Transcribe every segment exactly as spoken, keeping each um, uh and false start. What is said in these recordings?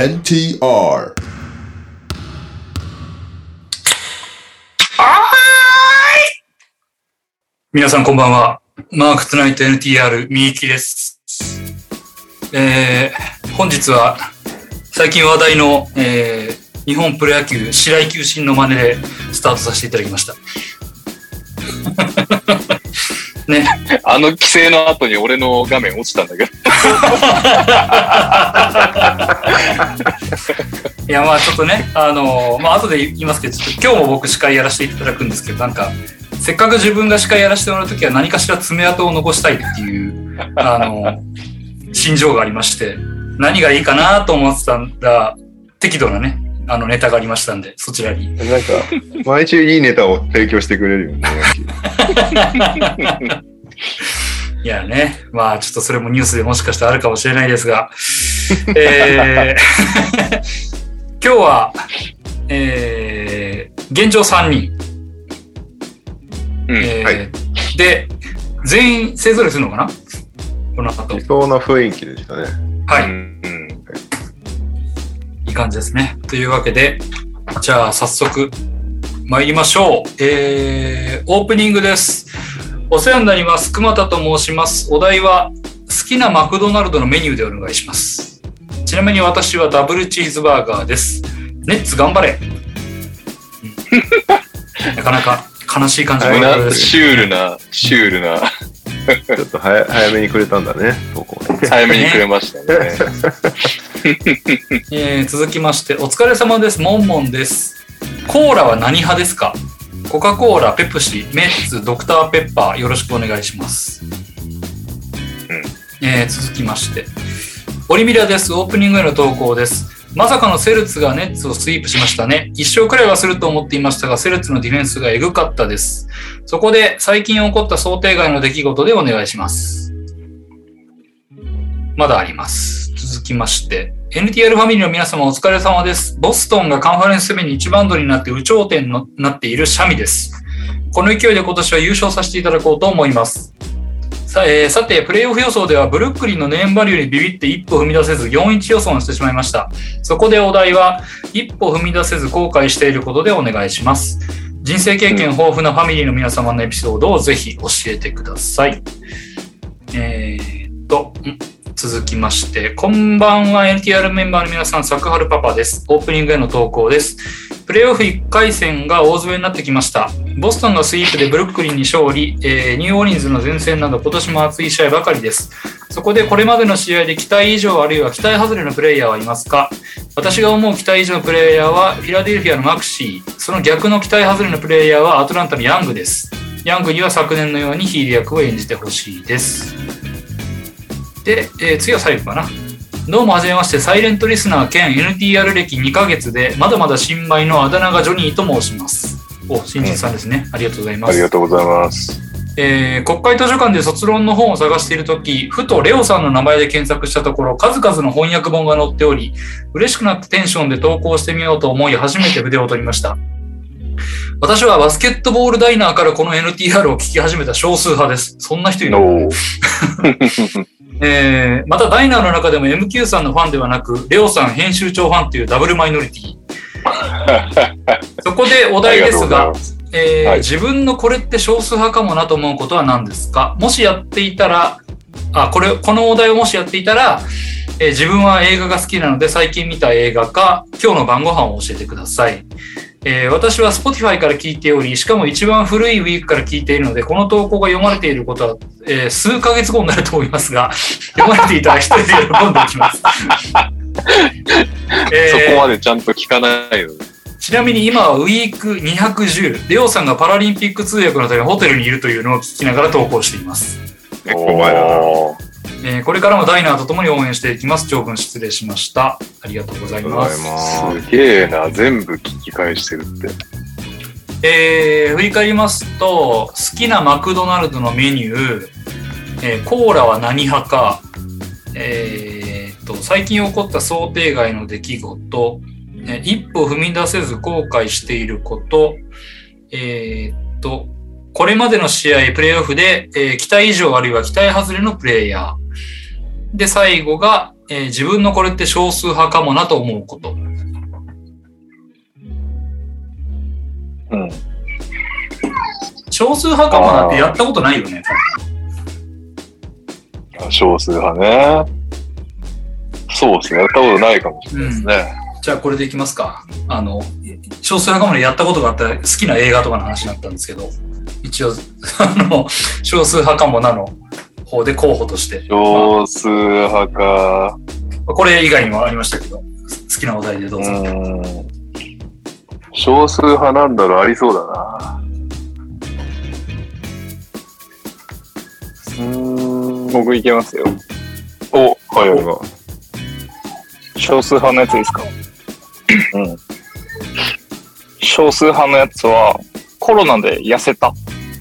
エヌティーアール。 皆さんこんばんは。マークトゥナイト エヌティーアール みゆきです。えー、本日は最近話題の、えー、日本プロ野球白井球審の真似でスタートさせていただきました。ね。 あの規制の後に俺の画面落ちたんだけど。 いやまあちょっとね、あのー、まあ後で言いますけど、ちょっと今日も僕司会やらせていただくんですけど、なんかせっかく自分が司会やらせてもらうときは何かしら爪痕を残したいっていうあの心情がありまして、何がいいかなと思ってたら適度なねあのネタがありましたんで、そちらに。 なんか毎週いいネタを提供してくれるよね。 いやね、まあちょっとそれもニュースでもしかしたらあるかもしれないですが、えー、今日は、えー、現状さんにん。 うんえーはい、 で全員勢ぞろいするのかなこの後。 理想な雰囲気でしたね。 はい、 うんうん、 いい感じですね。というわけでじゃあ早速参りましょう。えー、オープニングです。お世話になります。熊田と申します。お題は好きなマクドナルドのメニューでお願いします。ちなみに私はダブルチーズバーガーです。ネッツ頑張れ、うん、なかなか悲しい感じのなシュールなシュールなちょっと早早めにくれたんだね。ここ早めにくれましたね。 えー、続きましてお疲れ様です。モンモンです。コーラは何派ですか？コカ・コーラ、ペプシ、メッツ、ドクターペッパー、よろしくお願いします。うんえー、続きましてオリミラです。オープニングへの投稿です。まさかのセルツがネッツをスイープしましたね。一勝くらいはすると思っていましたが、セルツのディフェンスがエグかったです。そこで最近起こった想定外の出来事でお願いします。まだあります。続きまして エヌティーアール ファミリーの皆様お疲れ様です。ボストンがカンファレンス攻めに一番取りになって有頂天になっているシャミです。この勢いで今年は優勝させていただこうと思います。さ, えー、さてプレイオフ予想ではブルックリンのネームバリューにビビって一歩踏み出せず よんたいいち 予想をしてしまいました。そこでお題は一歩踏み出せず後悔していることでお願いします。人生経験豊富なファミリーの皆様のエピソードをぜひ教えてください。えー、っと続きましてこんばんは。 エヌティーアール メンバーの皆さん、作春パパです。オープニングへの投稿です。プレーオフいっかい戦が大詰めになってきました。ボストンがスイープでブルックリンに勝利、えー、ニューオーリンズの前線など今年も熱い試合ばかりです。そこでこれまでの試合で期待以上あるいは期待外れのプレイヤーはいますか？私が思う期待以上のプレイヤーはフィラデルフィアのマクシー、その逆の期待外れのプレイヤーはアトランタのヤングです。ヤングには昨年のようにヒール役を演じてほしいです。で、えー、次は最後かな。どうもはじめまして、サイレントリスナー兼 エヌティーアール 歴にかげつでまだまだ新米のあだ名がジョニーと申します。お、新人さんですね、うん、ありがとうございます。 ありがとうございます。 えー、国会図書館で卒論の本を探しているとき、ふとレオさんの名前で検索したところ数々の翻訳本が載っており、嬉しくなってテンションで投稿してみようと思い初めて筆を取りました。私はバスケットボールダイナーからこの エヌティーアール を聞き始めた少数派です。そんな人いるの？えー、またダイナーの中でも エムキュー さんのファンではなくレオさん編集長ファンというダブルマイノリティ。そこでお題ですが、えーはい、自分のこれって少数派かもなと思うことは何ですか？もしやっていたらあこれこのお題をもしやっていたら、えー、自分は映画が好きなので最近見た映画か今日の晩ご飯を教えてください。えー、私は Spotify から聞いており、しかも一番古いウィークから聞いているので、この投稿が読まれていることは、えー、数ヶ月後になると思いますが、読まれていたら一人で喜んでおきます。 えー、そこまでちゃんと聞かないの。 ちなみに今はウィークにひゃくじゅう、レオさんがパラリンピック通訳のためホテルにいるというのを聞きながら投稿しています。 結構前だな。 えー、これからもダイナーとともに応援していきます。長文失礼しました。ありがとうございます。 すげえな、全部聞き返してるって。 えー、振り返りますと、好きなマクドナルドのメニュー、えー、コーラは何派か、えー、と最近起こった想定外の出来事、えー、一歩踏み出せず後悔していること、えー、とこれまでの試合プレーオフで、えー、期待以上あるいは期待外れのプレイヤーで、最後が、 えー、自分のこれって少数派かもなと思うこと。 うん。 少数派かもなってやったことないよね。 少数派ね。そうですね。やったことないかもしれないですね。 うん、じゃあこれでいきますか。あの、少数派かもねやったことがあった好きな映画とかの話になったんですけど、一応、あの、少数派かもなの方で候補として。 少数派か。 まあ、これ以外にもありましたけど、好きなお題でどうぞ。 うーん、少数派なんだろう、ありそうだな。 うーん、僕いけますよ。 お、はいはい。 少数派のやつですか？ うん。 少数派のやつは、コロナで痩せた。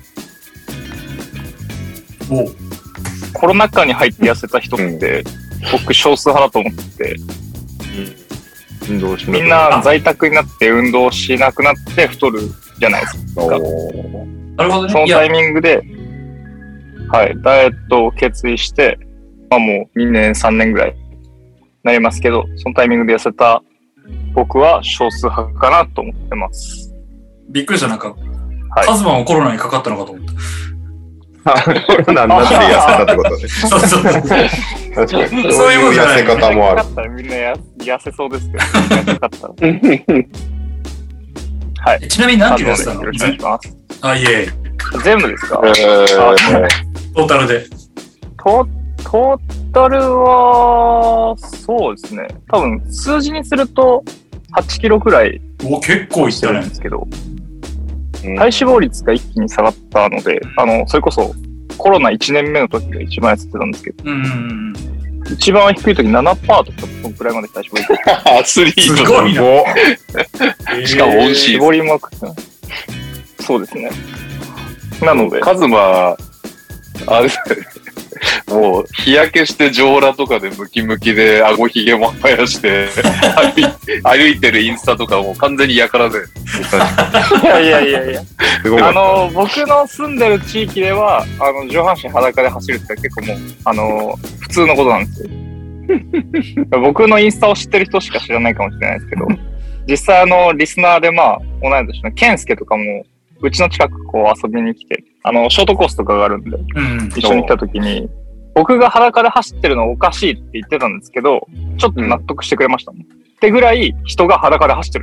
おコロナ禍に入って痩せた人って、うん、僕少数派だと思ってて、 うん、運動しなくなみんな在宅になって運動しなくなって太るじゃないですか。 なるほどね。 そのタイミングで、はい、ダイエットを決意して、まあもうにねんさんねんぐらいなりますけど、そのタイミングで痩せた僕は少数派かなと思ってます。 びっくりした、なんか、はい、カズマもコロナにかかったのかと思った。 コロナになって痩せたってことね。 そうそうそう。確かに。 そういう痩せ方もある。 みんな痩せそうですけど、痩せ方。はい。 ちなみに何キロ痩せたの？ よろしくお願いします。 あ、いえいえ。 全部ですか？ えー、 トータルで。 トトータルは、そうですね。多分、数字にするとはちキロくらい。 お、結構いったね。 んですけど。体脂肪率が一気に下がったので、あの、それこそコロナいちねんめの時が一番痩せてたんですけど、 うんうん、 一番低い時 ななパーセント とかそのくらいまで体脂肪率。 アスリートすごいな。しかも美味しい。 絞りまくって。そうですね。なので。 カズマ、あれもう日焼けして上裸とかでムキムキで顎ひげも生やして歩い歩いてるインスタとかもう完全にやからで。 いやいやいやいや。あの僕の住んでる地域ではあの上半身裸で走るって結構もうあの普通のことなんですよ。僕のインスタを知ってる人しか知らないかもしれないですけど、実際あのリスナーでまあ同い年のケンスケとかもうちの近くこう遊びに来て、あのショートコースとかがあるんで、うん、一緒に来た時に。僕が裸で走ってるのおかしいって言ってたんですけど、ちょっと納得してくれましたね。うん、ってぐらい人が裸で走ってる。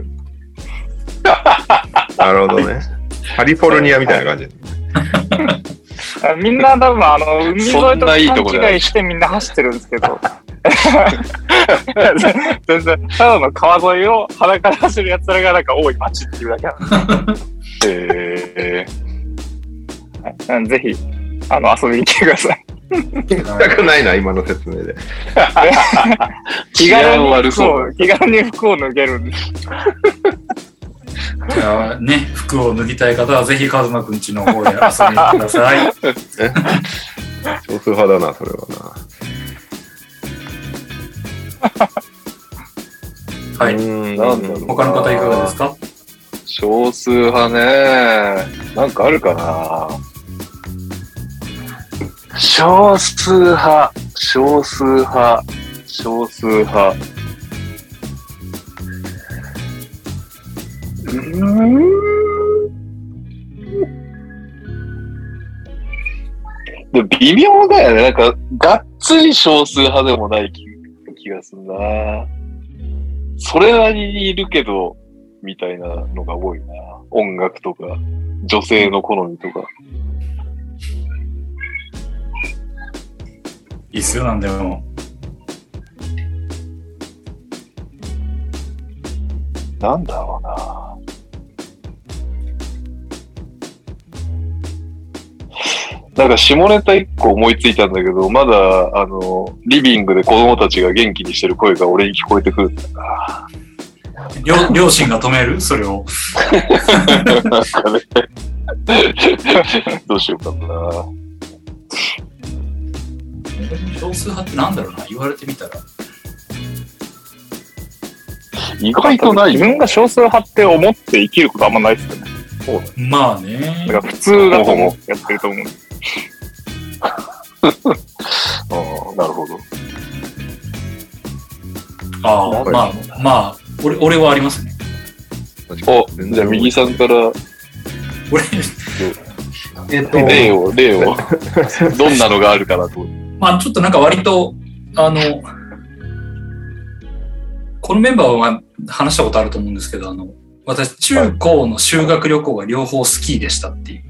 なるほどね。カリフォルニアみたいな感じ。 みんな多分あの海沿いと勘違いしてみんな走ってるんですけど。全然ただの川沿いを裸で走るやつらがなんか多い街っていうだけなんで。 えー、ぜひあの遊びに来てください。 行きたくないな、今の説明で。 気軽に服を、気軽に服を脱げるんです。 じゃあね、服を脱ぎたい方はぜひカズマくんちの方へ遊びに来てください。 少数派だな、それはな。はい。なんだろう。他の方いかがですか？ 少数派ね。なんかあるかな。少数派、少数派、少数派。うーん。でも微妙だよね。なんか、がっつり少数派でもない気、気がするな。それなりにいるけど、みたいなのが多いな。音楽とか、女性の好みとか。 いいっすよ、なんでも。 なんだろうな。なんか下ネタ一個思いついたんだけど、まだ、あの、リビングで子供たちが元気にしてる声が俺に聞こえてくるんだな。 両, 両親が止めるそれを。 なんかね。どうしようかな。 少数派ってなんだろうな、言われてみたら。 意外とない。 自分が少数派って思って生きることあんまないですよね。 そうだね。まあね。 だから普通だと思ってやってると思う。 ああ、なるほど。 ああ、まあ、まあ、俺、俺はありますね。 お、じゃあ右さんから、 俺、えっと、 例を、例を、どんなのがあるかなと思って。 まあちょっとなんか割と、あの、このメンバーは話したことあると思うんですけど、あの、私、中高の修学旅行が両方スキーでしたっていう。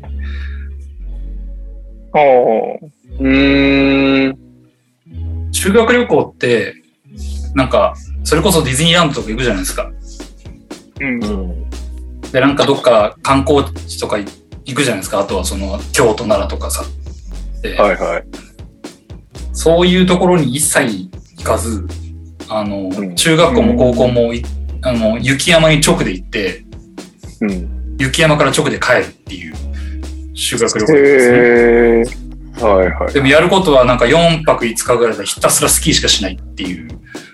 おー。 うーん。 修学旅行って、なんか、それこそディズニーランドとか行くじゃないですか。 うん。 で、なんかどっか観光地とか行くじゃないですか。あとはその、京都、奈良とかさ。で、 はいはい。 そういうところに一切行かず、あの、 うん中学校も高校もい、あの、雪山に直で行って、 うん。 雪山から直で帰るっていう修学旅行ですね。 へー。 はいはい。 でもやることはなんかよんぱくいつかぐらいでひたすらスキーしかしないっていう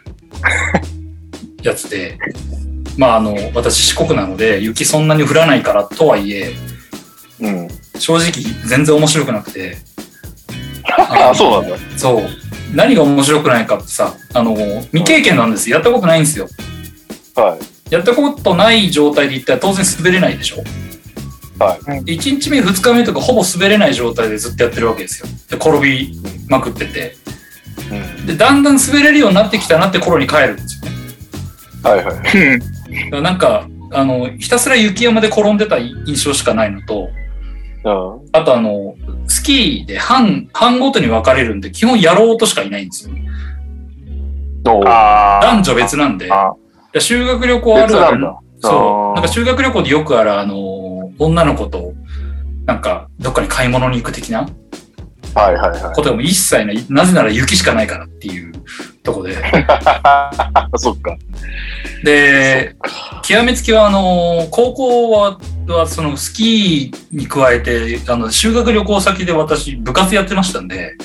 やつで、まああの、私四国なので雪そんなに降らないからとはいえ、 うん。 正直全然面白くなくて。 ああ、そうなんだ。 そう。何が面白くないかってさ、あの、未経験なんですよ。やったことないんですよ。 はい。 やったことない状態で行ったら当然滑れないでしょ。 はい。 いちにちめふつかめとかほぼ滑れない状態でずっとやってるわけですよ。で、転びまくってて。 うん。 で、だんだん滑れるようになってきたなって頃に帰るんですよね。 はいはい。 だからなんか、あの、ひたすら雪山で転んでた印象しかないのと、 うん。 あとあの、スキーで班、班ごとに分かれるんで、基本やろうとしかいないんですよ。 おー。 あー。 男女別なんで、いあや修学旅行あるある別なんだ。 そう。 あーなんか修学旅行でよくある、あの、女の子と、なんか、どっかに買い物に行く的なはいはいはい。 ことでも一切ない。なぜなら雪しかないからっていうとこで。 そっか。 で、極めつきは、あの、高校は、はそのスキーに加えて、あの、修学旅行先で私、部活やってましたんで、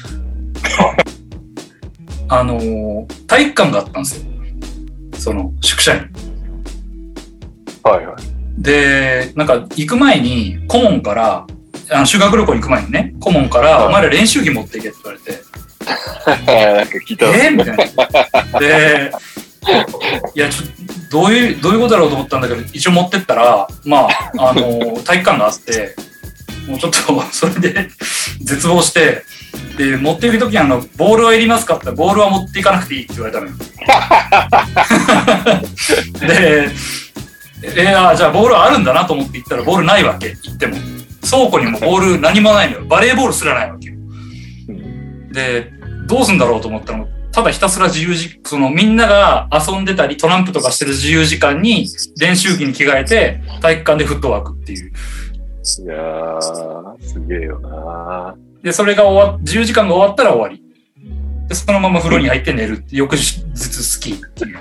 あの、体育館があったんですよ。その、宿舎に。 はいはい。 で、なんか、行く前に、顧問から、あの修学旅行に行く前にね、顧問から、 はいお前ら練習着持っていけって言われて、 なんか聞いた。 えー、みたいな。で、いや、ちょっと、どういう、どういうことだろうと思ったんだけど、一応持ってったら、まあ、あの、体育館があって、もうちょっと、それで、絶望して、で、持っていくときにあの、ボールはいりますかって言ったら、ボールは持っていかなくていいって言われたのよ。で、えー、じゃあボールあるんだなと思って行ったら、ボールないわけ、行っても。倉庫にもボール何もないのよ。バレーボールすらないわけよ。で、どうすんだろうと思ったの。ただひたすら自由時、そのみんなが遊んでたりトランプとかしてる自由時間に練習着に着替えて体育館でフットワークっていう。 いやー、すげえよなで、それが終わ、自由時間が終わったら終わり。で、そのまま風呂に入って寝るって、翌日スキーっていう。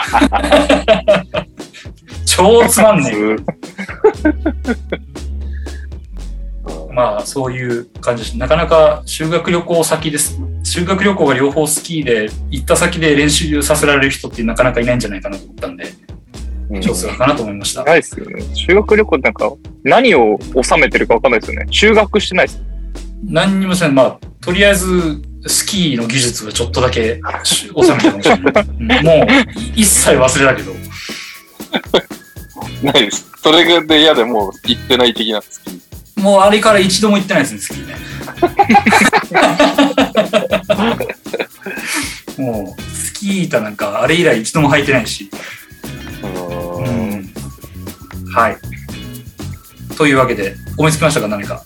超つまんねえ。まあ、そういう感じです。なかなか修学旅行先です。修学旅行が両方スキーで、行った先で練習させられる人ってなかなかいないんじゃないかなと思ったんで、少数かなと思いました。 ないっすよね。修学旅行なんか、何を収めてるかわかんないですよね。修学してないっす。 何にもしない。まあ、とりあえず、スキーの技術はちょっとだけ収めたかもしれない。うん、もう、一切忘れたけど。 ないです。それがで嫌でもう行ってない的なスキー。 もうあれから一度も行ってないですね、スキーね。もう、スキー板なんかあれ以来一度も履いてないし。うん、はい。というわけで、思いつきましたか、何か。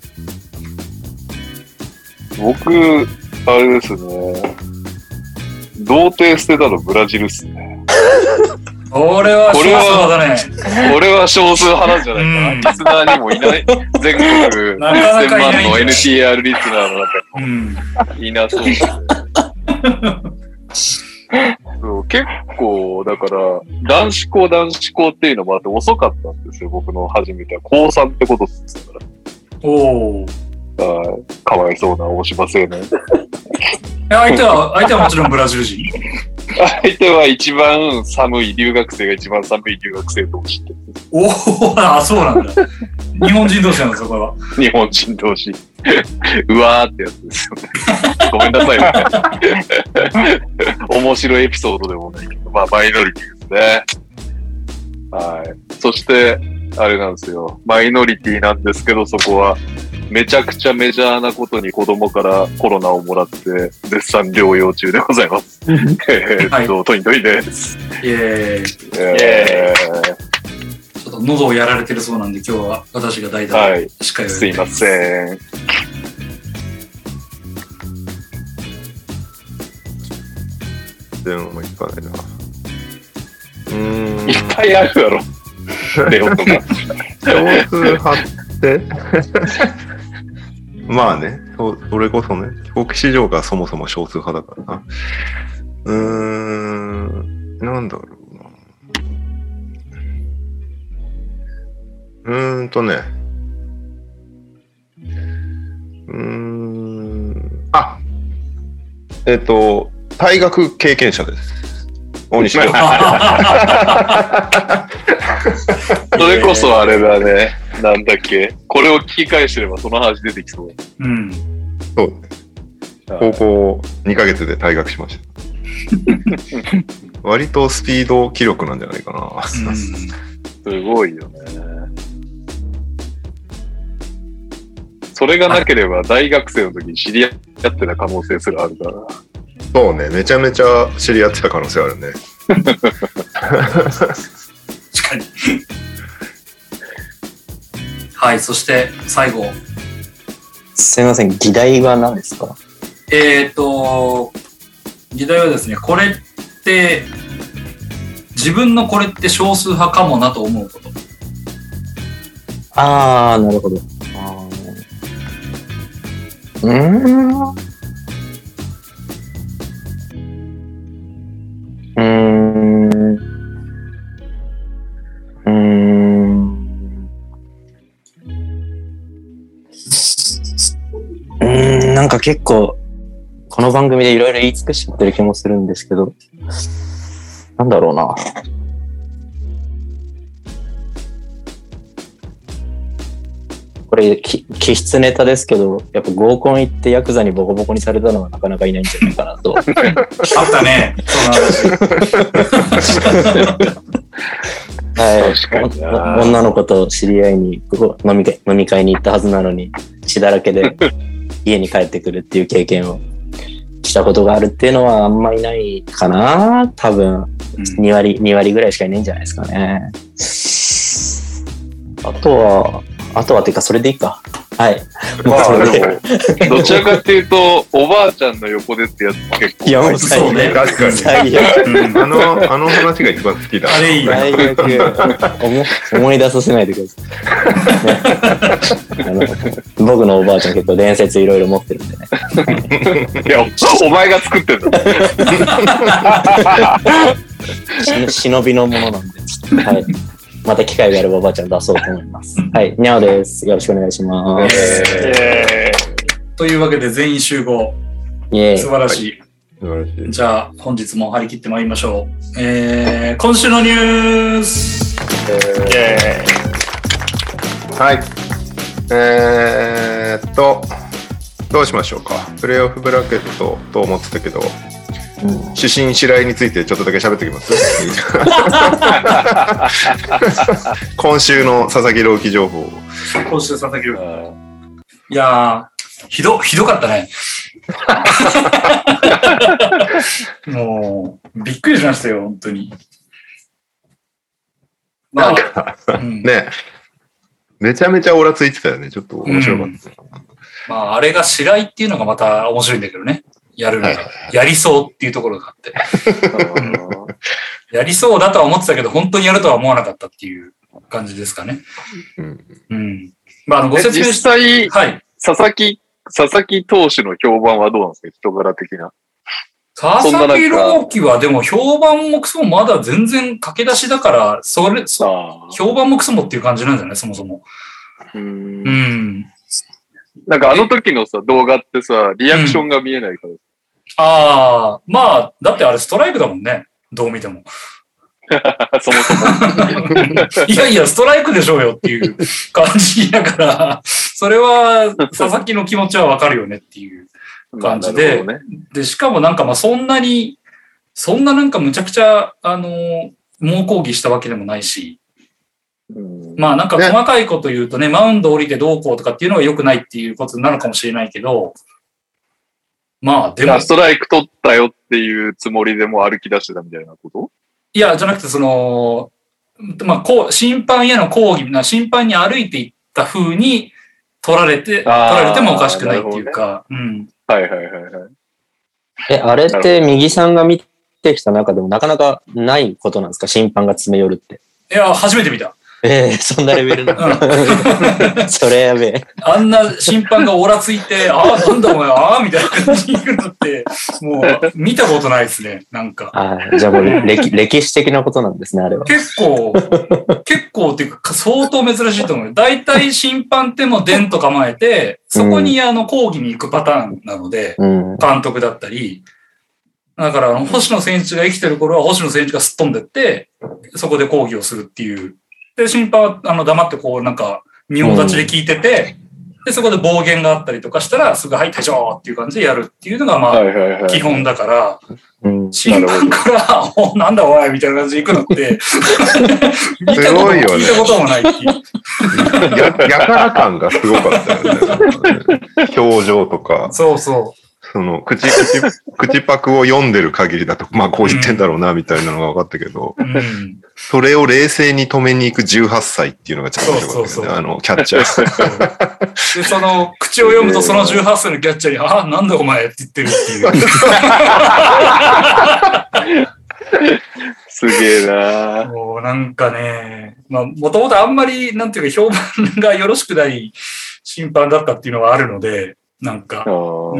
僕、あれですね。童貞捨てたのブラジルっすね。 これは少数派だね。 これは少数派なんじゃないかな。 うん、 リスナーにもいない。全国なかなかいないせんまんの エヌティーアール リスナーの中に、うん、いなそうですね。そう結構、だから、男子校男子校っていうのもあって遅かったんですよ、僕の初めては。高さんってことですから。 おー。 かわいそうな大島青年。 相手は、相手はもちろんブラジル人。 相手は一番寒い、留学生が一番寒い留学生同士って。 おお、あ、そうなんだ。日本人同士なんですよ、これは。 日本人同士。うわーってやつですよね。ごめんなさいね。面白いエピソードでもないけど、まあ、マイノリティですね。はい。そして、あれなんですよ。マイノリティなんですけど、そこは、めちゃくちゃメジャーなことに子供からコロナをもらって、絶賛療養中でございます。えーっと、トイントインです。 イエーイ。 えー、ちょっと喉をやられてるそうなんで、今日は私が代打で司会をやって、 はい、すいません。 でも、いっぱいないな。うーん。 いっぱいあるだろ。レオとか。 少数派ってまあねそ、それこそね、帰国子女がそもそも少数派だからな。うーん、なんだろうな。うーんとね。うーん、あ、えっと、退学経験者です。大西君。 それこそあれだね。なんだっけ。これを聞き返してればその話出てきそう。 うん。 そう。高校にかげつで退学しました。割とスピード記録なんじゃないかな。 うん、すごいよね。それがなければ大学生の時に知り合ってた可能性すらあるから。 そうね、めちゃめちゃ知り合ってた可能性あるね。 確かに。はい、そして最後。 すいません、議題は何ですか？ えっと、議題はですね、これって、自分のこれって少数派かもなと思うこと。 あー、なるほど。あーうーん。うーん。うーん。うーん、なんか結構、この番組でいろいろ言い尽くしちゃってる気もするんですけど、なんだろうな。これ、き気質ネタですけど、やっぱ合コン行ってヤクザにボコボコにされたのはなかなかいないんじゃないかなと。 あったね。 はい、女の子と知り合いに飲み会、飲み会に行ったはずなのに血だらけで家に帰ってくるっていう経験をしたことがあるっていうのはあんまりないかな。多分に割、に割ぐらいしかいないんじゃないですかね。あとはあとはっていうかそれでいいか。はい。 まあでもどちらかっていうとおばあちゃんの横でってやつ結構。 いやもうそうね。 確かに。 最悪。 うん、あのあの話が一番好きだ。 あれいい。 最悪。思い出させないでください。ね、あの僕のおばあちゃん結構伝説いろいろ持ってるんでね。 いや お, お前が作ってんだ。 忍びのものなんで。はい。また機会があればおばあちゃん出そうと思います。はい、にゃおです。よろしくお願いします。 えー、というわけで全員集合。 イエーイ。 素晴らしい。 素晴らしい。 じゃあ本日も張り切ってまいりましょう。えー、今週のニュース。 えー、はい。えーっとどうしましょうか。プレーオフブラケットと思ってたけど。うん、主審白井についてちょっとだけ喋ってきます今週の佐々木朗希情報。 今週佐々木朗希。いやーひどひどかったね。もうびっくりしましたよ本当に。 まあ、うん、ねめちゃめちゃオラついてたよね。ちょっと面白かった。うん、 まああれが白井っていうのがまた面白いんだけどね。やるのが、はい、やりそうっていうところがあって、うん、やりそうだとは思ってたけど本当にやるとは思わなかったっていう感じですかね。うん。うん、まああのご説明実際、 はい、 佐々木佐々木投手の評判はどうなんですか、人柄的な。 佐々木朗希はでも評判もクソもまだ全然駆け出しだからそれそ評判もクソもっていう感じなんじゃないそもそも。うん。うんなんかあの時のさ動画ってさリアクションが見えないから、うん、 ああ、まあ、だってあれストライクだもんね。どう見ても。 そもそも。 いやいや、ストライクでしょうよっていう感じだから、それは佐々木の気持ちはわかるよねっていう感じで、 ね、 で、しかもなんかまあそんなに、そんななんかむちゃくちゃ、あの、猛抗議したわけでもないし、 うん、 まあなんか細かいこと言うとね、マウンド降りてどうこうとかっていうのが良くないっていうことになるかもしれないけど、まあでも。 ストライク取ったよっていうつもりでも歩き出してたみたいなこと？ いや、じゃなくてその、まあこう、審判への抗議な、審判に歩いていった風に取られて、取られてもおかしくないっていうか、ね、うん。 はいはいはいはい。 え、あれって右さんが見てきた中でもなかなかないことなんですか？審判が詰め寄るって。 いや、初めて見た。 ええー、そんなレベルなのそれやべえ。 あんな審判がオラついて、ああ、なんだお前、ああ、みたいな感じに言うのって、もう見たことないですね、なんか。 あじゃあもう歴歴史的なことなんですね、あれは。 結構、結構っていうか、相当珍しいと思う。大体審判ってもデンと構えて、そこにあの抗議に行くパターンなので、うん、監督だったり、だから、星野選手が生きてる頃は星野選手がすっ飛んでって、そこで抗議をするっていう。で、審判はあの黙ってこうなんか仁王立ちで聞いてて、うん、で、そこで暴言があったりとかしたら、すぐはい、退場っていう感じでやるっていうのがまあ、基本だから、審判から、おなんだおいみたいな感じで行くのって、見たことも聞いたこともないっていう。 や、やから感がすごかったよね。表情とか。 そうそう。 その、口、口、口パクを読んでる限りだと、まあこう言ってんだろうな、みたいなのが分かったけど、うん、それを冷静に止めに行くじゅうはっさいっていうのがちょっと面白かったよね。あの、キャッチャー。 で、その、口を読むとそのじゅうはっさいのキャッチャーに、ああ、なんだお前って言ってるっていう。 すげえなもうなんかね、まあ、もともとあんまり、なんていうか、評判がよろしくない審判だったっていうのはあるので、なんか、うん、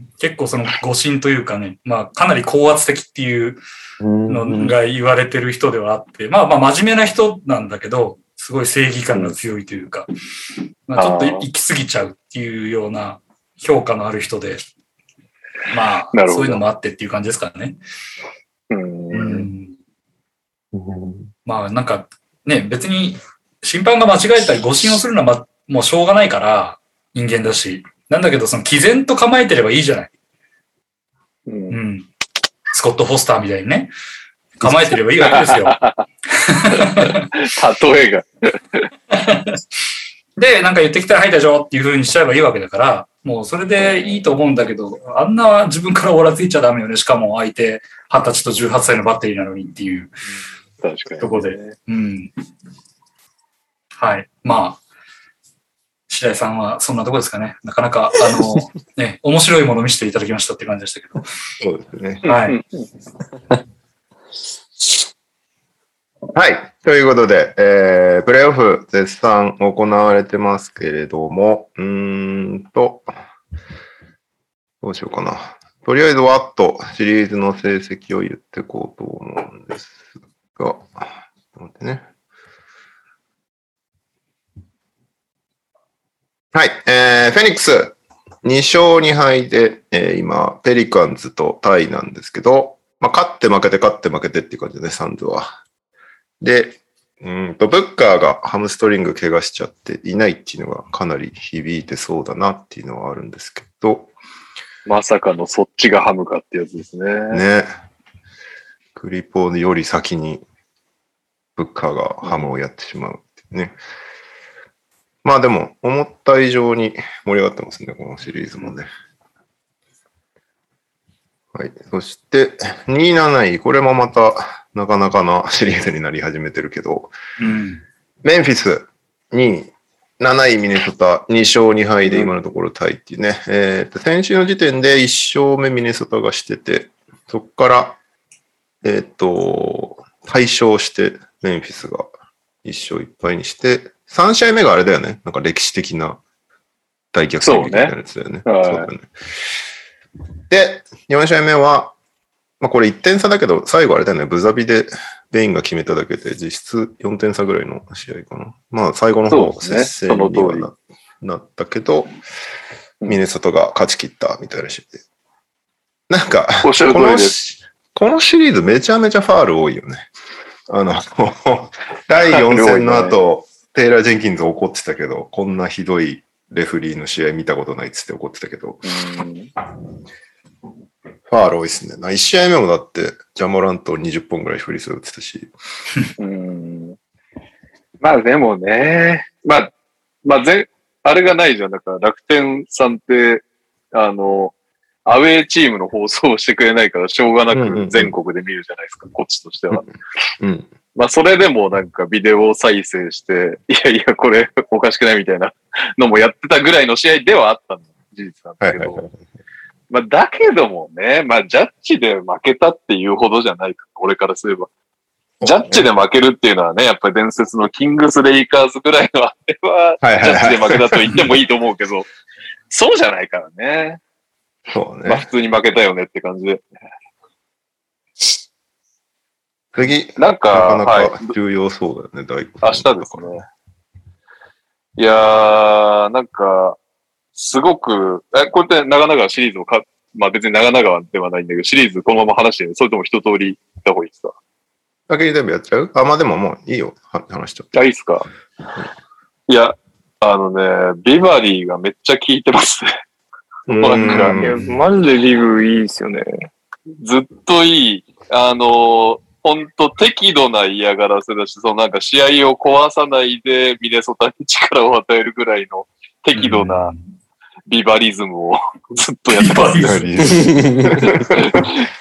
結構その誤審というかね、まあかなり高圧的っていうのが言われてる人ではあって、まあまあ真面目な人なんだけど、すごい正義感が強いというか、まあ、ちょっと行き過ぎちゃうっていうような評価のある人で、まあそういうのもあってっていう感じですからね。うんうん、まあなんかね、別に審判が間違えたり誤審をするのはもうしょうがないから人間だし、なんだけど、その、毅然と構えてればいいじゃない。うん。うん、スコット・フォスターみたいにね。構えてればいいわけですよ。 例えが。 で、なんか言ってきたらはいでしょっていう風にしちゃえばいいわけだから、もうそれでいいと思うんだけど、あんな自分からオラついちゃダメよね。しかも相手、はたちとじゅうはっさいのバッテリーなのにっていう。 確かに。 ところで。うん。はい。まあ。白井さんはそんなとこですかね。なかなか、あの、ね、面白いものを見せていただきましたって感じでしたけど。 そうですね。 はい。 はい。ということで、えー、プレイオフ絶賛行われてますけれども、うーんと、どうしようかな。とりあえずわっとシリーズの成績を言っていこうと思うんですが、ちょっと待ってね。はい、えー、フェニックスにしょうにはいで、えー、今、ペリカンズとタイなんですけど、まあ、勝って負けて勝って負けてっていう感じでね、サンズは。で、うんと、ブッカーがハムストリング怪我しちゃっていないっていうのがかなり響いてそうだなっていうのはあるんですけど。 まさかのそっちがハムかってやつですね。 ね。クリポーより先にブッカーがハムをやってしまうっていうね。まあでも、思った以上に盛り上がってますね、このシリーズもね。はい。そして、にいなない、これもまた、なかなかなシリーズになり始めてるけど、 うん、 メンフィスにい、なないミネソタ、にしょうにはいで今のところタイっていうね。うん、えっと、先週の時点でいっ勝目ミネソタがしてて、そこから、えっと、大勝してメンフィスがいっ勝いっぱいにして、さん試合目があれだよね。なんか歴史的な大逆転みたいなやつだよね。そうね。そうだよね。で、よん試合目は、まあこれいってん差だけど、最後あれだよね。ブザビでベインが決めただけで、実質よんてん差ぐらいの試合かな。まあ最後の方、接戦には な,、ね、なったけど、ミネソタが勝ち切ったみたいな試合で。 なんか、 おっしゃる通りこのです。 このシリーズめちゃめちゃファール多いよね。あの、だいよん戦の後、テイラー・ジェンキンズ怒ってたけど、こんなひどいレフリーの試合見たことないっつって怒ってたけど、 うんファール多いですね。いち試合目もだって、ジャモラントにじゅっぽんぐらいフリースロー打ってたし。 うんまあでもね、まあ、まあぜ、あれがないじゃん。だから楽天さんって、あの、アウェーチームの放送をしてくれないから、しょうがなうんうんうんく全国で見るじゃないですか、こっちとしては。 うん。 まあ、それでもなんかビデオ再生して、いやいや、これおかしくないみたいなのもやってたぐらいの試合ではあったの、事実なんだけど。 はいはいはい。 まあ、だけどもね、まあ、ジャッジで負けたっていうほどじゃないか、俺からすれば。ジャッジで負けるっていうのはね、やっぱり伝説のキングス・レイカーズぐらいのあれは、 はいはいはいジャッジで負けたと言ってもいいと思うけど、そうじゃないからね。 そうね。 まあ普通に負けたよねって感じで。 次、 なんか、 なかはないか重要そうだよね、大明日ですね。いやー、なんか、すごく、え、こうやって長々シリーズをか、まあ別に長々ではないんだけど、シリーズこのまま話してるそれとも一通り言った方がいいですか？ 先に全部やっちゃうあ、まあでももういいよ、は話しちゃって。 あ、いいですか？いや、あのね、ビバリーがめっちゃ効いてますね。なんかうんいや、マジでリブいいですよね。 ずっといい。あのー、ほんと適度な嫌がらせだし、そのなんか試合を壊さないでミネソタに力を与えるぐらいの適度なビバリズムをずっとやってますね。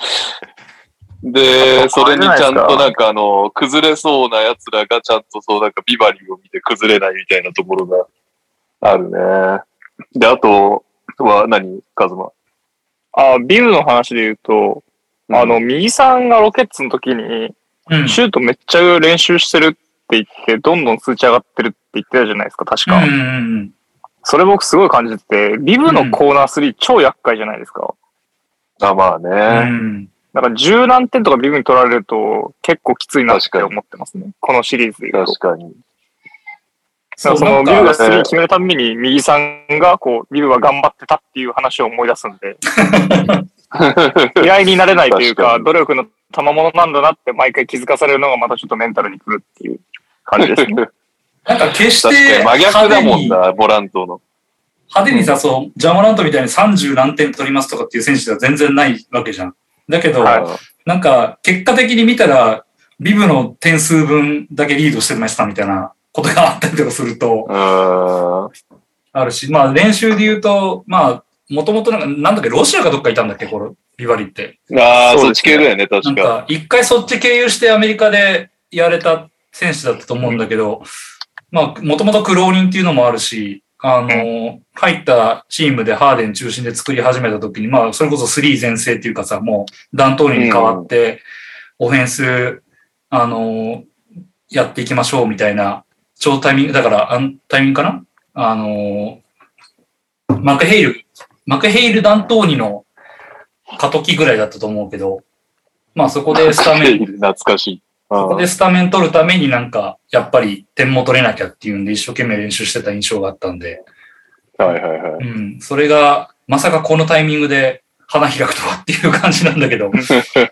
で、それにちゃんとなんかあの、崩れそうな奴らがちゃんとそうなんかビバリーを見て崩れないみたいなところがあるね。で、あとは何カズマ。 あ、ビブの話で言うと、あの、右さんがロケッツの時に、 うん。 シュートめっちゃ練習してるって言って、どんどん数値上がってるって言ってたじゃないですか、確か。 うんうんうん。 それ僕すごい感じてて、ビブのコーナースリー超厄介じゃないですか。 あ、まあうね。 ん。 だから十何点とかビブに取られると結構きついなって思ってますね。このシリーズで言うと。 確かに。 そそうのビブがスリーね決めるたびに右さんがこう、ビブは頑張ってたっていう話を思い出すんで、嫌いになれないというか、 確かに努力の賜物なんだなって毎回気づかされるのがまたちょっとメンタルにくるっていう感じですね。 なんか決し確かてに真逆だ派手に、 もんな、ボラントの。 派手にさ、そう、ジャモラントみたいにさんじゅう何点取りますとかっていう選手では全然ないわけじゃん。だけど、 はなんか結果的に見たら、ビブの点数分だけリードしてましたみたいなことがあったりとかすると、 うーん。 あるし、まあ練習で言うと、まあ、もともとなんか、なんだっけ、ロシアかどっかいたんだっけ、これ、ビバリって。 ああ、そっそうですねち系だよね、 なん確か。 か、一回そっち経由してアメリカでやれた選手だったと思うんだけど、まあ、もともと苦労人っていうのもあるし、あの、入ったチームでハーデン中心で作り始めた時に、まあ、それこそスリー全盛っていうかさ、もう、ダントーニに変わって、オフェンス、あの、やっていきましょうみたいな、超タイミング、だから、あんタイミングかなあの、マクヘイル、マクヘイル・ダントーニの過渡期ぐらいだったと思うけど、まあそこでスタメン、 懐かしい。 そこでスタメン取るためになんか、やっぱり点も取れなきゃっていうんで一生懸命練習してた印象があったんで、 はいはいはい。 うん、それがまさかこのタイミングで花開くとはっていう感じなんだけど、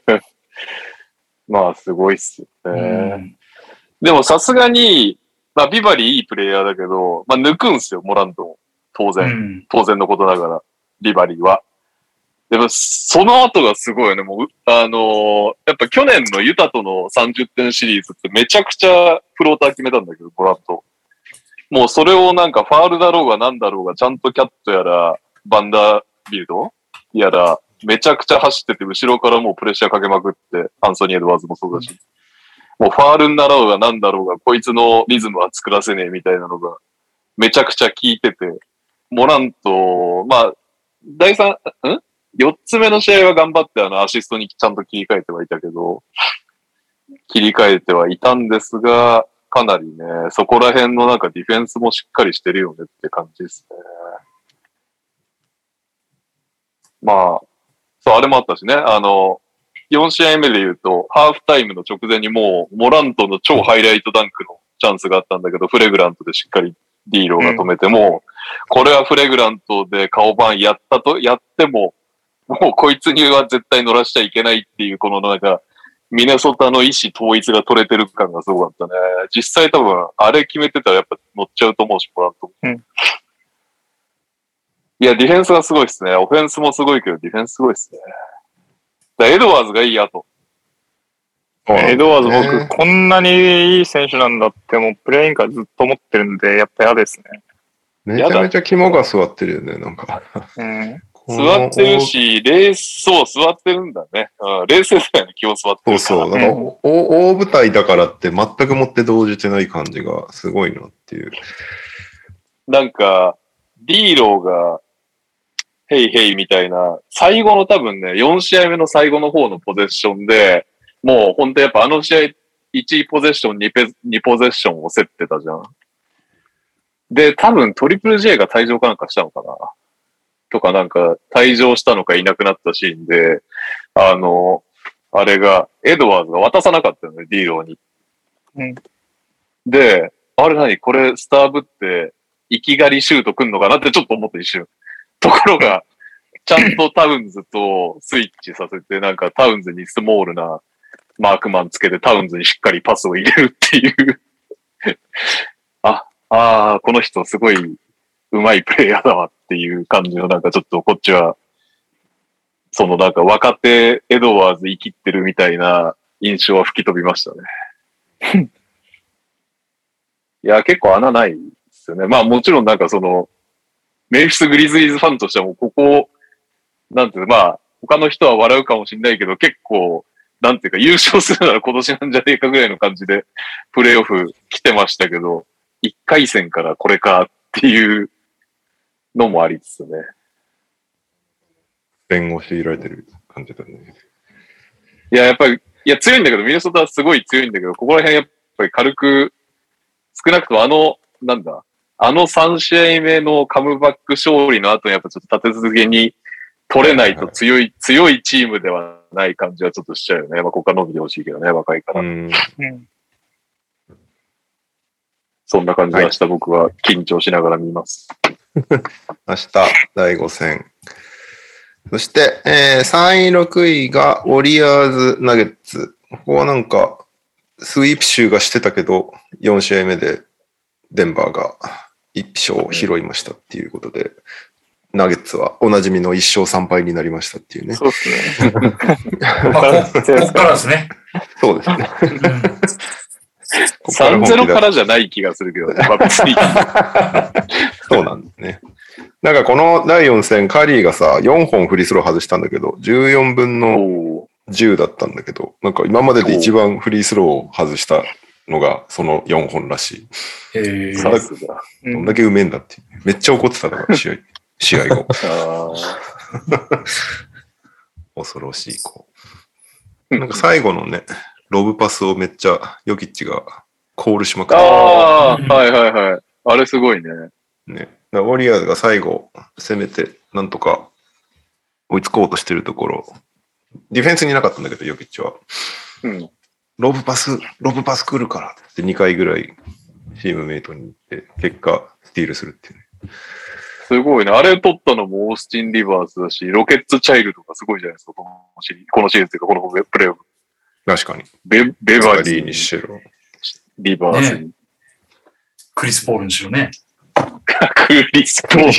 まあ、すごいっすようね。 ん、 でもさすがに、まあ、ビバリーいいプレイヤーだけど、まあ、抜くんすよ、モラントも。当う然。 ん、 当然のことながら、ビバリーは。でも、その後がすごいよね。もう、あのーやっぱ去年のユタとのさんじゅってんシリーズってめちゃくちゃフローター決めたんだけど、モラント。もうそれをなんかファールだろうがなんだろうが、ちゃんとキャットやら、バンダービルドやら、めちゃくちゃ走ってて、後ろからもうプレッシャーかけまくって、アンソニー・エドワーズもそうだし。もうファールになろうがなんだろうが、こいつのリズムは作らせねえみたいなのが、めちゃくちゃ効いてて、モラント、まあ、第三、ん四つ目の試合は頑張ってあのアシストにちゃんと切り替えてはいたけど、切り替えてはいたんですが、かなりね、そこら辺のなんかディフェンスもしっかりしてるよねって感じですね。まあ、そう、あれもあったしね、あの、よん試合目で言うと、ハーフタイムの直前にもう、モラントの超ハイライトダンクのチャンスがあったんだけど、フレグラントでしっかりディーローが止めても、これはフレグラントで顔バンやったと、やっても、 もうこいつには絶対乗らしちゃいけないっていう、このなんか、ミネソタの意思統一が取れてる感がすごかったね。実際多分、あれ決めてたらやっぱ乗っちゃうと思うし、もらうと思う。 うん、 いや、ディフェンスがすごいですね。オフェンスもすごいけど、ディフェンスすごいですね。だエドワーズがいい後。 エドワーズ僕、こんなにいい選手なんだってもうプレイインからずっと思ってるんで、やっぱ嫌ですね。 めちゃめちゃ肝が座ってるよね、なんか。 うん、 座ってるし、冷そう、座ってるんだね。うん、冷静だよね、気を座ってるから。 そうそう。だから、うん、大舞台だからって全くもって動じてない感じがすごいなっていう。 なんか、ディーローが、ヘイヘイみたいな、最後の多分ね、よん試合目の最後の方のポゼッションで、もう本当やっぱあの試合、いちポゼッション、に, ペにポゼッションを競ってたじゃん。で、多分トリプル J が退場かなんかしたのかなとかなんか退場したのかいなくなったシーンで、あの、あれが、エドワーズが渡さなかったよね、ディーローに。 うん、 で、あれ何これスターブって、生きがりシュート来んのかなってちょっと思った一瞬。ところが、ちゃんとタウンズとスイッチさせて、なんかタウンズにスモールなマークマンつけてタウンズにしっかりパスを入れるっていうあ、ああ、この人すごい上手いプレイヤーだわっていう感じのなんかちょっとこっちは、そのなんか若手エドワーズ生きってるみたいな印象は吹き飛びましたね。いや、結構穴ないですよね。まあもちろんなんかその、メイフィス・グリズリーズファンとしてはもうここ、なんていうの、まあ、他の人は笑うかもしれないけど、結構、なんていうか、優勝するなら今年なんじゃねえかぐらいの感じで、プレイオフ来てましたけど、一回戦からこれかっていうのもありですね。 弁護強いられてる感じだね。 いや、やっぱり、いや、強いんだけど、ミネソタはすごい強いんだけど、ここら辺やっぱり軽く、少なくともあの、なんだ、あのさん試合目のカムバック勝利の後にやっぱちょっと立て続けに取れないと強い、はいはい、強いチームではない感じはちょっとしちゃうよね。まあ、ここから伸びてほしいけどね、若いから。 うんそんな感じがした、はい、僕は緊張しながら見ます。 明日、だいご戦。そして、えー、さんい、ろくいがウォリアーズ・ナゲッツ。ここはなんか、スイープ集がしてたけど、よん試合目でデンバーがいち勝を拾いましたっていうことで、ナゲッツはおなじみのいち勝さん敗になりましたっていうね。 そうですね。 まあ、ここからですね。 そうですね。 さんゼロからじゃない気がするけど、ね、まあ、別にそうなんですね。なんかこのだいよん戦、カリーがさ、よんほんフリースロー外したんだけど、じゅうよんぶんのじゅうだったんだけど、なんか今までで一番フリースローを外したのがそのよんほんらしい。 へー。 さすが。 どんだけうめえんだっていう。めっちゃ怒ってたから、試合、試合後。恐ろしい子。なんか最後のね、ロブパスをめっちゃヨキッチがコールしまくって。 ああ、はいはいはい。あれすごいね。 ね。ウォリアーズが最後攻めてなんとか追いつこうとしてるところ、ディフェンスになかったんだけど、ヨキッチは。 うん。 ロブパス、ロブパス来るからってにかいぐらいチームメイトに言って、結果スティールするっていうね。 すごいね。あれ取ったのもオースティン・リバースだし、ロケッツ・チャイルドがすごいじゃないですか、このシリーズ、このシリーズというか、このプレーオフ。 確かに。 ベ、ベバリーにしろ。 リバースに。 ね、クリス・ポールにしろね。 クリス・ポール。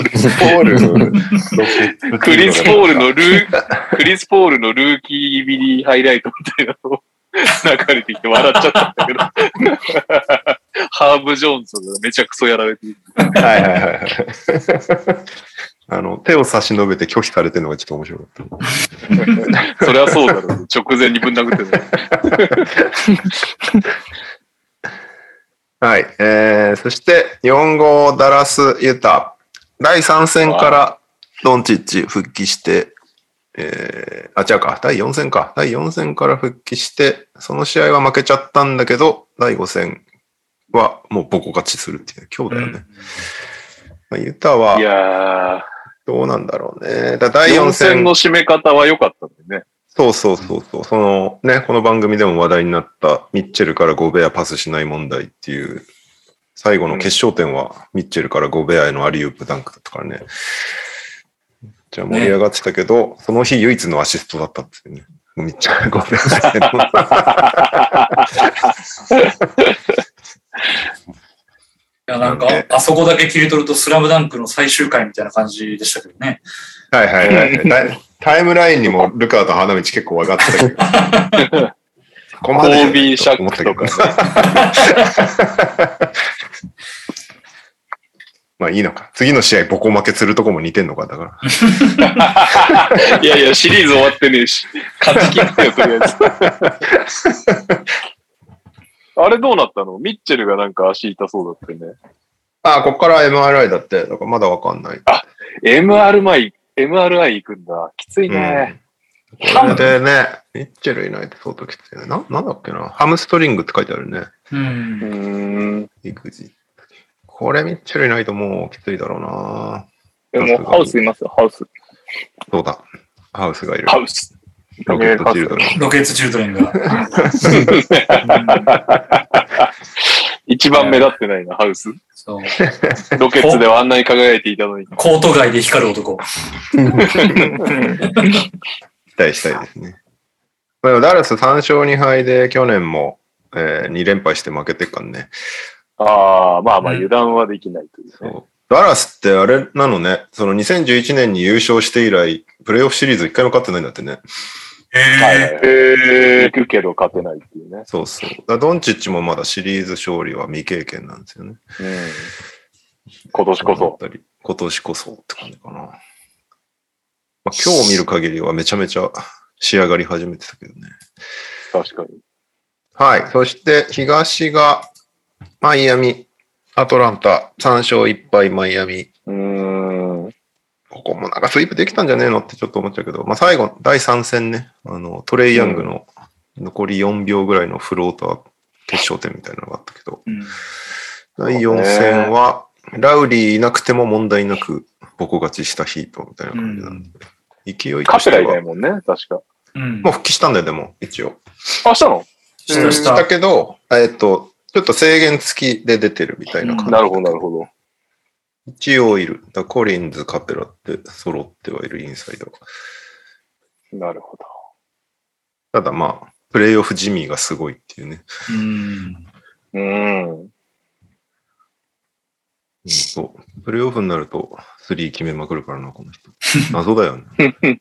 クリス・ポールのルー、クリス・ポールのルーキービリーハイライトみたいなのを流れてきて笑っちゃったんだけど。ハーブ・ジョーンズがめちゃくそやられている。 はいはいはいはい。あの、手を差し伸べて拒否されてるのがちょっと面白かった。それはそうだろう。直前にぶん殴ってる。 はい。えー、そして、よん号ダラス・ユタ。だいさん戦からドンチッチ復帰して、えー、あ、違うか。だいよん戦か。だいよん戦から復帰して、その試合は負けちゃったんだけど、だいご戦はもうボコ勝ちするっていう。今日だよね。うん、まあ、ユタは、 いやー、 どうなんだろうね。だだいよん戦よん戦の締め方は良かったんだよね。 そうそうそうそう。そのね、この番組でも話題になったミッチェルからゴベアパスしない問題っていう、最後の決勝点はミッチェルからゴベアへのアリウープダンクだったからね。 じゃあ盛り上がってたけど、ね、その日唯一のアシストだったっていうね。もうめっちゃごめんなさいけど。 いや、なんか、あそこだけ切り取るとスラムダンクの最終回みたいな感じでしたけどね。 はいはいはい。タイムラインにもルカーと花道結構上がってたけど。 コービーシャックとかね。 まあいいのか。次の試合ボコ負けするとこも似てんのか、だから。 いやいや、シリーズ終わってねえし。勝ち切ってよ、とりあえず。あれどうなったの？ミッチェルがなんか足痛そうだったよね。 ああ、こっから エムアールアイ だって。だからまだわかんない。 あ、エムアールアイ、エムアールアイ 行くんだ。きついね。 うん、これでね、ミッチェルいないと相当きついね。な、なんだっけな。ハムストリングって書いてあるね。 うん。 育児。これミッチェルいないともうきついだろうな。 でもハウスいますよ、ハウス。 そうだ。ハウスがいる。 ハウス。 ロケットチルドレン。 ロケットチルドレンが。 一番目立ってないな、ハウス。 そう。 ロケッツではあんなに輝いていたのに。 コート外で光る男。 期待したいですね。ダラスさん勝に敗で去年も、えー、に連敗して負けてっからね。 ああ、まあまあ油断はできないというね。 そうダラスってあれなのね、そのにせんじゅういちねんに優勝して以来、プレイオフシリーズ一回も勝ってないんだってね。 へえー。行くけど勝てないっていうね。 そうそう。だドンチッチもまだシリーズ勝利は未経験なんですよね。 うん、今年こそ。 今年こそって感じかな。まあ、今日見る限りはめちゃめちゃ仕上がり始めてたけどね。 確かに。 はい。そして東がマイアミ、アトランタ、さん勝いっ敗マイアミ。 うーん。 ここもなんかスイープできたんじゃねえのってちょっと思っちゃうけど、まあ最後、だいさん戦ね、あの、トレイヤングの残りよんびょうぐらいのフローター決勝点みたいなのがあったけど、うん、だいよん戦は、ラウリーいなくても問題なくボコ勝ちしたヒートみたいな感じなんで、うん、勢いとカペラいないもんね、確か。 うん、 もう復帰したんだよ、でも、一応。 あ、したの？ したした。 だけど、えっと、ちょっと制限付きで出てるみたいな感じ、うん。 なるほど、なるほど。 一応いる。だコリンズ、カペラって揃ってはいるインサイド。 なるほど。 ただまあ、プレイオフジミーがすごいっていうね。 うん。 うん。 そう。プレイオフになると、スリー決めまくるからな、この人。謎だよね。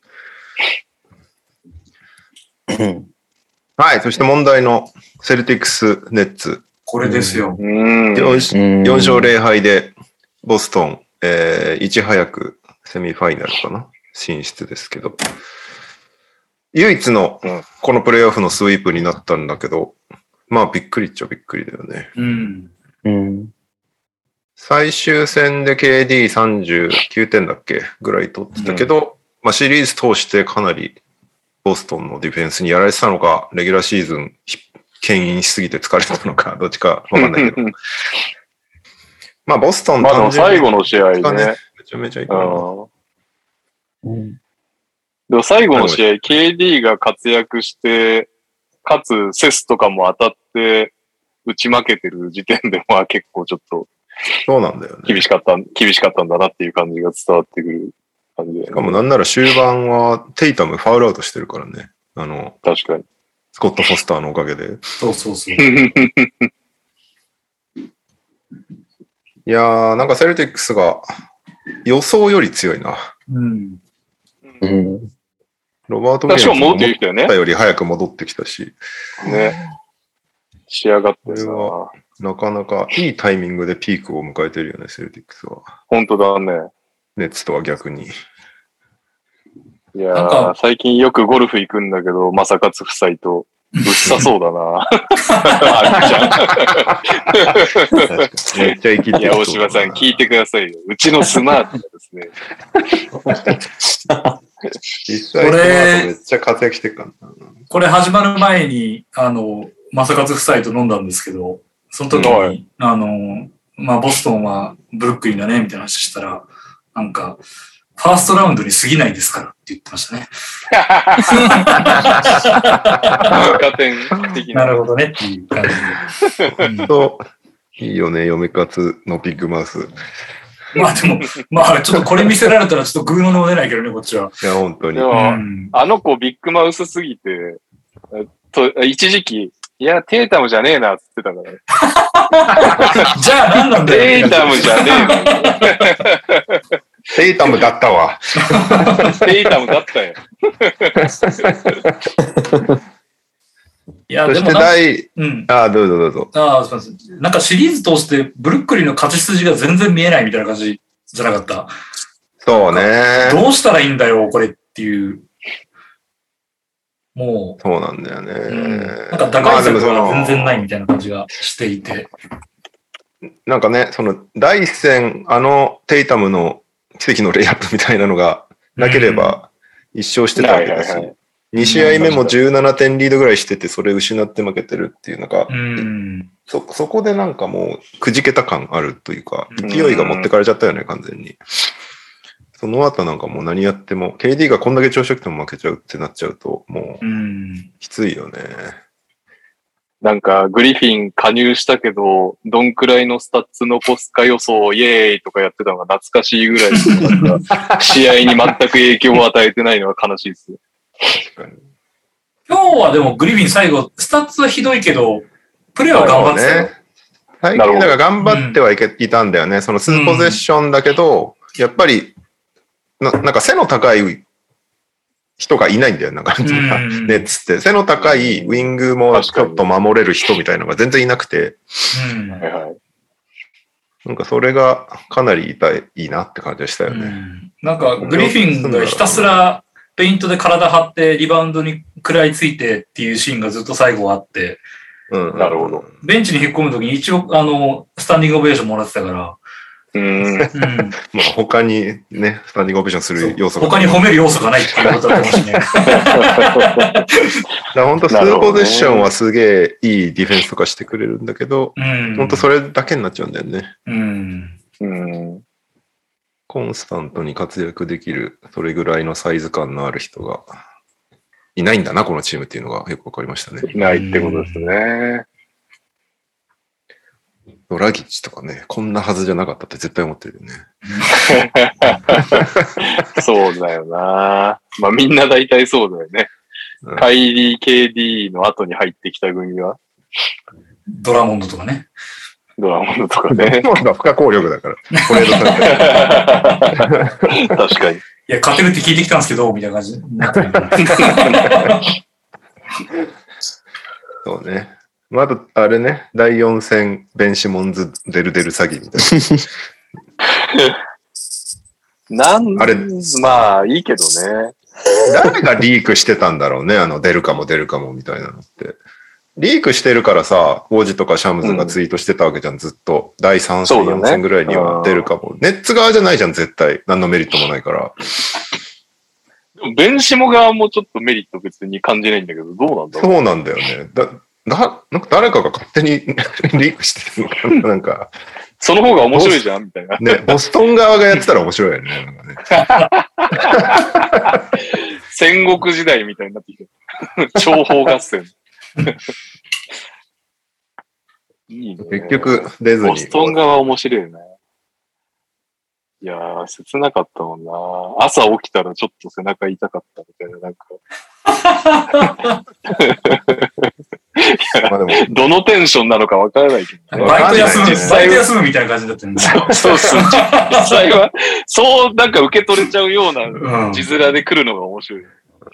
はい。そして問題のセルティックス・ネッツ。 これですよ。 うん。 よん勝れい敗で、ボストン、えー、いち早くセミファイナルかな進出ですけど。唯一のこのプレイオフのスイープになったんだけど、まあびっくりっちゃびっくりだよね。 うん。 うん。 最終戦で ケーディーさんじゅうきゅうてんだっけぐらい取ってたけど、うん、まあシリーズ通してかなりボストンのディフェンスにやられてたのか、レギュラーシーズン牽引しすぎて疲れてたのか、どっちかわかんないけど。まあボストンまあ最後の試合ね。めちゃめちゃいいかな。 うん、 でも最後の試合、ケーディー が活躍して、かつセスとかも当たって打ち負けてる時点で、まあ結構ちょっと、 そうなんだよね。 厳しかった、厳しかったんだなっていう感じが伝わってくる感じで、ね。 しかもなんなら終盤はテイタムファウルアウトしてるからね。あの、 確かに。 スコット・フォスターのおかげで。 そうそうそう。 いやー、なんかセルティックスが予想より強いな。 うん。 うん。 ロバート・ウィリアムズも思ったより早く戻ってきたし。 ね。仕上がってるな。なかなかいいタイミングでピークを迎えてるよね、セルティックスは。 本当だね。 ネッツとは逆に。 いやー、最近よくゴルフ行くんだけど、正勝夫妻と、うっさそうだな。 めっちゃ生きてる。 いや、大島さん聞いてくださいよ。うちのスマートですね。 実際スマートめっちゃ活躍してるからな。 これ始まる前に、あの、正勝夫妻と飲んだんですけど、その時に、うん、あの、まあ、ボストンはブルックリンだね、みたいな話したら、なんか、ファーストラウンドに過ぎないですからって言ってましたね。 加点的な。なるほどねっていう感じで。 本当いいよね、嫁活のビッグマウス。 まあでも、まあちょっとこれ見せられたらちょっとグーの音も出ないけどね、こっちは。 いや、本当に。 でも、 うん、 あの子ビッグマウスすぎて、と一時期、いや、テータムじゃねえなって言ってたからね。 じゃあ何なんだよ。 テータムじゃねえの。 テイタムだったわ。 テータムだったよ。 いや、 そしてでもな、 第、 うん。 ああ、どうぞどうぞ。 ああ、すみません。なんかシリーズ通してブルックリンの勝ち筋が全然見えないみたいな感じじゃなかった。 そうね。 どうしたらいいんだよ、これっていう。もう。 そうなんだよね。 うん、なんか打開策が全然ないみたいな感じがしていて。 なんかね、その第一戦、あのテイタムの奇跡のレイアップみたいなのがなければ一勝してたわけだし、に試合目もじゅうななてんリードぐらいしてて、それ失って負けてるっていうのが、 うん、 そ、そこでなんかもうくじけた感あるというか、勢いが持ってかれちゃったよね、完全に。その後なんかもう何やっても、ケーディー がこんだけ調子よくても負けちゃうってなっちゃうと、もう、きついよね。 なんか、グリフィン加入したけど、どんくらいのスタッツ残すか予想、イエーイとかやってたのが懐かしいぐらいなんか、試合に全く影響を与えてないのは悲しいです。 確かに。 今日はでもグリフィン最後、スタッツはひどいけど、プレーは頑張ってたよ。ね、 最近だから頑張ってはいけ、いたんだよね。そのツーポゼッションだけど、うん、やっぱりな、なんか背の高い人がいないんだよ。なんか、ね、つって。背の高いウィングもちょっと守れる人みたいなのが全然いなくて。うんはいはい、なんかそれがかなり痛い、いいなって感じがしたよね。うん、 なんかグリフィンがひたすらペイントで体張ってリバウンドに食らいついてっていうシーンがずっと最後あって、 うん、なるほど。 ベンチに引っ込むときに一応、あの、スタンディングオベーションもらってたから、 うん。 うん、 まあ他にね、スタンディングオベーションする要素が他に褒める要素がないっていうことだったかもしれない。 だ本当、ツーポゼッションはすげえいいディフェンスとかしてくれるんだけど、うん、本当それだけになっちゃうんだよね。 うん。 うん。 コンスタントに活躍できる、それぐらいのサイズ感のある人がいないんだな、このチームっていうのがよくわかりましたね。 いないってことですね。 ドラギッチとかね、こんなはずじゃなかったって絶対思ってるよね。 そうだよな。まあみんな大体そうだよね。うん、カイリー・ケーディー の後に入ってきた組はドラモンドとかね。 ドラモンドとかね。 ドラモンドは不可抗力だから。これ確かに。 いや、勝てるって聞いてきたんですけど、みたいな感じになってる。 そうね。まあ、あと、あれね、だいよん戦、ベンシモンズ・デルデル詐欺みたいな。なん、あれ、まあ、いいけどね。 誰がリークしてたんだろうね、あの、出るかも出るかもみたいなのって。リークしてるからさ、ウォージとかシャムズがツイートしてたわけじゃん、うん、ずっと。だいさん戦、よん戦ぐらいには出るかも。ネッツ側じゃないじゃん、絶対。何のメリットもないから。 ベンシモ側もちょっとメリット別に感じないんだけど、どうなんだろう。 そうなんだよね。だな、なんか誰かが勝手にリークしてるのかな、なんか。 その方が面白いじゃんみたいな。 ね、ボストン側がやってたら面白いよね。なんかね戦国時代みたいになってきて。諜報合戦。いいね、 結局出ずに。 ボストン側面白いね。いやー、切なかったもんな。朝起きたらちょっと背中痛かったみたいな、なんか。まあでもどのテンションなのかわからないけど、ね。 バイト休む、バイト休むみたいな感じだったんですよ。 そうそう。実際は、そうなんか受け取れちゃうような字面で来るのが面白い。 ね。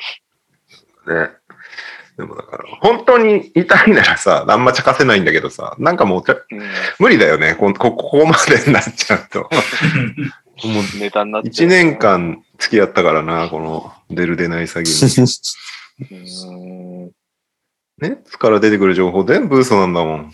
でもだから、本当に痛いならさ、あんま茶化せないんだけどさ、なんかもう、うん、無理だよね。こここまでになっちゃうと。もうネタになっちゃう。 一年間付き合ったからな、この出る出ない詐欺に。ネッツから出てくる情報全部嘘なんだもん。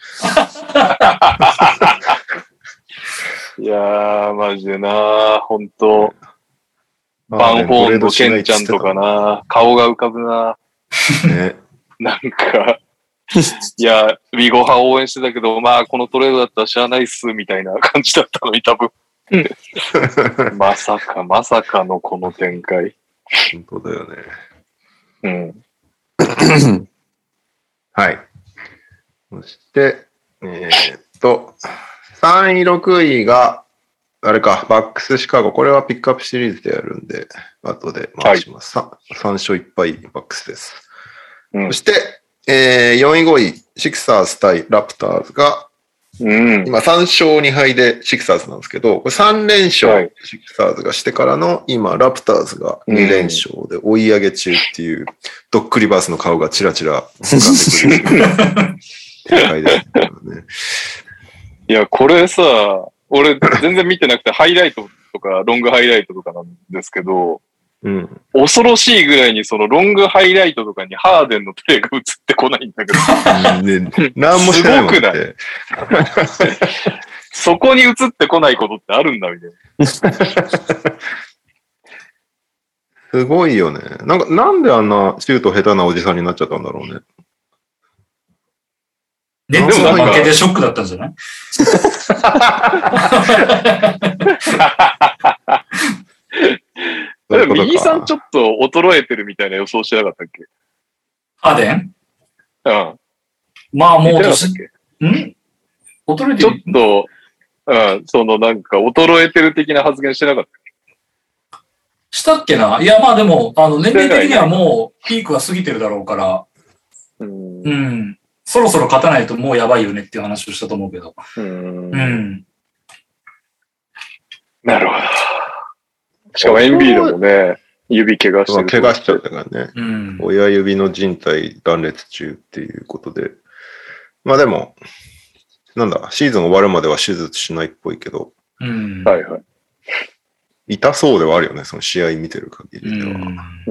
いやー、マジでな、ほんと。バンホーンのケンちゃんとかな、顔が浮かぶな。 ね、 なんか、いや、ウィゴ派応援してたけど、まあ、このトレードだったら知らないっす、みたいな感じだったのに、多分。まさか、まさかのこの展開。 本当だよね。 うん。 はい。そして、えー、っと、さんい、ろくいが、 あれか、バックスシカゴ。これはピックアップシリーズでやるんで、後で回します。はい、さん勝いっぱいバックスです。うん、そして、えー、よんいごい、シクサーズ対ラプターズが、うん、今さん勝に敗でシクサーズなんですけど、これさん連勝、はい、シクサーズがしてからの、今、ラプターズがに連勝で追い上げ中っていう、うん、ドックリバースの顔がチラチラ浮かんでくる。展開ですね。 いや、これさ、俺全然見てなくて、ハイライトとか、ロングハイライトとかなんですけど、うん、恐ろしいぐらいにそのロングハイライトとかにハーデンのプレーが映ってこないんだけど。 ね、何もしてないもんね。すごくない？ そこに映ってこないことってあるんだみたいな。 すごいよね。なんか、なんであんなシュート下手なおじさんになっちゃったんだろうね。 熱が負けでショックだったんじゃない？ でも右さんちょっと衰えてるみたいな予想してなかったっけ？ ハーデン？ うん。 まあもう年、ん？衰えてる？ ちょっと、うん、そのなんか衰えてる的な発言してなかったっけ？ したっけな？いやまあでも、あの年齢的にはもうピークは過ぎてるだろうから、うん。うん。そろそろ勝たないともうやばいよねっていう話をしたと思うけど。うん。うん。 なるほど。しかもエンビードもね、指怪我してる。 怪我しちゃったからね。うん、親指の靭帯断裂中っていうことで。まあでも、なんだ、シーズン終わるまでは手術しないっぽいけど。 うん、はいはい。 痛そうではあるよね、その試合見てる限りでは。うん、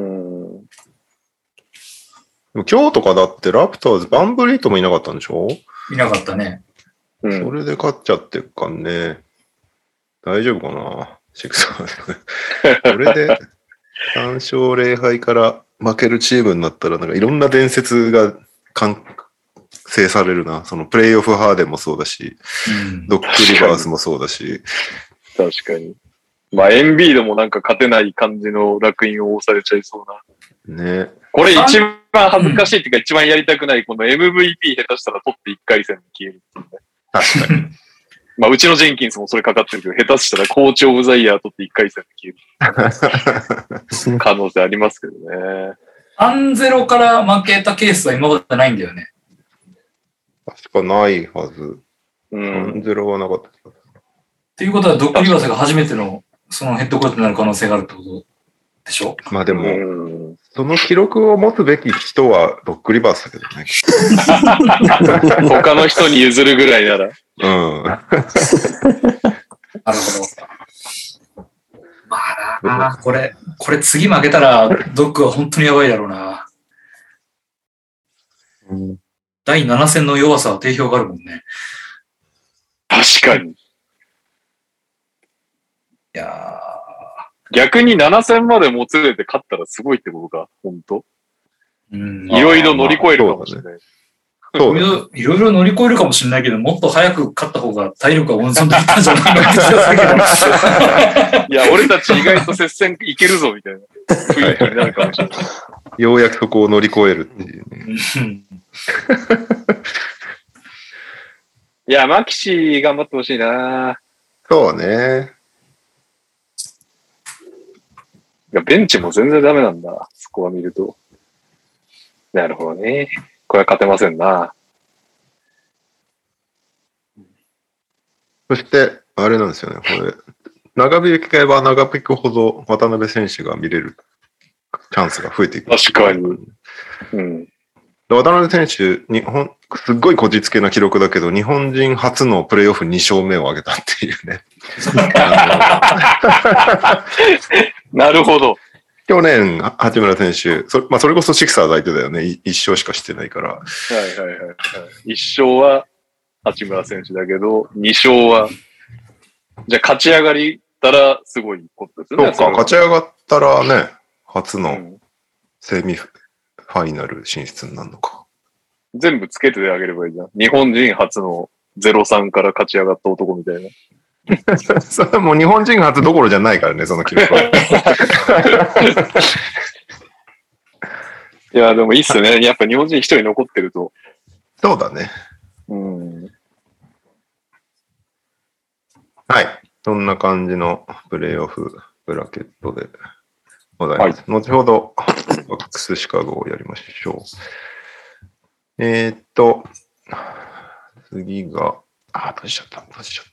でも今日とかだってラプターズ、バンブリートもいなかったんでしょ？ いなかったね。 それで勝っちゃってるかね。大丈夫かな？シクサーズ。これでさん勝ぜろ敗から負けるチームになったら、なんかいろんな伝説が完成されるな。そのプレイオフハーデンもそうだし、うん、ドックリバースもそうだし。 確かに。まあエンビードもなんか勝てない感じの烙印を押されちゃいそうな。 ね。 これ一番恥ずかしいっていうか、うん、一番やりたくない、この エムブイピー 下手したら取っていっかい戦に消えるっていうね。 確かに。 まあ、うちのジェンキンスもそれかかってるけど、下手したらコーチオブザイヤー取っていっかい戦で消える可能性ありますけどね。 さんたいゼロ から負けたケースは今までないんだよね。 確かないはず。うん。さんたいゼロ はなかった。 っていうことは、ドックリバースが初めてのそのヘッドコーチになる可能性があるってことでしょ？ まあでも、その記録を持つべき人はドックリバースだけどね。 他の人に譲るぐらいなら。 うん。なるほど。まあな、これ、これ次負けたら、ドックは本当にやばいだろうな。うん、だいなな戦の弱さは定評があるもんね。 確かに。いや逆になな戦までもつれて勝ったらすごいってことか、本当。うん。いろいろ乗り越えるかもしれない。 そういろいろ乗り越えるかもしれないけど、もっと早く勝った方が体力が温存できたんじゃないかって気がするけど。いや、俺たち意外と接戦いけるぞみたいな雰囲気になるかもしれない。 ようやくそこを乗り越えるっていうね。 いや、マキシ頑張ってほしいな。 そうね。 いや、ベンチも全然ダメなんだ。そこは見ると。なるほどね。これは勝てませんな。 そして、あれなんですよね。これ、長引けば長引くほど渡辺選手が見れるチャンスが増えていく。 確かに。うん。 渡辺選手、日本、すっごいこじつけな記録だけど、日本人初のプレイオフに勝目を挙げたっていうね。 なるほど。 去年、八村選手、それ、まあ、それこそシクサー相手だよね。一勝しかしてないから。 はいはいはい、はい。一勝は八村選手だけど、二勝は、じゃあ勝ち上がりたらすごいことですよね。 そうか、勝ち上がったらね、初のセミファイナル進出になるのか。 全部つけてあげればいいじゃん。日本人初のゼロさんから勝ち上がった男みたいな。 それはもう日本人初どころじゃないからね、その記録は。 いや、でもいいっすね。やっぱ日本人一人残ってると。 そうだね。 うん。 はい。 そんな感じのプレイオフブラケットでございます。はい、後ほど、バックスシカゴをやりましょう。えー、っと、次が、あ、閉じちゃった、閉じちゃった。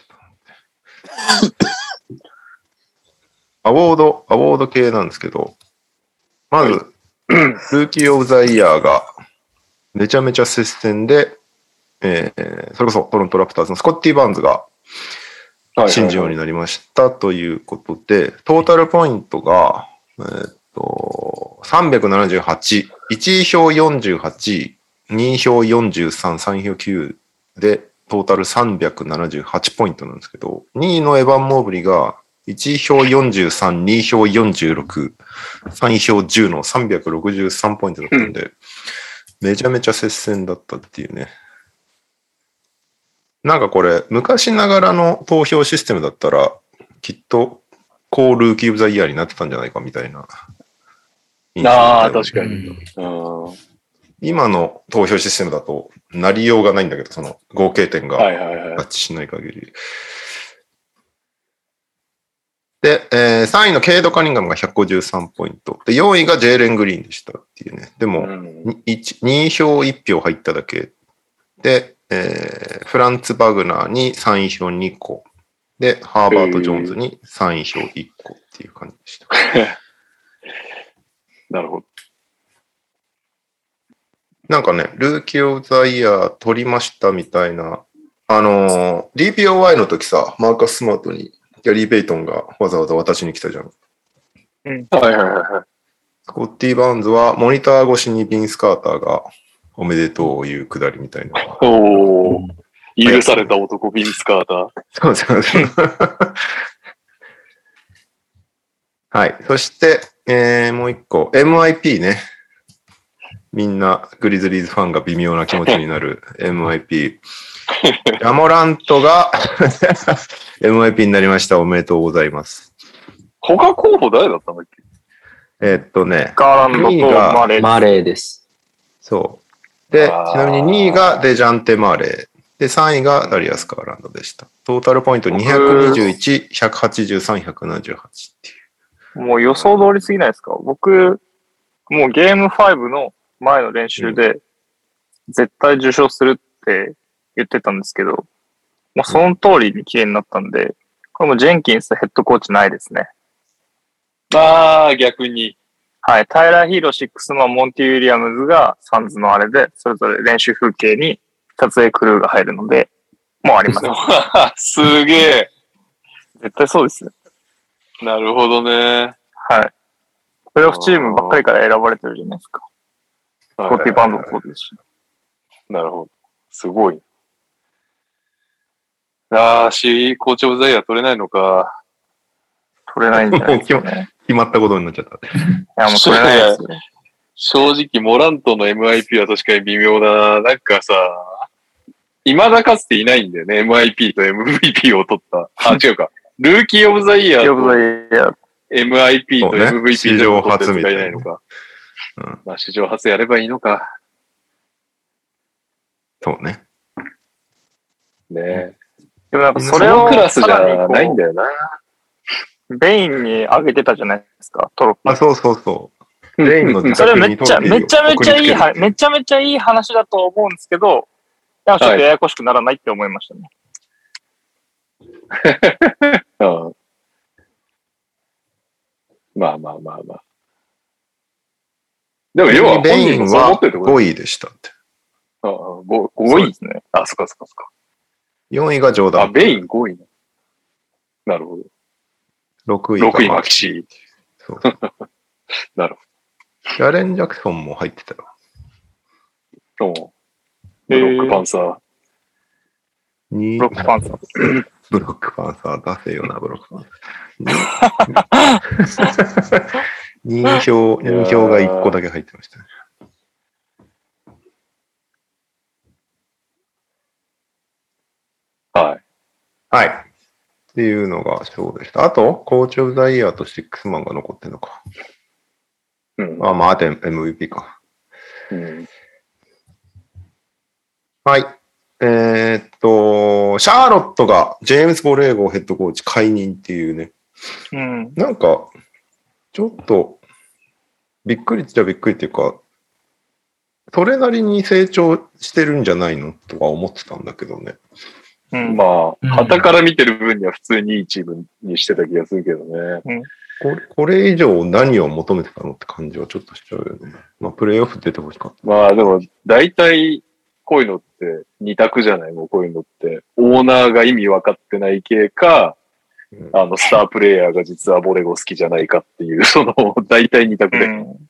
アワード、アワード系なんですけど、まず、はい、ルーキー・オブ・ザ・イヤーがめちゃめちゃ接戦で、えー、それこそトロント・ラプターズのスコッティ・バーンズが新人王になりましたということで、トータルポイントが、えー、っと、さんびゃくななじゅうはち、いちい票よんじゅうはち、にい票よんじゅうさん、さんい票きゅうで、トータルさんびゃくななじゅうはちポイントなんですけど、にいのエヴァン・モーブリがいちい票よんじゅうさん、にい票よんじゅうろく、さんい票じゅうのさんびゃくろくじゅうさんポイントだったんで、うん、めちゃめちゃ接戦だったっていうね。なんかこれ、昔ながらの投票システムだったら、きっと、コールーキー・オブ・ザ・イヤーになってたんじゃないかみたいな。 ああ、確かに。うん、 今の投票システムだと、なりようがないんだけど、その合計点が合致しない限り。はいはいはい、で、えー、さんいのケイド・カニンガムがひゃくごじゅうさんポイント。で、よんいがジェイレン・グリーンでしたっていうね。でも、うん、に票いち票入っただけ。で、えー、フランツ・バグナーにさんい票にこ。で、ハーバート・ジョーンズにさんい票いっこっていう感じでした。 なるほど。 なんかね、ルーキー・オブ・ザ・イヤー取りましたみたいな。あのー、ディーピーオーワイ の時さ、マーカス・スマートにギャリー・ベイトンがわざわざ渡しに来たじゃん。 うん。はいはいはい。 スコッティ・バーンズはモニター越しにビンス・カーターがおめでとういうくだりみたいな。 おー。許された男、ビンス・カーター。 そうそうそう。はい。そして、えー、もう一個、エムアイピー ね。みんな、グリズリーズファンが微妙な気持ちになる エムアイピー。ジャモラントがエムアイピー になりました。おめでとうございます。 他候補誰だったんだっけ？ えー、っとね、 ガーランドとマレー。 マレーです。そう。 で、ちなみににいがデジャンテ・マレー。で、さんいがダリアス・ガーランドでした。トータルポイントにひゃくにじゅういち、ひゃくはちじゅうさん、ひゃくななじゅうはちっていう。 もう予想通りすぎないですか？僕、もうゲームごの前の練習で、絶対受賞するって言ってたんですけど、もうその通りに綺麗になったんで、これもジェンキンスヘッドコーチないですね。 ああ、逆に。 はい。タイラー・ヒーロー、シックスマン、モンティ・ウィリアムズがサンズのあれで、それぞれ練習風景に撮影クルーが入るので、もうあります。 すげえ。 絶対そうですよ。 なるほどね。 はい。プレイオフチームばっかりから選ばれてるじゃないですか。スコッティ・バンドもそうですし。 なるほど。すごい。ああ、シー、コーチオブザイヤー取れないのか。 取れないんじゃないですかね。 決まったことになっちゃった。いや、もう取れないですよ。 正直、モラントの エムアイピー は確かに微妙だ。なんかさ、未だかつていないんだよね。エムアイピー と エムブイピー を取った。あ、違うか。ルーキーオブザイヤーと エムアイピー と エムブイピー を取ったやつがいないのか。うん、まあ、史上初やればいいのか。 そうね。 ねえ。 でもなんかそれをクラスじゃないんだよな。 ベインに上げてたじゃないですか、トロフィー。 あ、そうそうそう。ベインのそれめっちゃ、めちゃめちゃいいは、めちゃめちゃいい話だと思うんですけど、ちょっとややこしくならないって思いましたね。 はい、まあまあまあまあ。でも要は本人もそう思ってるってこと？ ごいでしたって。 ああ、ご, ごいですね。あ、そっかそっかそっか。 よんいがジョーダン。 あ、ベインごいな。なるほど。 ろくいが。ろくいマキシー。 そう。 なるほど。ジャレン・ジャクソンも入ってたよ。 おブロックパンサー。 ブロックパンサー。 ブロックパンサー出せよな、ブロックパンサー。に票、に票がいっこだけ入ってましたね。 はい。 はい。っていうのがそうでした。あと、コーチオブザイヤーとシックスマンが残ってるのか。うん。あ、まあ、あと エムブイピー か。 うん。 はい。 えーっと、シャーロットがジェームス・ボレーゴヘッドコーチ解任っていうね。 うん。 なんか、ちょっと、びっくりっちゃびっくりっていうか、それなりに成長してるんじゃないのとは思ってたんだけどね。 うん、 まうんあ、旗から見てる分には普通にいいチームにしてた気がするけどね。 うん、 これ、これ以上何を求めてたのって感じはちょっとしちゃうよね。まあ、プレイオフ出てほしかった。 まあでも、大体、こういうのって二択じゃないもうこういうのって。オーナーが意味分かってない系か、 うんあの、スタープレイヤーが実はボレゴ好きじゃないかっていう、その、大体二択で。 うん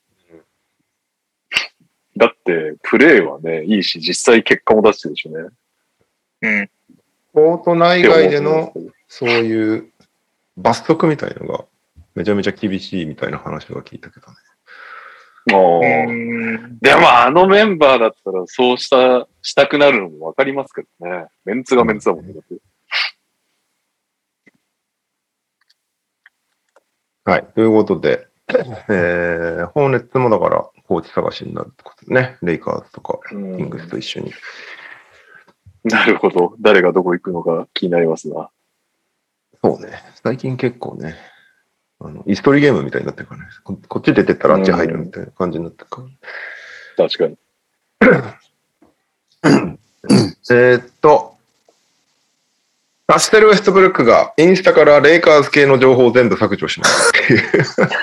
だって、プレイはね、いいし、実際結果も出してるしね。 うん。 コート内外でっての思うそういう罰則みたいのがめちゃめちゃ厳しいみたいな話は聞いたけどね。 もう、 うんでもあのメンバーだったらそうした、したくなるのもわかりますけどね。メンツがメンツだもんね。だってはい。ということで、えー、ホーネッツもだからコーチ探しになるってことでね。レイカーズとかキングスと一緒に。 なるほど。誰がどこ行くのか気になりますな。 そうね。最近結構ね、あの、イストリーゲームみたいになってるからね。ここっち出てったらあっち入るみたいな感じになってるから。 確かに。 えーっと、ラッセル・ウェストブルックがインスタからレイカーズ系の情報を全部削除しますっていう。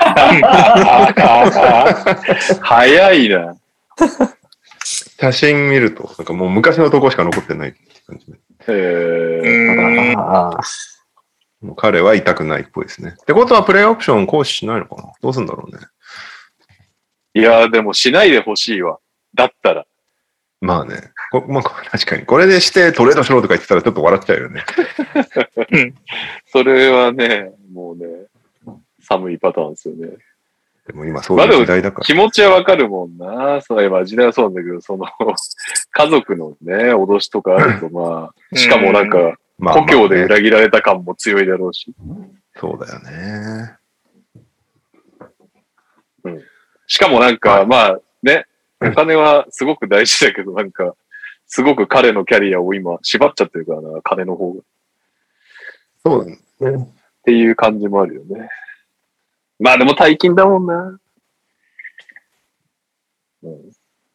早いな。 写真見ると、なんかもう昔のとこしか残ってないって感じで。 えー、 ああ、 もう彼は痛くないっぽいですね。ってことはプレイオプション行使しないのかな？どうするんだろうね。 いやーでもしないでほしいわ。だったら。 まあね。こまあ、確かに。これでしてトレードしろとか言ってたらちょっと笑っちゃうよね。 それはね、もうね、寒いパターンですよね。 でも今そういう時代だから。 気持ちはわかるもんな。そういえば時代はそうなんだけど、その、家族のね、脅しとかあると、まあ、しかもなんか、 まあ故郷で裏切られた感も強いだろうし。 そうだよね。 うん。しかもなんか、まあね、お金はすごく大事だけど、なんか、すごく彼のキャリアを今縛っちゃってるからな、金の方が。 そうだね。 っていう感じもあるよね。まあでも大金だもんな。うん、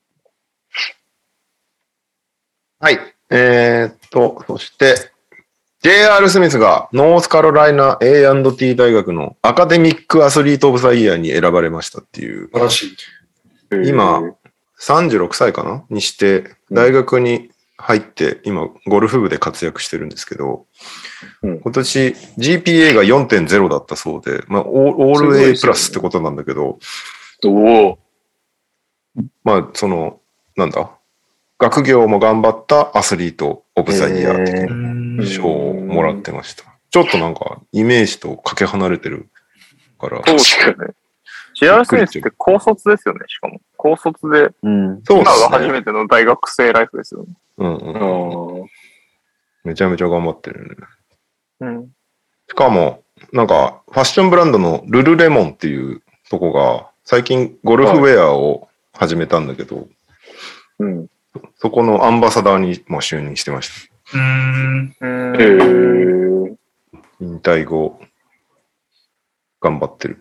はい。えー、っと、そして、ジェイアール スミスがノースカロライナ エーアンドティー 大学のアカデミックアスリートオブザイヤーに選ばれましたっていう。 素晴らしい。 今、さんじゅうろくさいかなにして、大学に入って、今、ゴルフ部で活躍してるんですけど、 うん、 今年 ジーピーエー が よんてんゼロ だったそうで、まあ、オール A プラスってことなんだけど、 おまあ、その、なんだ、学業も頑張ったアスリートオブザイヤー的な賞をもらってました。ちょっとなんか、イメージとかけ離れてるから。 そうですよね。ジェイアール スミスって高卒ですよね、しかも。高卒で、 うん。 今が初めての大学生ライフですよね。 うんうん。めちゃめちゃ頑張ってるね。 うん。 しかも、なんか、ファッションブランドのルルレモンっていうとこが、最近ゴルフウェアを始めたんだけど、 うん、 そこのアンバサダーにも就任してました。 うーん。 へー。 引退後、頑張ってる。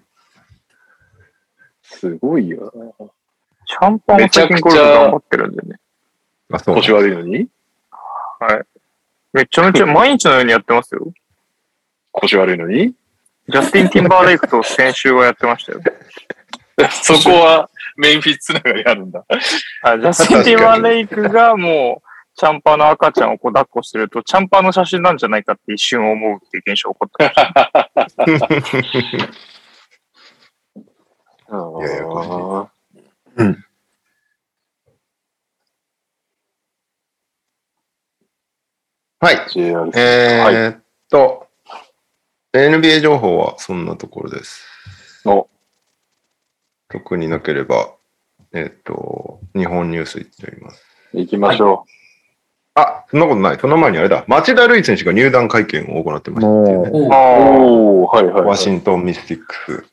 すごいよな。 シャンパンも最近ゴルフ頑張ってるんでね。 あ、そう。 腰悪いのにはい。めちゃめちゃ毎日のようにやってますよ。 腰悪いのにジャスティン・ティンバーレイクと先週はやってましたよ。 そこはメンフィスつながりあるんだ。 あジャスティン・ティンバーレイクがもう、チャンパーの赤ちゃんをこう抱っこしてると、チャンパーの写真なんじゃないかって一瞬思うっていう現象起こってました。 いやいやこうん。 はい。 ジェイアールえーっと、エヌビーエー 情報はそんなところです。 お特になければ、えーっと、日本ニュースいっております。 行きましょあ、そんなことない。その前にあれだ。町田瑠唯選手が入団会見を行ってましたっていうね。 う。 おうおー、はいはい、はい。 ワシントンミスティックス。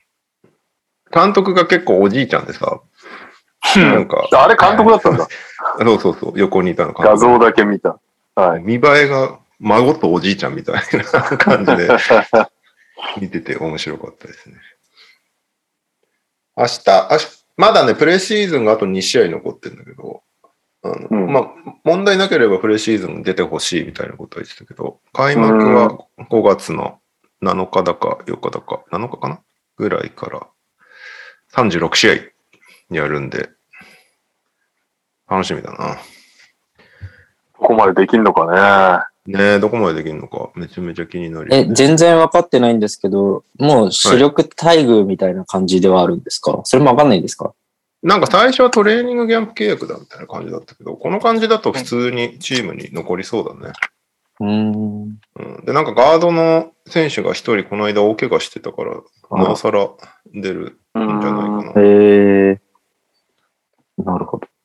監督が結構おじいちゃんでさ、なんか、 あれ監督だったんだ。 そうそうそう、横にいたの画像だけ見た。はい。 見栄えが孫とおじいちゃんみたいな感じで見てて面白かったですね。明日、明日まだね、プレシーズンがあとに試合残ってるんだけど、あのうん、 まあ、問題なければプレシーズン出てほしいみたいなことは言ってたけど、開幕はごがつのなのかだかよっかだか、なのかかなぐらいからさんじゅうろく試合やるんで、楽しみだな。 ここまでできんのかね。 ねえ、どこまでできるのか、めちゃめちゃ気になる、 え、全然分かってないんですけど、もう主力待遇みたいな感じではあるんですか？はい、それも分かんないんですか？ なんか最初はトレーニングキャンプ契約だみたいな感じだったけど、この感じだと普通にチームに残りそうだね。 うーん。 うん、で、なんかガードの選手が一人この間大怪我してたから、なおさら出るんじゃないかな。 へえ。なるほど。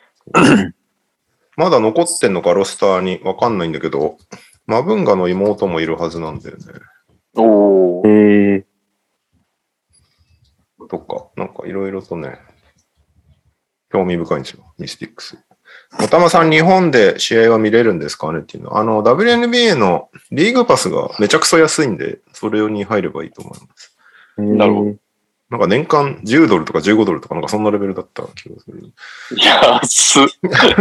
まだ残ってんのかロスターにわかんないんだけど、マブンガの妹もいるはずなんだよね。 おー。 へえ。 とか、なんかいろいろとね、興味深いんですよ、ミスティックス。おたまさん、日本で試合は見れるんですかねっていうのは、あの、ダブリューエヌビーエー のリーグパスがめちゃくそ安いんで、それに入ればいいと思います。 なるほど。 なんか年間じゅうドルとかじゅうごドルとかなんかそんなレベルだった気がする。 安っ。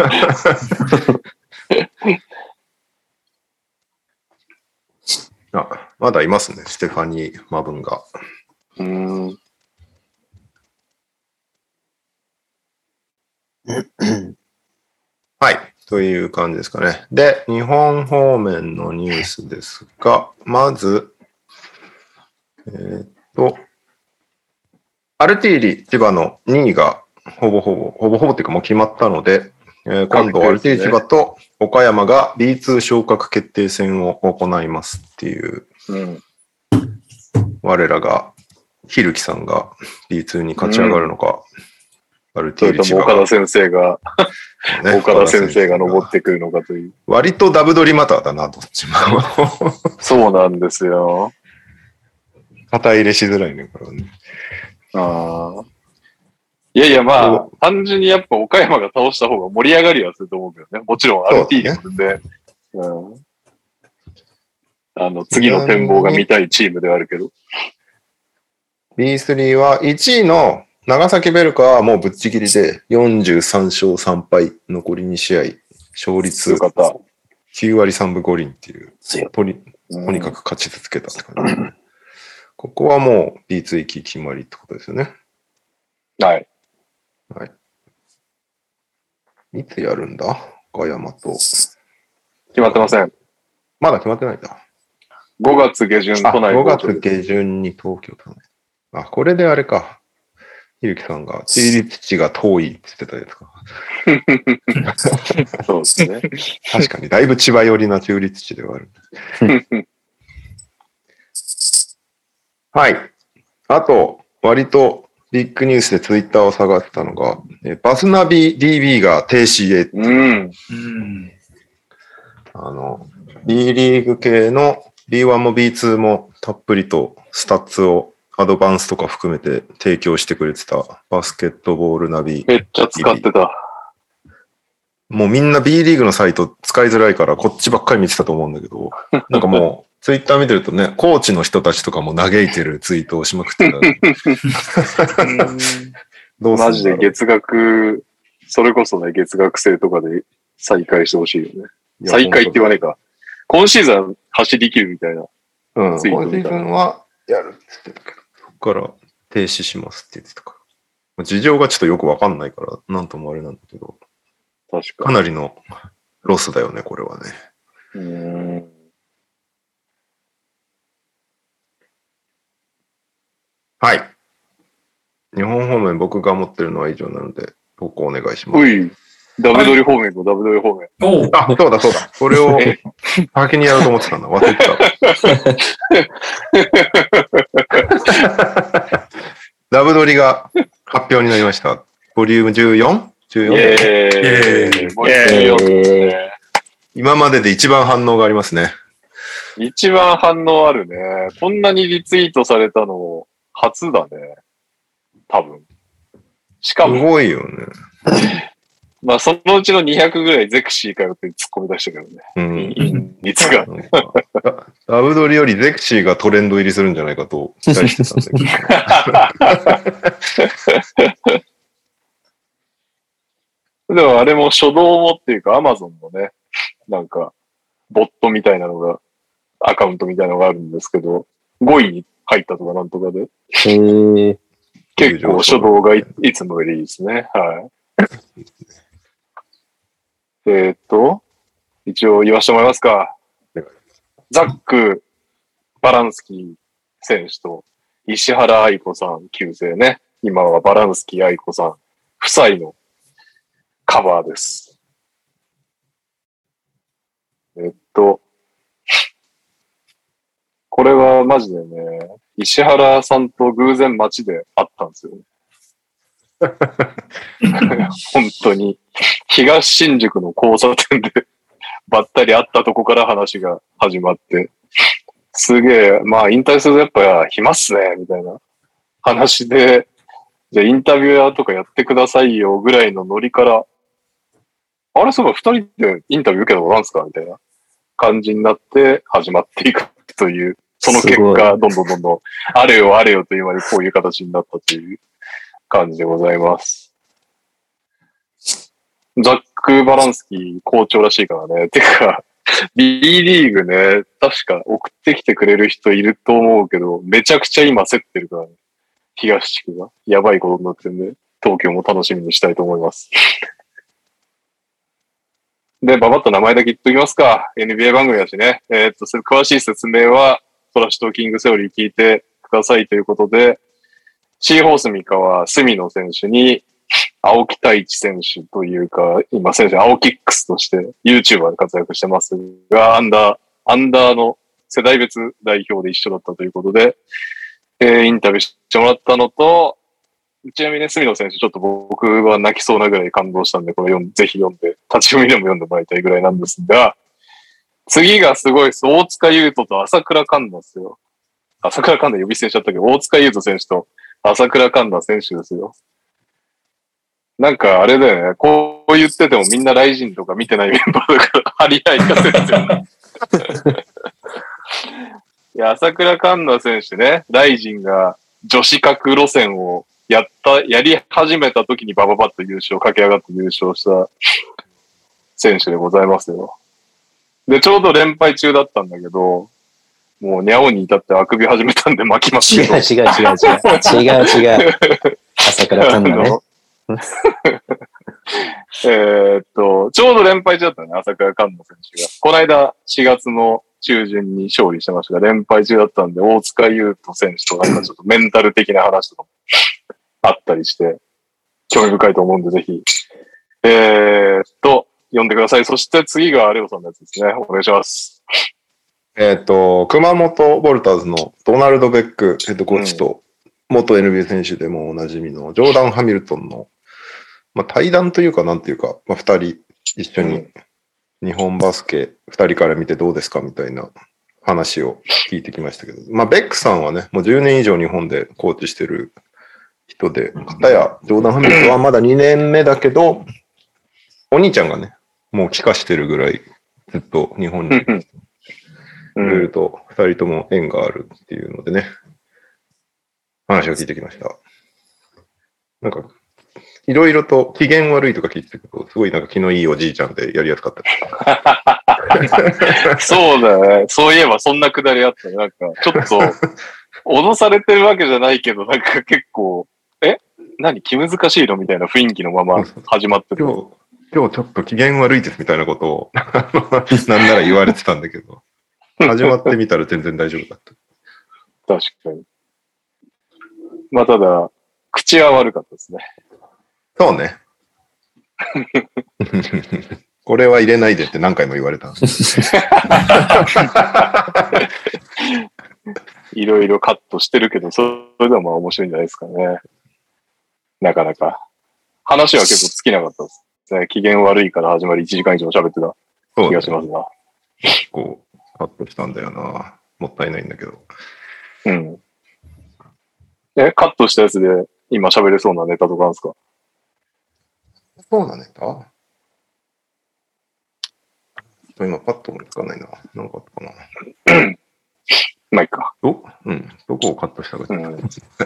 あ、まだいますね、ステファニー・マブンが。 うーん。 はい。という感じですかね。で、日本方面のニュースですが、まず、えー、っと、アルティーリ千葉のにいがほぼほぼ、ほぼほぼっていうかもう決まったので、えー、今度アルティーリ千葉と岡山が ビーツー 昇格決定戦を行いますっていう、 うん、 我らが、ひるきさんが ビーツー に勝ち上がるのか、うん、アルティーリ千葉が。 岡田先生が、ね、岡田先生が登ってくるのかという。 割とダブドリマターだな、どっちも。 そうなんですよ。 肩入れしづらいね、これはね。 ああ。いやいや、まあ、単純にやっぱ岡山が倒した方が盛り上がりはすると思うけどね。もちろん アールティー リーで、うん。あの、次の展望が見たいチームではあるけど。 ビースリー はいちいの長崎ベルカはもうぶっちぎりでよんじゅうさんしょうさんぱい、残りに試合、勝率きゅうわりさんぶごりんっていう、とに、とにかく勝ち続けたって感じ。ここはもう ビーツー 行き決まりってことですよね。 はい。 はい。いつやるんだ岡山と。 決まってません。 まだ決まってないんだ。 ごがつ下旬都内。 ごがつ下旬に東京都内。あ、これであれか。ひるきさんが、地理土が遠いって言ってたやつか。 そうですね。 確かに、だいぶ千葉寄りな中立地ではある。はい。あと、割とビッグニュースでツイッターを探したのが、バスナビ ディービー が停止へ。 うん。 あの、B リーグ系の ビーワン も ビーツー もたっぷりとスタッツをアドバンスとか含めて提供してくれてたバスケットボールナビ。 めっちゃ使ってた。 もうみんな B リーグのサイト使いづらいからこっちばっかり見てたと思うんだけど、なんかもうツイッター見てるとね、コーチの人たちとかも嘆いてるツイートをしまくってた。 どうマジで月額、それこそね、月額制とかで再開してほしいよね。再開って言わねえか。今シーズン走り切るみたいな。 うん、今シーズンはやるって言ってたけど、そこから停止しますって言ってたから。事情がちょっとよくわかんないから、なんともあれなんだけど。 確かに。 かなりのロスだよね、これはね。 うーん。 はい。日本方面僕が持ってるのは以上なので、投稿お願いします。 うい。ダブドリ方面とダブドリ方面。 おあ、そうだそうだ。それを先にやろうと思ってたんだ。忘れてた。ダブドリが発表になりました。ボリューム じゅうよん?じゅうよん? イェーイ。ボリュームじゅうよんですね。 今までで一番反応がありますね。 一番反応あるね。こんなにリツイートされたの初だね。多分。しかも。 すごいよね。 まあ、そのうちのにひゃくぐらいゼクシーかよって突っ込み出したけどね。 うん。 率が。 ダブドリよりゼクシーがトレンド入りするんじゃないかと期待してたんだけど。でもあれも初動もっていうか、アマゾンのね、なんか、ボットみたいなのが、アカウントみたいなのがあるんですけど、ごいに入ったとかなんとかで。 へー。 結構初動が い, いつもよりいいですね。はい。えーっと、一応言わせてもらいますか。ザック・バランスキー選手と石原愛子さん旧姓ね。今はバランスキー愛子さん夫妻のカバーです。えっと、これはマジでね、石原さんと偶然街で会ったんですよね。本当に東新宿の交差点でばったり会ったとこから話が始まって、すげえ、まあ引退するとやっぱ暇っすね、みたいな話で、じゃあインタビュアーとかやってくださいよぐらいのノリから、あれそういえば二人でインタビュー受けたことなんですかみたいな感じになって始まっていくという、その結果、どんどんどんどん、あれよあれよという間にこういう形になったという感じでございます。ザック・バランスキー好調らしいからね。てか、B リーグね、確か送ってきてくれる人いると思うけど、めちゃくちゃ今競ってるからね。東地区が。やばいことになってるんで、東京も楽しみにしたいと思います。で、ばばっと名前だけ言っときますか。エヌビーエー 番組だしね。えー、っと、それ詳しい説明は、トラッシュトーキングセオリー聞いてくださいということで、シーホース三河、隅野選手に、青木太一選手というか、今選手、青キックスとして YouTuber で活躍してますが、アンダー、アンダーの世代別代表で一緒だったということで、えー、インタビューしてもらったのと、ちなみにね、隅野選手、ちょっと僕は泣きそうなぐらい感動したんで、これ読んぜひ読んで、立ち読みでも読んでもらいたいぐらいなんですが、次がすごいです。大塚優斗と朝倉環奈ですよ。朝倉環奈呼び捨てしちゃったけど、大塚優斗選手と朝倉環奈選手ですよ。なんかあれだよね。こう言っててもみんなライジンとか見てないメンバーだから張り合い方ですよね。いや、朝倉環奈選手ね、ライジンが女子格路線をやった、やり始めた時にバババッと優勝、駆け上がって優勝した選手でございますよ。で、ちょうど連敗中だったんだけど、もうニャオに至ってあくび始めたんで巻きますけど。 違う違う違う違う。違う違う。朝倉環奈ね。 えっと、ちょうど連敗中だったね、朝倉環奈選手が。この間しがつの中旬に勝利してましたが、連敗中だったんで、大塚優斗選手となんかちょっとメンタル的な話とかもあったりして、興味深いと思うんで、ぜひ、えー、っと、読んでください。そして次がレオさんのやつですね。お願いします。 えっと、熊本ボルターズのドナルド・ベックヘッドコーチと、元 エヌビーエー 選手でもおなじみのジョーダン・ハミルトンの、まあ、対談というか、なんていうか、まあ、二人一緒に日本バスケ二人から見てどうですかみたいな話を聞いてきましたけど、まあ、ベックさんはね、もうじゅうねん以上日本でコーチしてる人で、かたやジョーダン・ハミルトンはまだにねんめだけど、お兄ちゃんがね、もう帰化してるぐらいずっと日本にいると二人とも縁があるっていうのでね、話を聞いてきました。なんか、いろいろと機嫌悪いとか聞いてたけど、すごいなんか気のいいおじいちゃんでやりやすかった。 そうだね。そういえばそんなくだりあったね。なんか、ちょっと、脅されてるわけじゃないけど、なんか結構、え何気難しいのみたいな雰囲気のまま始まってた。 今日、今日ちょっと機嫌悪いですみたいなことを、なんなら言われてたんだけど、始まってみたら全然大丈夫だった。 確かに。まあただ、口は悪かったですね。 そうね。これは入れないでって何回も言われた。 いろいろカットしてるけど、それでもまあ面白いんじゃないですかね。なかなか。話は結構尽きなかったですね。機嫌悪いから始まりいちじかん以上喋ってた気がしますが。 結構カットしたんだよな。もったいないんだけど。 うん。え、カットしたやつで今喋れそうなネタとかあるんですか？ そうなネタと今パッと思いつかないな。なんかあったかな。 まあいいか。 どうん。どこをカットしたか。 うん、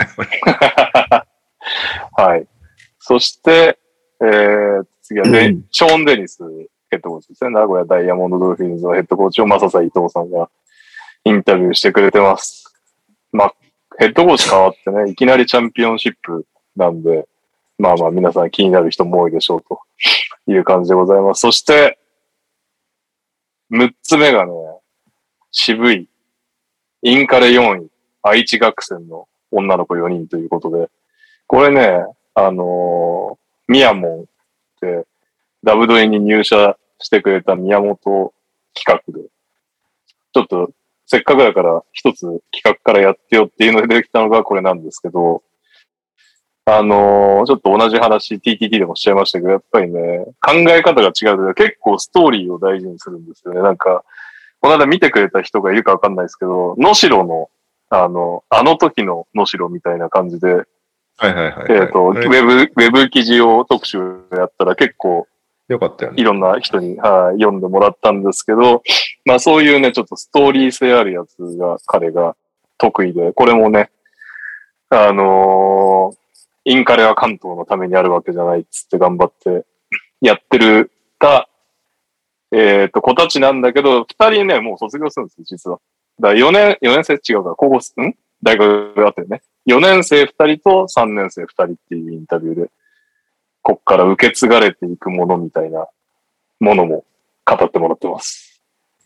はい。そして、えー、次はね、うん、ショーン・デニスヘッドコーチですね。名古屋ダイヤモンドドルフィンズのヘッドコーチをマササ伊藤さんがインタビューしてくれてます。まあ、ヘッドコーチ変わってね、いきなりチャンピオンシップなんで、まあまあ皆さん気になる人も多いでしょうという感じでございます。そして、むっつめがね、渋い、インカレよんい、愛知学生の女の子よにんということで、これね、あのー、ミヤモンってダブドリに入社してくれた宮本企画で、ちょっとせっかくだから一つ企画からやってよっていうので出てきたのがこれなんですけど、あのー、ちょっと同じ話 ティーティーティー でもしちゃいましたけど、やっぱりね、考え方が違うと結構ストーリーを大事にするんですよね。なんか、この間見てくれた人がいるかわかんないですけど、能代の、あの、あの時の能代みたいな感じで、 はいはいはい、はい。 えっ、ー、と、はい、ウェブ、ウェブ記事を特集やったら結構、 よかったよね。 いろんな人に、はい、読んでもらったんですけど、まあそういうね、ちょっとストーリー性あるやつが、彼が得意で、これもね、あのー、インカレは関東のためにあるわけじゃないっつって頑張ってやってるが、えっと、子たちなんだけど、二人ね、もう卒業するんですよ、実は。だからよねん、よねん生違うから、高校、ん大学があってね。よねん生二人とさんねん生二人っていうインタビューで、こっから受け継がれていくものみたいなものも語ってもらってます。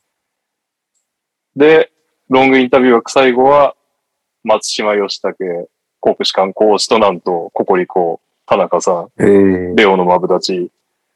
で、ロングインタビューは最後は、松島義武、国士舘講師となんと、ココリコ、田中さん、レオのマブダチ。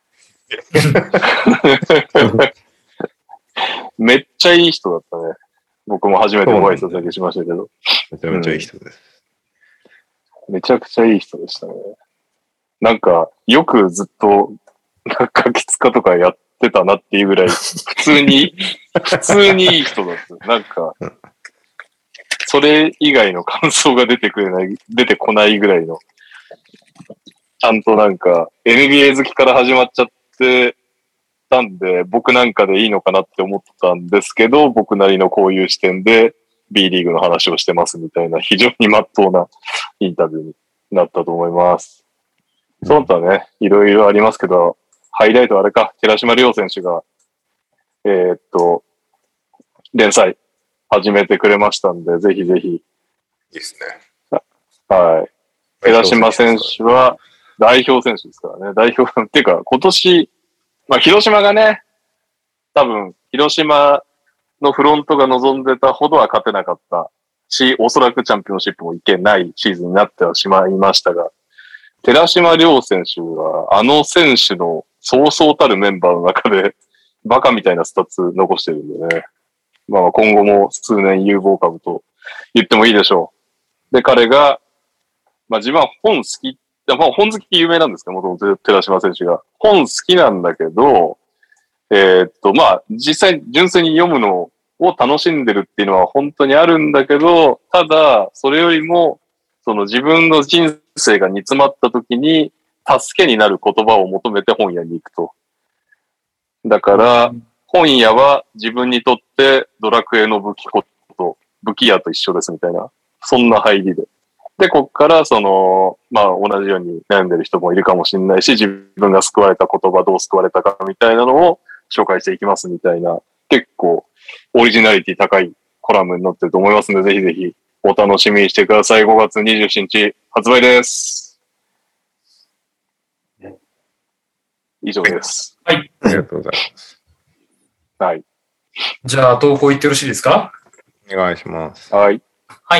めっちゃいい人だったね。僕も初めてご挨拶だけしましたけど。 めちゃめちゃいい人です、 うん。めちゃくちゃいい人でしたね。なんか、よくずっと、ガキツカとかやってたなっていうぐらい、普通に、普通にいい人だった。なんか、それ以外の感想が出てくれない、出てこないぐらいの、ちゃんとなんか、エヌビーエー 好きから始まっちゃってたんで、僕なんかでいいのかなって思ったんですけど、僕なりのこういう視点で B リーグの話をしてますみたいな、非常に真っ当なインタビューになったと思います。その他ね、いろいろありますけど、ハイライトあれか、寺島亮選手が、えー、っと、連載始めてくれましたんで、ぜひぜひ。いいですね。 はい。寺島選手は代表選手ですからね。代表、っていうか、今年、まあ、広島がね、多分、広島のフロントが望んでたほどは勝てなかったし、おそらくチャンピオンシップもいけないシーズンになってはしまいましたが、寺島亮選手は、あの選手のそうそうたるメンバーの中で、バカみたいなスタッツ残してるんでね。まあ今後も数年有望株と言ってもいいでしょう。で、彼が、まあ自分は本好き、まあ本好き有名なんですけど、もともと寺島選手が。本好きなんだけど、えー、っと、まあ実際純粋に読むのを楽しんでるっていうのは本当にあるんだけど、ただ、それよりも、その自分の人生が煮詰まった時に助けになる言葉を求めて本屋に行くと。だから、本屋は自分にとってドラクエの武器庫と武器屋と一緒ですみたいな、そんな入りで。で、こっからその、まあ同じように悩んでる人もいるかもしれないし、自分が救われた言葉どう救われたかみたいなのを紹介していきますみたいな、結構オリジナリティ高いコラムになってると思いますので、ぜひぜひお楽しみにしてください。ごがつにじゅうしちにち発売です。以上です。 はい。 ありがとうございます。 はい。 じゃあ、投稿いってよろしいですか？ お願いします。 はい。 はい。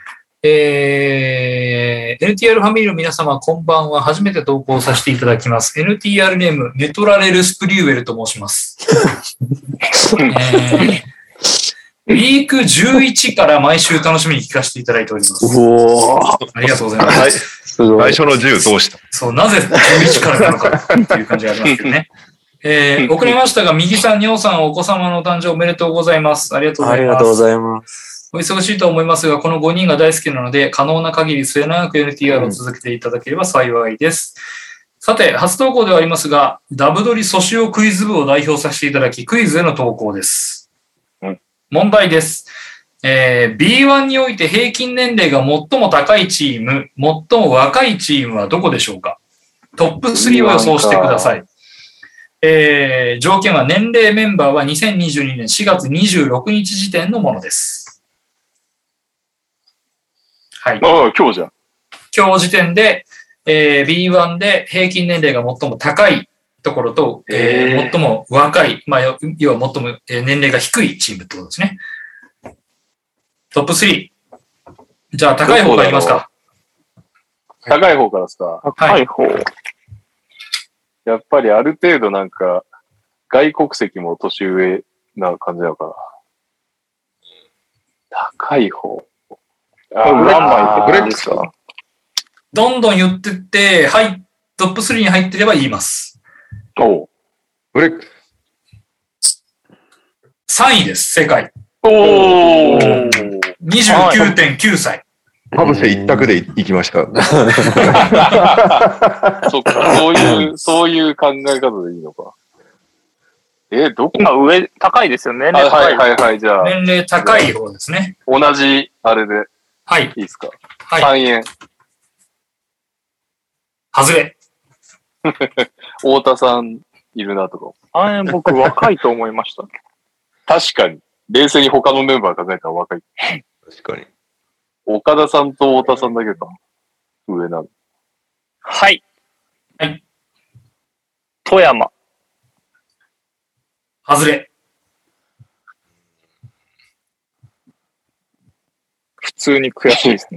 えー、エヌティーアール ファミリーの皆様、こんばんは。初めて投稿させていただきます。エヌティーアール ネーム、メトラレル・スプリューエルと申します。えーウィークじゅういちから毎週楽しみに聞かせていただいております。 おありがとうございます。はい、 すごい。 最初のじゅうどうした？ そう、なぜじゅういちからなのかっていう感じがありますけどね。えー、遅れましたが、右さん、にょうさん、お子様のお誕生おめでとうございます。ありがとうございます。 ありがとうございます。 お忙しいと思いますが、このごにんが大好きなので、可能な限り末永く エヌティーアール を続けていただければ幸いです。 さて、初投稿ではありますが、ダブドリソシオクイズ部を代表させていただき、クイズへの投稿です。 うん、 問題です。えー、ビーワン において平均年齢が最も高いチーム、最も若いチームはどこでしょうか？トップスリーを予想してください。えー、条件は年齢メンバーはにせんにじゅうにねんしがつにじゅうろくにち時点のものです。はい。 ああ、今日じゃん。 今日時点で、えー、ビーワン で平均年齢が最も高いところと、えーえー、最も若い、まあ、要は最も年齢が低いチームってことですね。トップスリー。じゃあ、高い方からいきますか。 高い方からですか。 高い方。 やっぱりある程度なんか、外国籍も年上な感じだから。高い方。 あ、何枚ってブレックスか。 どんどん言ってって、はい、トップスリーに入ってれば言います。 おう。 ブレックス。さんいです、正解。 おー。 にじゅうきゅうてんきゅうさい。 ハブセ一択で行きました。 そっか、そういう、そういう考え方でいいのか。え、どこ今上、高いですよね。 年齢高い。はいはいはい、じゃあ。 年齢高い方ですね。 同じ、あれで。 はい。 いいですか。 はい。 さんえん。 外れ。 太田さんいるなとか。 さんえん僕若いと思いました。 確かに。冷静に他のメンバー考えたら若い。 確かに。 岡田さんと太田さんだけか。上なの。 はい。 はい。 富山。 外れ。 普通に悔しいですね。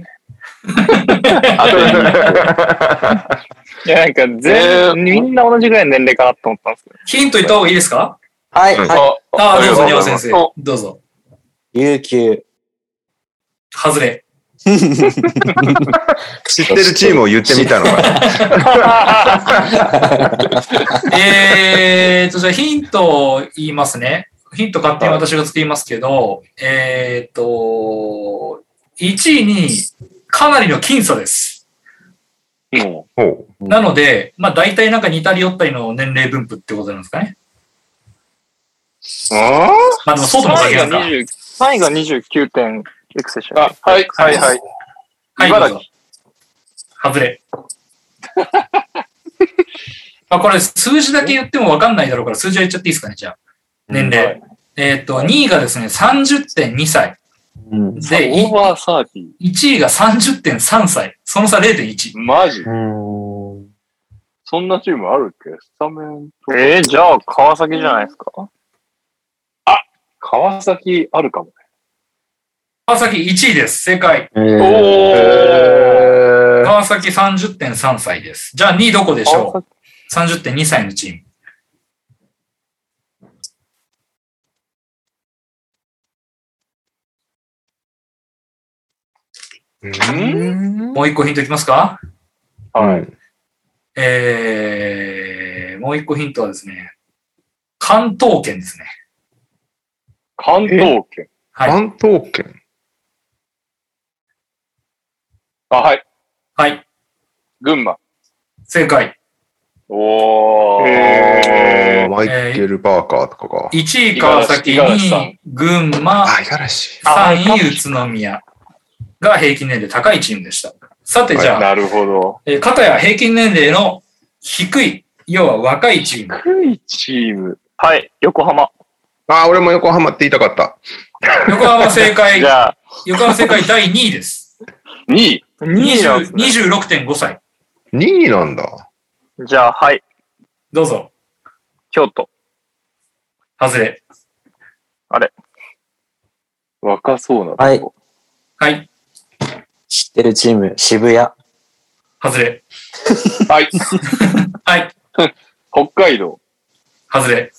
いや、なんか全、えー、みんな同じぐらいの年齢かなと思ったんですけど。 ヒント言った方がいいですか？ はい。はい、 ああ、どうぞ、庭先生。どうぞ。 琉球。 外れ。 知ってるチームを言ってみたのかな。 えーと、じゃあヒントを言いますね。ヒント勝手に私がつけますけど、えーと、いちいにかなりの僅差です。 うん、 なので、まあ大体なんか似たり寄ったりの年齢分布ってことなんですかね。 あまあでもそうとも限らないか。 さんいがにじゅうきゅうてんいくつでしたっけ？あ、はい、はい、はい。 はい、茨城。外れ。まあこれ数字だけ言っても分かんないだろうから数字は言っちゃっていいですかね、じゃあ。年齢。はい、えっと、にいがですね、さんじゅってんにさい。 うん、で、オーバーサーティー。 いちいが さんじゅってんさんさい。その差 れいてんいち。 マジ？そんなチームあるっけ？スタメンと。 えー、じゃあ川崎じゃないですか？ あ、川崎あるかもね。 川崎いちいです。正解。 おー。 川崎 さんじゅってんさんさいです。じゃあにいどこでしょう？ さんじゅってんにさいのチーム。 んもう一個ヒントいきますか？ はい。 えー、もう一個ヒントはですね、関東圏ですね。 関東圏？ はい。 関東圏？ あ、はい。 はい。 群馬。 正解。 おー。 えー、マイケル・バーカーとかか。 いちい川崎、にい群馬、 あ、五十嵐。 さんい宇都宮が平均年齢高いチームでした。さてじゃあ、 なるほど。 えー、片や平均年齢の低い、要は若いチーム。 低いチーム。 はい、横浜。 あ、俺も横浜って言いたかった。 横浜正解。 じゃあ、 横浜正解だいにいです。 にいにじゅう、にじゅうろくてんごさい。 にいなんだ。 じゃあ、はい。 どうぞ。 京都。 外れ。 あれ。 若そうな。 はい。 はい。 知ってるチーム、渋谷。 外れ。 はい。 はい。 北海道。 外れ。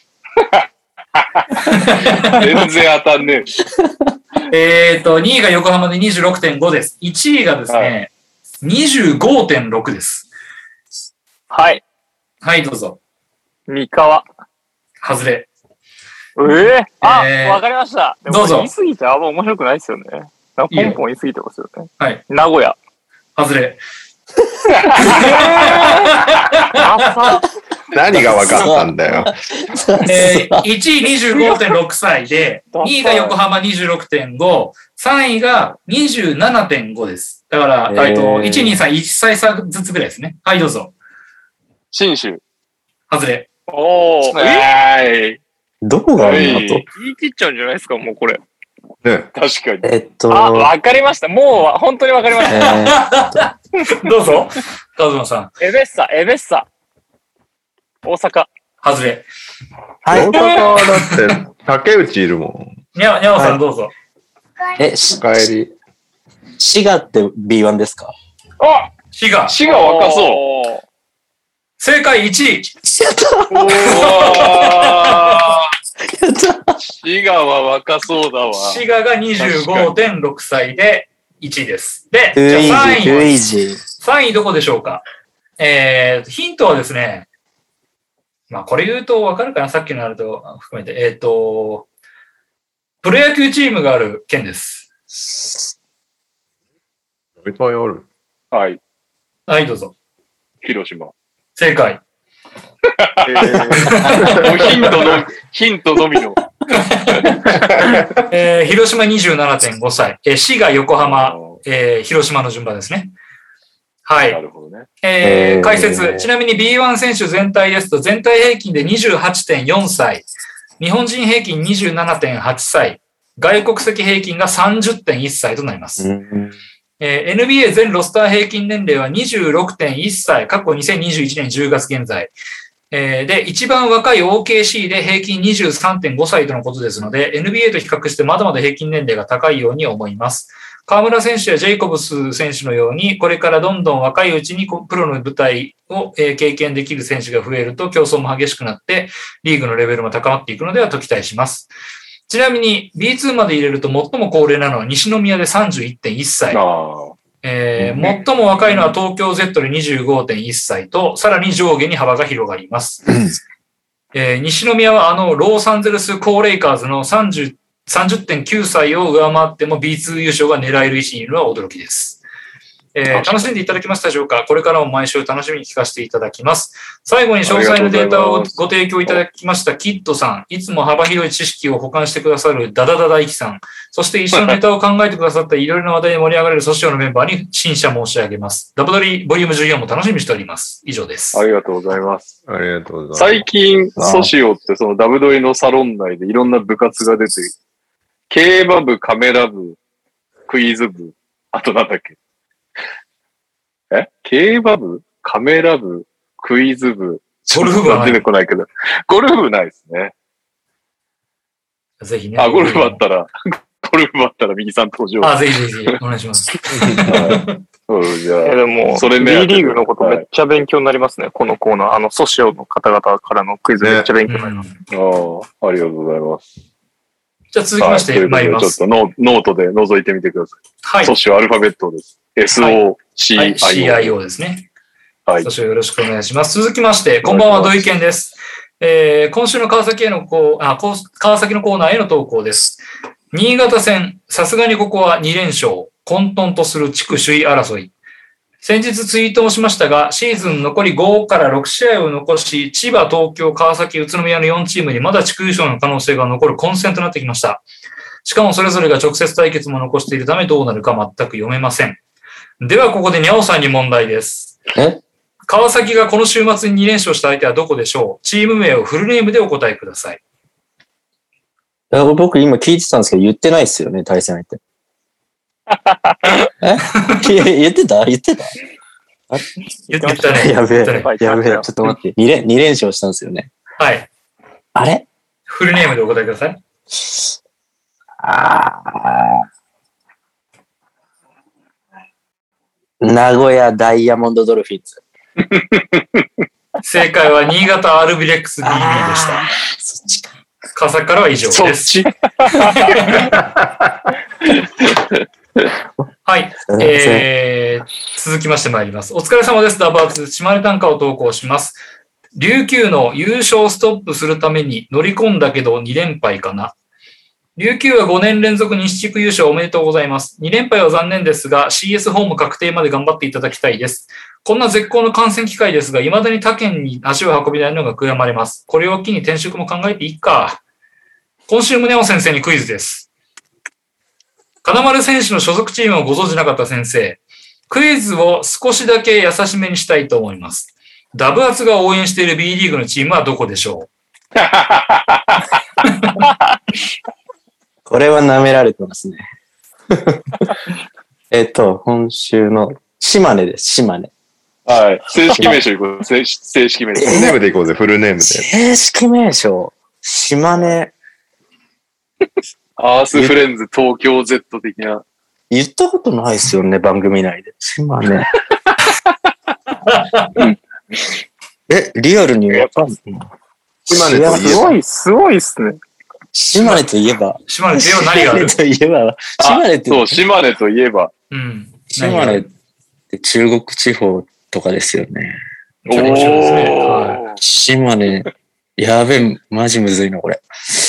全然当たんねえ。えっと、にいが横浜で にじゅうろくてんご です。いちいがですね、はい、にじゅうごてんろく です。 はい。 はい、どうぞ。 三河。 外れ。 えー、あ、 えー、 わかりました。 どうぞ。 言いすぎてあんま面白くないですよね。ポンポン言いすぎてますよね。 はい。 名古屋。 外れ。 何が分かったんだよ。 えー、いちい にじゅうごてんろく 歳で、にいが横浜 にじゅうろくてんご、さんいが にじゅうななてんご です。だから、えー、といち、に、さん、いっさい差ずつぐらいですね。はい、どうぞ。 新州。 外れ。 おー。 ええどこがあるのと。 言い切っちゃうんじゃないですか、もうこれ。 ね、 確かに。 えっと。 あ、わかりました。もう、本当にわかりました。 えー、 どうぞ。カズマさん。 エベッサ、エベッサ。大阪。 外れ。 はい。 大阪はだって、竹内いるもん。 にゃ、にゃおさんどうぞ。 え、し、 帰り。 滋賀って ビーワン ですか？ あ滋賀。 滋賀若そう。 正解いちい。 やったうわやった滋賀は若そうだわ。 滋賀が にじゅうごてんろく 歳でいちいです。で、 トゥーイじゃあ3 ージー、トゥーイ位。 ージー。 さんいどこでしょうか？えー、ヒントはですね、まあこれ言うとわかるかな、さっきのあると含めて。えっと、プロ野球チームがある県です。 いっぱいある。 はい。 はい、どうぞ。 広島。 正解。 えー、もうヒントの、ヒントのみの。 えー、広島 にじゅうななてんご 歳、えー、滋賀、横浜、えー、広島の順番ですね。はい。 なるほどね。 えー、 えー解説。ちなみに ビーワン 選手全体ですと、全体平均で にじゅうはちてんよん 歳、日本人平均 にじゅうななてんはち 歳、外国籍平均が さんじゅってんいっ 歳となります。 うんえー、エヌビーエー 全ロスター平均年齢は にじゅうろくてんいっ 歳、過去にせんにじゅういちねんじゅうがつ現在。えー、で、一番若い オーケーシー で平均 にじゅうさんてんご 歳とのことですので、エヌビーエー と比較してまだまだ平均年齢が高いように思います。河村選手やジェイコブス選手のように、これからどんどん若いうちにプロの舞台を経験できる選手が増えると競争も激しくなって、リーグのレベルも高まっていくのではと期待します。ちなみに ビーツー まで入れると最も高齢なのは西宮で さんじゅういってんいっ 歳。 あえー、最も若いのは東京 Z で にじゅうごてんいっ 歳と、さらに上下に幅が広がります。えー、西宮はあのロサンゼルスコーレイカーズの さんじゅう さんじゅってんきゅう 歳を上回っても ビーツー 優勝が狙える位置にいるのは驚きです。えー、楽しんでいただけましたでしょうか？これからも毎週楽しみに聞かせていただきます。最後に詳細のデータをご提供いただきましたキッドさん、いつも幅広い知識を補完してくださるダダダ大輝さん、そして一緒のネタを考えてくださったいろいろな話題で盛り上がれるソシオのメンバーに新謝申し上げます。ダブドリボリュームじゅうよんも楽しみにしております。以上です。 ありがとうございます。 ありがとうございます。 最近、ソシオってそのダブドリのサロン内でいろんな部活が出て、競馬部、カメラ部、クイズ部、あとなんだっけえ競馬部、カメラ部、クイズ部。 ゴルフ部は出てこないけど。ゴルフ部ないですね。 ぜひね。 あ、ゴルフ部あったら、ゴルフ部あったら右さん登場。 あ、ぜひぜひぜひ、お願いします。 はい、うん、じゃあ。 えでも、 それ B ね、 リーグのことめっちゃ勉強になりますね。このコーナー。あの、ソシオの方々からのクイズめっちゃ勉強になります。 うんああ、ありがとうございます。 じゃあ続きまして、参ります。 ちょっとノノートで覗いてみてください。 はい。 ソシオアルファベットです。エスオーシーアイオー。 はい、シーアイオー ですね。 はい。 少しよろしくお願いします。続きまして、こんばんは、土井健です。えー、今週の川崎へのこうあ、川崎のコーナーへの投稿です。新潟戦、さすがにここはに連勝、混沌とする地区首位争い。先日ツイートもしましたが、シーズン残りごからろく試合を残し、千葉、東京、川崎、宇都宮のよんチームにまだ地区優勝の可能性が残る混戦となってきました。しかもそれぞれが直接対決も残しているためどうなるか全く読めません。ではここでにゃおさんに問題です。 え川崎がこの週末にに連勝した相手はどこでしょう？チーム名をフルネームでお答えください。 いや僕今聞いてたんですけど言ってないですよね、対戦相手。えいや言ってた言ってた言ってたね。 やべえ、 言ったねやべえ、ちょっと待って。に連、に連勝したんですよね。 はい。 あれフルネームでお答えください。 あー名古屋ダイヤモンドドルフィンズ。 正解は新潟アルビレックス ビービー でした。 そっちか。 川崎からは以上そです。 っちはい。えー、続きまして参ります。お疲れ様です。ダバーツ、島根短歌を投稿します。琉球の優勝ストップするために乗り込んだけどに連敗かな。琉球はごねん連続西地区優勝おめでとうございます。に連敗は残念ですが シーエス ホーム確定まで頑張っていただきたいです。 こんな絶好の観戦機会ですが、未だに他県に足を運びないのが悔やまれます。これを機に転職も考えていいか。今週宗男先生にクイズです。金丸選手の所属チームをご存じなかった先生、クイズを少しだけ優しめにしたいと思います。ダブアツが応援している B リーグのチームはどこでしょう？ これは舐められてますね。えっと、今週の島根です、島根。 はい。正式名称いこう。正正式名称。 フルネームでいこうぜ、フルネームで。 正式名称、島根。 アースフレンズ東京 Z 的な。 言ったことないですよね、番組内で。島根。え、リアルにわかんない。 島根といえば。 すごい、すごいっすね。 島根といえば。 島根といえば何がある？ 島根といえば。島根って。 そう、島根といえば。 うん。 島根って中国地方とかですよね。 おー。 はい、 島根。やべえ、マジむずいな、これ。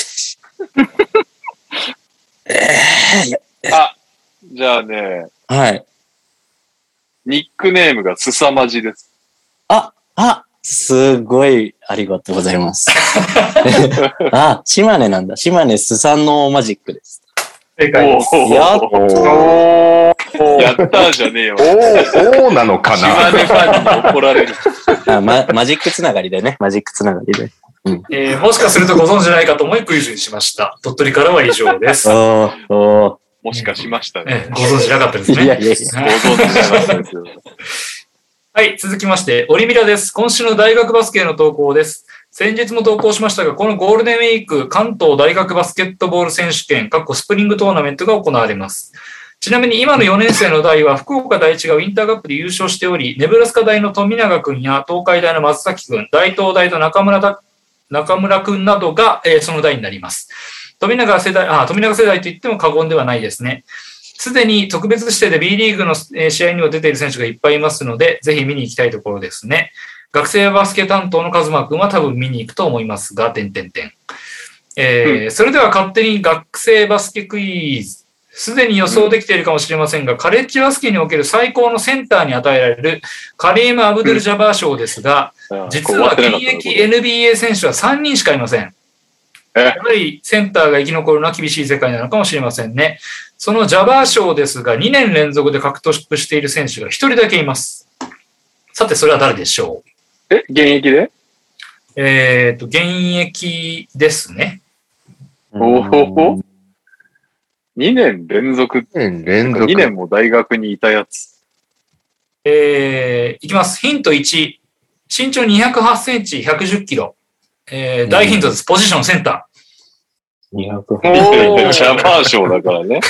えー、あ、じゃあね。 はい。 ニックネームがすさまじです。 あ、あ、すごいありがとうございます。あ、島根なんだ。島根スサノーマジックです。 正解です。 やっやったーじゃねえよ。 おおなのかな。 島根ファンに怒られる。 あ、ま、マジックつながりでね。マジックつながりで。うん、 えー、もしかするとご存知ないかと思いクイズにしました。鳥取からは以上です。 おーおーもしかしましたね。 えー、ご存知なかったですね。 いやいやいや。 ご存知なかったですよ。 はい、続きまして、オリミラです。今週の大学バスケへの投稿です。先日も投稿しましたが、このゴールデンウィーク、関東大学バスケットボール選手権、スプリングトーナメントが行われます。ちなみに今のよねん生の代は、福岡第一がウィンターカップで優勝しており、ネブラスカ大の富永君や東海大の松崎君、大東大の中村だ中村君などが、えー、その代になります。富永世代、あ、富永世代といっても過言ではないですね。すでに特別指定で B リーグの試合には出ている選手がいっぱいいますので、ぜひ見に行きたいところですね。学生バスケ担当のカズマ君は多分見に行くと思いますが、点々点。えーうん、それでは勝手に学生バスケクイズ。すでに予想できているかもしれませんが、うん、カレッジバスケにおける最高のセンターに与えられるカリーム・アブドゥル・ジャバー賞ですが、うん、実は現役 エヌビーエー 選手はさんにんしかいません。やはりセンターが生き残るのは厳しい世界なのかもしれませんね。そのジャバー賞ですが、にねん連続で獲得している選手がひとりだけいます。さて、それは誰でしょう？え、現役で？ えっと、現役ですね。 おほほ。にねん連続。にねん連続。 にねんも大学にいたやつ。 えー、いきます。ヒントいち。身長にひゃくはちセンチ、ひゃくじゅっキロ。えー、大ヒントです。ポジションセンター。にひゃくはちセンチ。ジャバー賞だからね。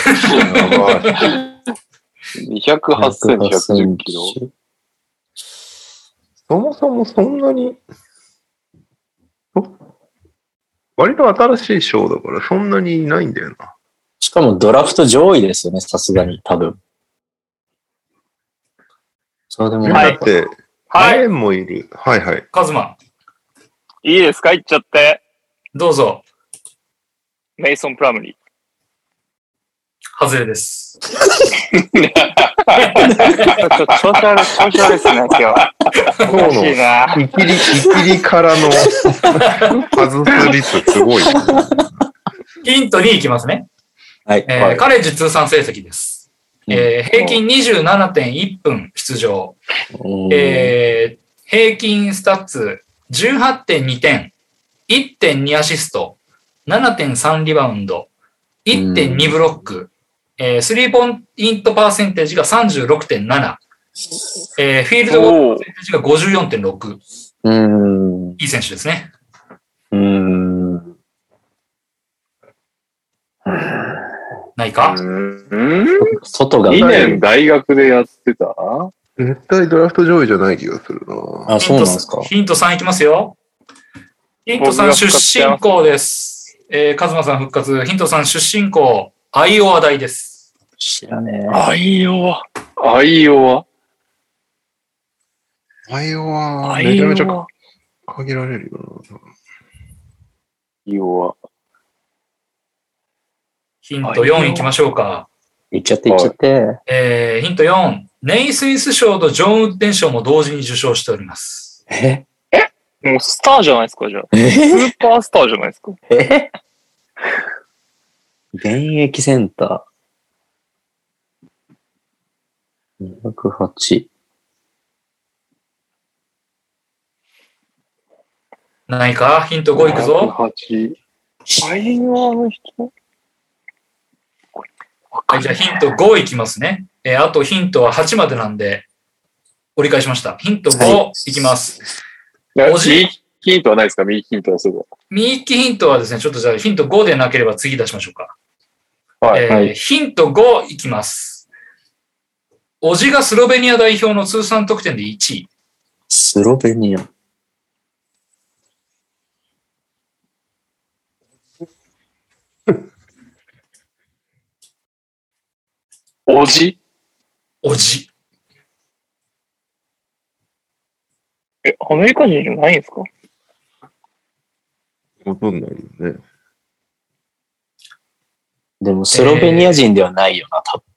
にひゃくはちセンチ、ひゃくじゅっキロ。 そもそもそんなに、割と新しい賞だからそんなにいないんだよな。 しかもドラフト上位ですよね、さすがに、多分。そうでもない。だって、 はい。 レーンもいる。はいはい。 カズマ。 いいですか？言っちゃって。 どうぞ。 メイソン・プラムリー。 外れです。 調子悪い、調子悪いですね、今日。 おかしいな。いきり、いきりからの外す率すごい。 ヒントに行きますね。 はい。 えーはい、カレッジ通算成績です。うん、えー、平均 にじゅうななてんいち 分出場。えー、平均スタッツ じゅうはちてんにてん、いってんに アシスト、ななてんさん リバウンド、いってんに ブロック、えー、スリーポイントパーセンテージが さんじゅうろくてんなな、えー、フィールドゴールパーセンテージが ごじゅうよんてんろく。 うーん。 いい選手ですね。 うーん。 ないか？ 外が。 にねん大学でやってた？ 絶対ドラフト上位じゃない気がするな。 あ、そうなんですか。 ヒントさんいきますよ。ヒントさん出身校です。えー、カズマさん復活。ヒントさん出身校、アイオワ大です。 知らねえ。 アイオワ。アイオワ。 アイオワ。めちゃめちゃ限られるよな。 アイオワ。 ヒントよんいきましょうか。 いっちゃっていっちゃって。 えー、ヒントよん。 ネイスミス賞とジョン・ウッデン賞も同時に受賞しております。 えもうスターじゃないですか、じゃあ。 えスーパースターじゃないですか。 え現役センター。にひゃくはち。 ないかヒントごいくぞ。 はち。マイナーの人はい、じゃあヒントごいきますね。えー、あとヒントははちまでなんで、折り返しました。ヒントごいきます。おじ右ヒントはないですか？右ヒントはすぐ。 右利きヒントはですね、ちょっとじゃあヒントごでなければ次出しましょうか。 はい。 えーはい、ヒントごいきます。おじがスロベニア代表の通算得点でいちい。 スロベニア。 おじおじ。 え、アメリカ人じゃないんですか？ わかんないよね。 でもスロベニア人ではないよな、多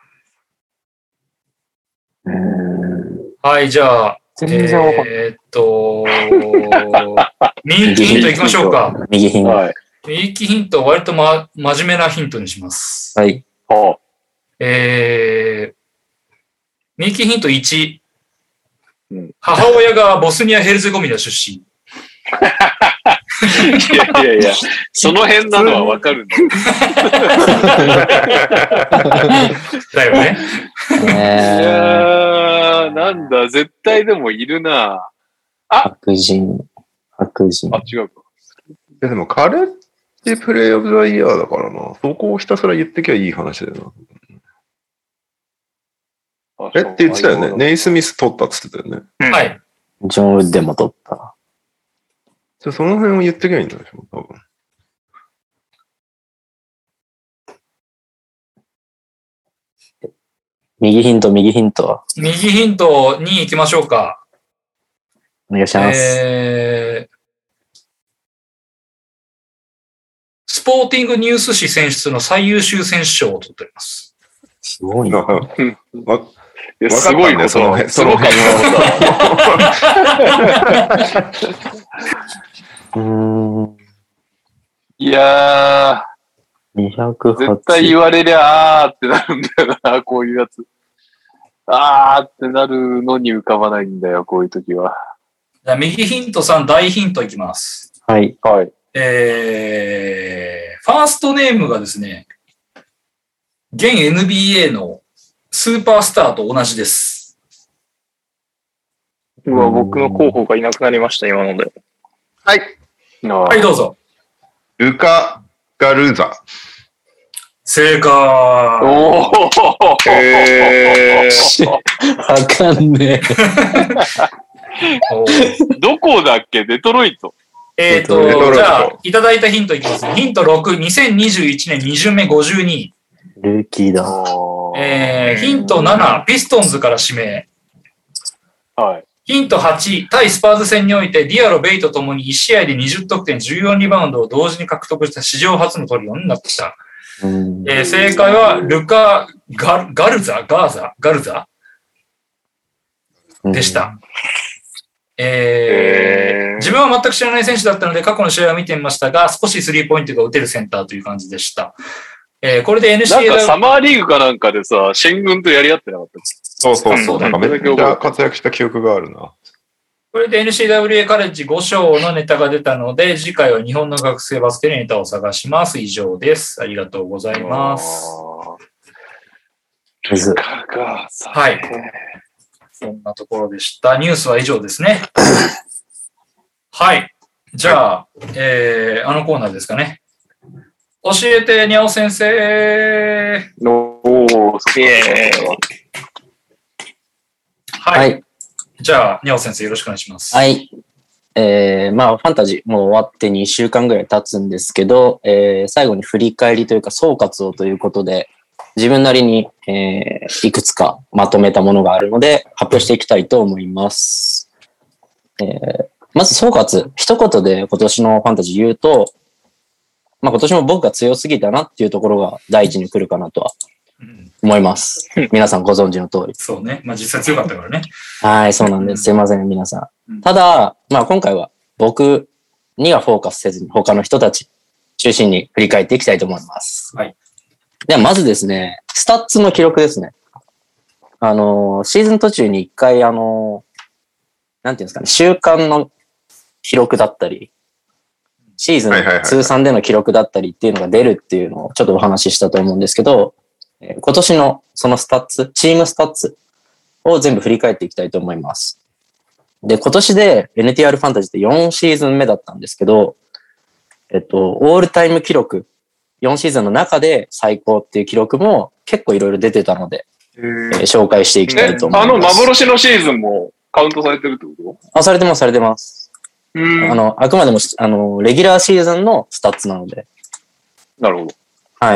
分。 はい、じゃあ、 全然わかんない。 えー、っと、右利きヒントいきましょうか。 右ヒント。はい。 右利きヒント、割と、ま、真面目なヒントにします。 はい。 はあ、 えー、右利きヒントいち。 うん、 母親がボスニア・ヘルゼゴビナ出身。 いやいやいや、その辺なのはわかるんだよ。 だよね。 いやー、なんだ、絶対でもいるな。 あ白人。白人。 あ、違うか。 でも、カレッジプレイオブザイヤーだからな。そこをひたすら言ってきゃいい話だよな。えって言ってたよね。ネイスミス取ったって言ってたよね。 はい。 ジョン・ウッデンも取った。 じゃあその辺を言ってきゃいいんだでしょ、多分。 右ヒント、右ヒント。 右ヒントに行きましょうか。 お願いします。 えー、スポーティングニュース誌選出の最優秀選手賞を取っております。 すごいな。 わいやすごいね、その辺。その辺うんいやー、にひゃくはち。 絶対言われりゃーってなるんだよな、こういうやつ。あーってなるのに浮かばないんだよ、こういう時は。 じゃあ右ヒントさん、大ヒントいきます。 はい。 はい。 えー、ファーストネームがですね、現 エヌビーエー のスーパースターと同じです。 うわ、僕の候補がいなくなりました、今ので。 はい。 はい、どうぞ。 ルカ・ガルーザ。 正解。 おーえー、 わかんねえ。 どこだっけ？デトロイト。 えっと、じゃあ、いただいたヒントいきますね。ヒントろく、にせんにじゅういちねんに巡目ごじゅうに。 ルーキーだ。 えー、ヒントなな、ピストンズから指名。 はい。 ヒントはち、対スパーズ戦においてディアロ、ベイとともにいち試合でにじゅう得点、じゅうよんリバウンドを同時に獲得した史上初のトリオになってきた。えー、正解は、ルカ・ガガルザガーザガルザでした。えー、自分は全く知らない選手だったので過去の試合を見てみましたが、少しスリーポイントが打てるセンターという感じでした。えー、これで エヌシーエーなんかサマーリーグかなんかでさ、シェン軍とやり合ってなかった？ そうそうそう。なんかめっちゃ活躍した記憶があるな。 これで エヌシーダブリュー カレッジご賞のネタが出たので、次回は日本の学生バスケでネタを探します。以上です。ありがとうございます。はい。そんなところでした。ニュースは以上ですね。はい。じゃあ、えー、あのコーナーですかね。教えて、にゃお先生。 おー、すげえ。 はい。 はい、 じゃあ、にゃお先生よろしくお願いします。 はい。えー、まあ、ファンタジーもう終わってにしゅうかんぐらい経つんですけど、えー、最後に振り返りというか総括をということで、自分なりに、えー、いくつかまとめたものがあるので、発表していきたいと思います。えー、まず総括、一言で今年のファンタジー言うと、まあ今年も僕が強すぎたなっていうところが第一に来るかなとは思います。皆さんご存知の通り。 そうね。まあ実際強かったからね。 はい、そうなんです。すいません、皆さん。ただ、まあ今回は僕にはフォーカスせずに他の人たち中心に振り返っていきたいと思います。 はい。 ではまずですね、スタッツの記録ですね。あの、シーズン途中に一回あの、なんていうんですかね、週間の記録だったり、シーズン通算での記録だったりっていうのが出るっていうのをちょっとお話ししたと思うんですけど、今年のそのスタッツ、チームスタッツを全部振り返っていきたいと思います。で、今年で エヌティーアール ファンタジーってよんシーズン目だったんですけど、えっと、オールタイム記録、よんシーズンの中で最高っていう記録も結構いろいろ出てたので、えー、紹介していきたいと思います。 ね、あの幻のシーズンもカウントされてるってこと？ あ、されてます、されてます。うんあの、あくまでも、あの、レギュラーシーズンのスタッツなので。 なるほど。 はい。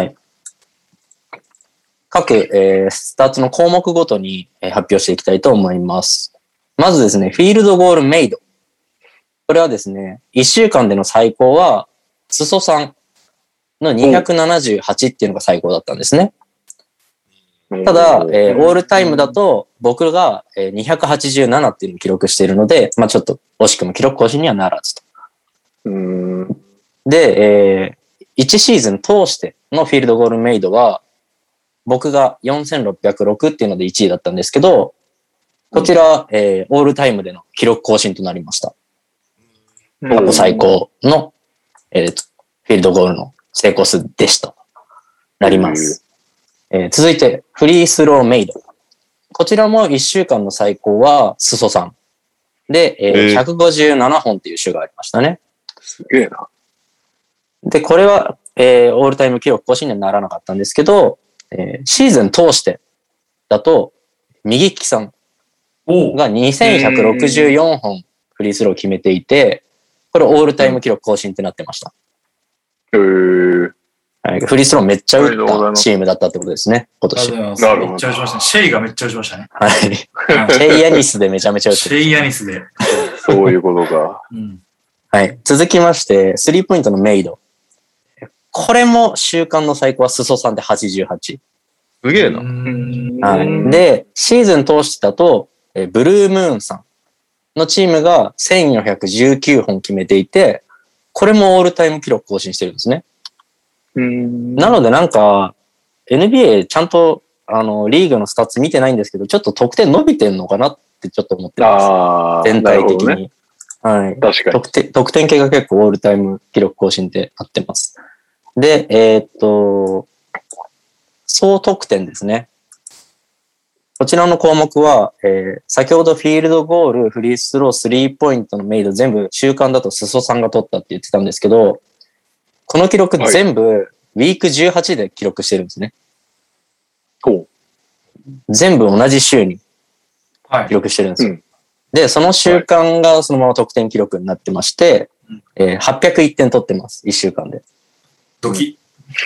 各、えー、スタッツの項目ごとに、えー、発表していきたいと思います。まずですね、フィールドゴールメイド。これはですね、いっしゅうかんでの最高は、裾さんのにひゃくななじゅうはちっていうのが最高だったんですね。ただ、えー、オールタイムだと、僕が、えー、にひゃくはちじゅうななっていうのを記録しているので、まあちょっと惜しくも記録更新にはならずと。 うーんで、えー、いちシーズン通してのフィールドゴールメイドは、僕がよんせんろっぴゃくろくっていうのでいちいだったんですけど、こちら、えー、オールタイムでの記録更新となりました。過去最高の、えー、フィールドゴールの成功数でした。なります。えー、続いて、フリースローメイド。こちらもいっしゅうかんの最高は、裾さん。で、えー、ひゃくごじゅうななほんっていう種がありましたね。 すげえな。 で、これは、えー、オールタイム記録更新にはならなかったんですけど、えー、シーズン通してだと、右利きさんがにせんひゃくろくじゅうよんほんフリースローを決めていて、これオールタイム記録更新ってなってました。 へー。 はい、フリースローめっちゃ打ったチームだったってことですね、今年。 なるほど。めっちゃ打ちましたね。シェイがめっちゃ打ちましたね。 はい。シェイヤニスでめちゃめちゃ打ってシェイヤニスで。 そういうことか。 うん、 はい。続きまして、スリーポイントのメイド。これも週間の最高は裾さんではちじゅうはち。 すげえな。 はい。で、シーズン通してだと、えブルームーンさんのチームがせんよんひゃくじゅうきゅうほん決めていて、これもオールタイム記録更新してるんですね。なのでなんか、エヌビーエー ちゃんと、あの、リーグのスタッツ見てないんですけど、ちょっと得点伸びてんのかなってちょっと思ってます。全体的に。ね、はい。 確かに得点。得点系が結構オールタイム記録更新で合ってます。で、えー、っと、総得点ですね。こちらの項目は、えー、先ほどフィールドゴール、フリースロー、スリーポイントのメイド全部週間だと裾さんが取ったって言ってたんですけど、この記録全部、ウィークじゅうはちで記録してるんですね。 はい、 全部同じ週に記録してるんですよ。はいうん、で、その週間がそのまま得点記録になってまして、はいえー、はっぴゃくいってん取ってます。いっしゅうかんで。 ドキ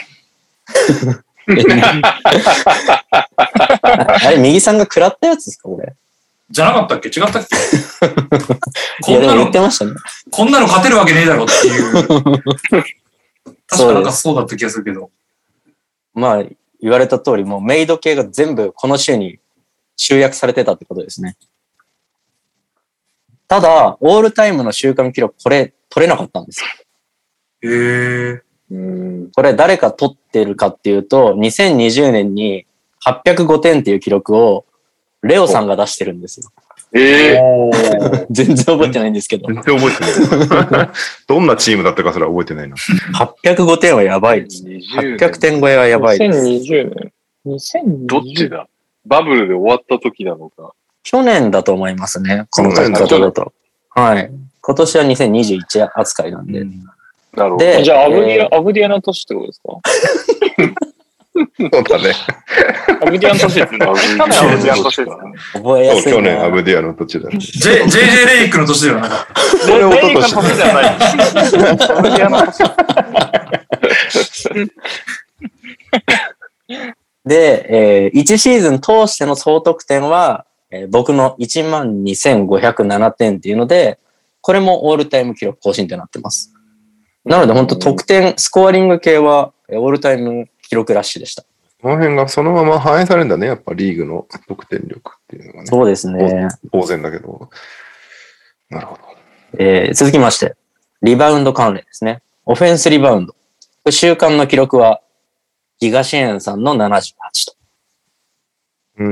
あれ、右さんが食らったやつですかこれ。 じゃなかったっけ違ったっけこんなの言ってましたね。 こんなの勝てるわけねえだろっていう。確かなんかそうだった気がするけど。 まあ、言われた通り、もうメイド系が全部この週に集約されてたってことですね。ただ、オールタイムの週間記録、これ取れなかったんですよ。 へー。 うんこれ誰か取ってるかっていうと、にせんにじゅうねんにはっぴゃくごてんっていう記録をレオさんが出してるんですよ。 えー、 全然覚えてないんですけど。 全然覚えてない。どんなチームだったかすら覚えてないな。 はっぴゃくごてんはやばいです。はっぴゃくてん超えはやばいです。 にせんにじゅうねん。にせんにじゅうどっちだバブルで終わった時なのか。 去年だと思いますね。この書き方だと。はい。今年はにせんにじゅういち扱いなんで。うんなるほど。 で、じゃあ、アブディア、えー、アブディアの年ってことですかそうだね。 アブディアの年ですね。去年アブディアの年ですね。 覚えやすいな。 去年アブディアの年だね。 ジェイジェイ レイクの年ではなかった。 それレイクの年じゃない。アブディアの年。で、えー、いちシーズン通しての総得点は、えー、僕の いちまんにせんごひゃくななてんっていうので、これもオールタイム記録更新となってます。なので本当得点、スコアリング系はオールタイム記録ラッシュでした。 この辺がそのまま反映されるんだね。やっぱリーグの得点力っていうのがね。 そうですね。 当然だけど。なるほど。 えー、続きまして、リバウンド関連ですね。オフェンスリバウンド。週間の記録は、ギガシェーンさんのななじゅうはちと。 うん。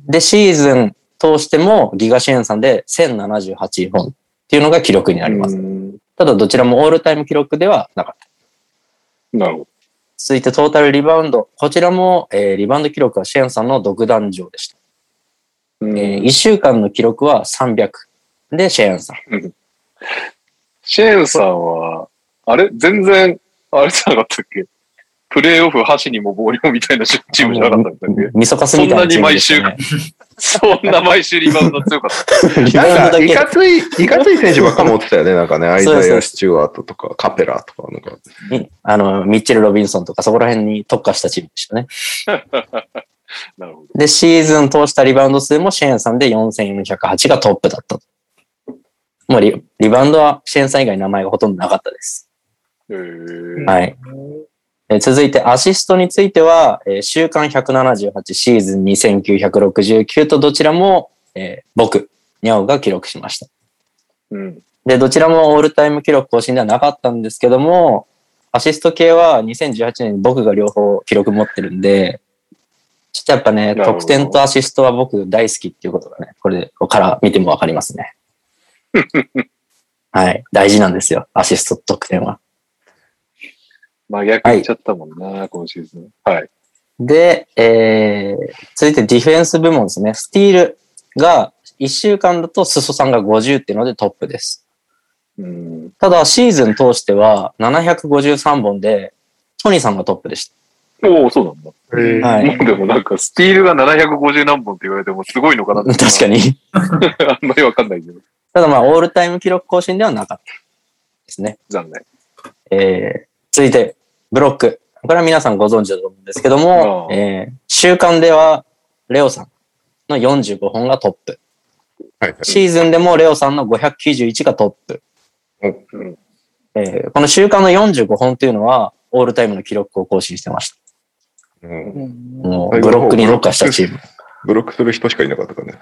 で、シーズン通してもギガシェーンさんでせんななじゅうはちほんっていうのが記録になります。ただどちらもオールタイム記録ではなかった。 なるほど。 続いてトータルリバウンド。こちらも、えー、リバウンド記録はシェーンさんの独壇場でした。えー、いっしゅうかんの記録はさんびゃく。で、シェーンさん。 シェーンさんは、あれ全然、あれじゃなかったっけプレイオフ箸にも棒にもみたいなチームじゃなかったんだっけみそかすみたいなチームでしたね。 そんな毎週リバウンド強かった。 リバウンドなんか、 だけいかつい、いかつい選手ばっか持ってたよね。なんかね、アイザイア・スチュワートとか、カペラとか、なんか。 あの、ミッチェル・ロビンソンとか、そこら辺に特化したチームでしたね。 なるほど。 で、シーズン通したリバウンド数もシェーンさんでよんせんよんひゃくはちがトップだった。もうリ、リバウンドはシェーンさん以外名前がほとんどなかったです。 へーはい。えー続いてアシストについては、えー週間ひゃくななじゅうはち、シーズンにせんきゅうひゃくろくじゅうきゅうとどちらも、えー僕、ニャオが記録しました。 うん。 で、どちらもオールタイム記録更新ではなかったんですけども、アシスト系はにせんじゅうはちねんに僕が両方記録持ってるんで、ちょっとやっぱね、 なるほど得点とアシストは僕大好きっていうことがね、これから見てもわかりますね。はい。大事なんですよ。アシストと得点は。 真逆言っちゃったもんな、今シーズン。はい。 で、えー、続いてディフェンス部門ですね。スティールがいっしゅうかんだと裾さんがごじゅうっていうのでトップです。 うん。 ただシーズン通してはななひゃくごじゅうさんぼんでトニーさんがトップでしおお、そうなんだ。 た。はい。 もうでもなんか、スティールがななひゃくごじゅう何本って言われてもすごいのかなって。 確かに。 あんまりわかんないけど。 ただまあ、オールタイム記録更新ではなかったですね。 残念。 えー、続いて、ブロック。これは皆さんご存知だと思うんですけども、 ああえー、週間では、レオさんのよんじゅうごほんがトップ。 はい。 シーズンでもレオさんのごひゃくきゅうじゅういちがトップ。 うん。 えー、この週間のよんじゅうごほんというのは、オールタイムの記録を更新してました。 うんもう、ブロックに特化したチーム。 ブロックする人しかいなかったからね。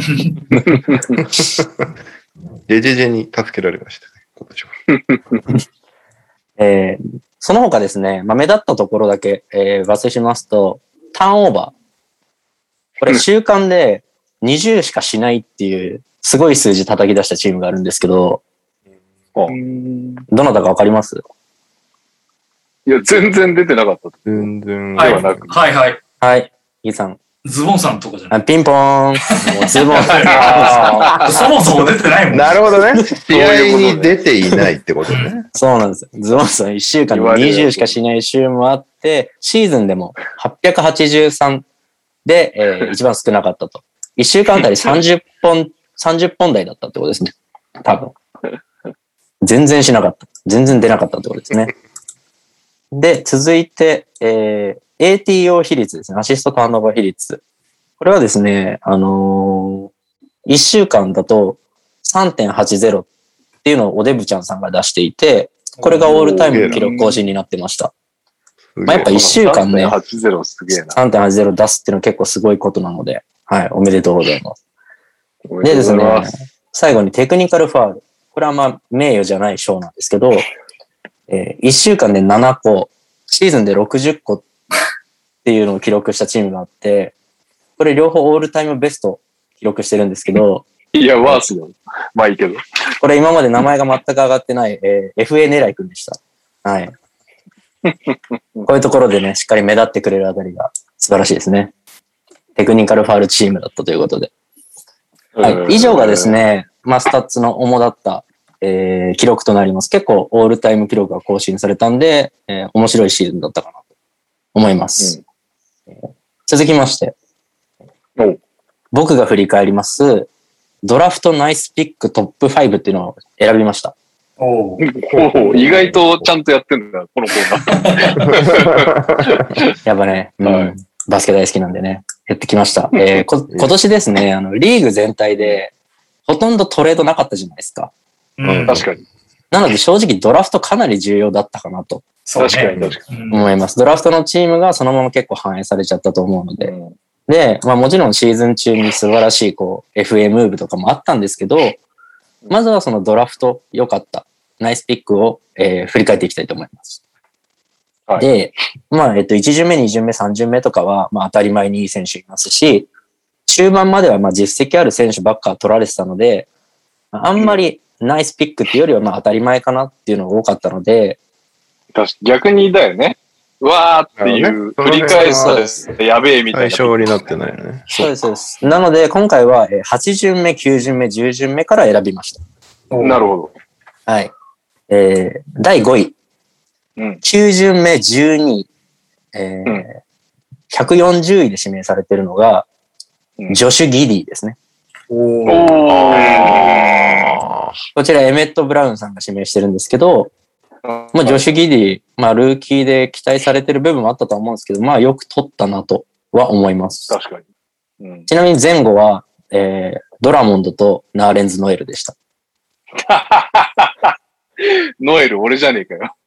ジェジェジェに助けられましたね、今年は。 えー、その他ですね、まあ、目立ったところだけ、えー、抜粋しますと、ターンオーバー。これ週間でにじゅうしかしないっていう、すごい数字叩き出したチームがあるんですけど、どなたかわかります？ いや、全然出てなかった。 全然。 はい、 ではなくはい、はい。 はい、イーさん。 ズボンさんとかじゃない。 あピンポーン。もうズボンさん。 そもそも出てないもん。 なるほどね。試合に出ていないってことね。 そうなんですよ。ズボンさんいっしゅうかんでにじゅうしかしない週もあって、シーズンでもはっぴゃくはちじゅうさんで、えー、一番少なかったと。いっしゅうかんあたりさんじゅっぽん、さんじゅっぽん台だったってことですね。多分。全然しなかった。全然出なかったってことですね。で、続いて、えー、エーティーオー 比率ですね。アシストターンオーバー比率。これはですね、あのー、いっしゅうかんだと さんてんはちゼロ っていうのをおデブちゃんさんが出していて、これがオールタイムの記録更新になってました。まあ、やっぱいっしゅうかんね、 さんてんはちゼロすげえな。 さんてんはちゼロ出すっていうのは結構すごいことなので、はい、おめでとうございます。でですね、最後にテクニカルファール。これはまあ名誉じゃない賞なんですけど、えー、いっしゅうかんでななこ、シーズンでろくじゅっこっていうのを記録したチームがあって、これ両方オールタイムベスト記録してるんですけど、 いや、ワースよ。まあいいけど。 これ今まで名前が全く上がってない、えー、エフエー 狙いくんでした。はい。こういうところでね、しっかり目立ってくれるあたりが素晴らしいですね。テクニカルファールチームだったということで。はい。以上がですね、まあ、スタッツの主だった、えー、記録となります。結構オールタイム記録が更新されたんで、えー、面白いシーズンだったかなと思います。うん、続きまして、僕が振り返ります、ドラフトナイスピックトップファイブっていうのを選びました。 おお意外とちゃんとやってんだ、このコーナー。 やっぱね、うんはい、バスケ大好きなんでね、やってきました。えー、こ今年ですね、あの、リーグ全体で、ほとんどトレードなかったじゃないですか。 うん、 確かに。 なので正直ドラフトかなり重要だったかなと。 そうね。 確かに確かに。 思います。ドラフトのチームがそのまま結構反映されちゃったと思うので。 に。 で、まあもちろんシーズン中に素晴らしいこう エフエー ムーブとかもあったんですけど、まずはそのドラフト良かったナイスピックを、えー振り返っていきたいと思います。 はいで、まあえっといち巡目、に巡目、さん巡目とかはまあ当たり前にいい選手いますし、中盤まではまあ実績ある選手ばっか取られてたので、あんまりナイスピックっていうよりはまあ当たり前かなっていうのが多かったので、 確か逆にだよね。うわーっていう、 なるほどね繰り返そうですすやべえみたいな。 対象になってないよね。 そうです、そうです。なので今回はえーはち巡目、きゅう巡目、じゅう巡目から選びました。 なるほど。 はい。えー、だいごい。 うん。 きゅう巡目じゅうにい、えーうんひゃくよんじゅういで指名されているのが、 うんジョシュ・ギディですね。 おー。 あこちらエメット・ブラウンさんが指名してるんですけど、まあ、ジョシュ・ギディ、まあ、ルーキーで期待されてる部分もあったと思うんですけど、まあ、よく取ったなとは思います。 確かに。うん。 ちなみに前後は、えー、ドラモンドとナーレンズ・ノエルでした。 ノエル、俺じゃねえかよ。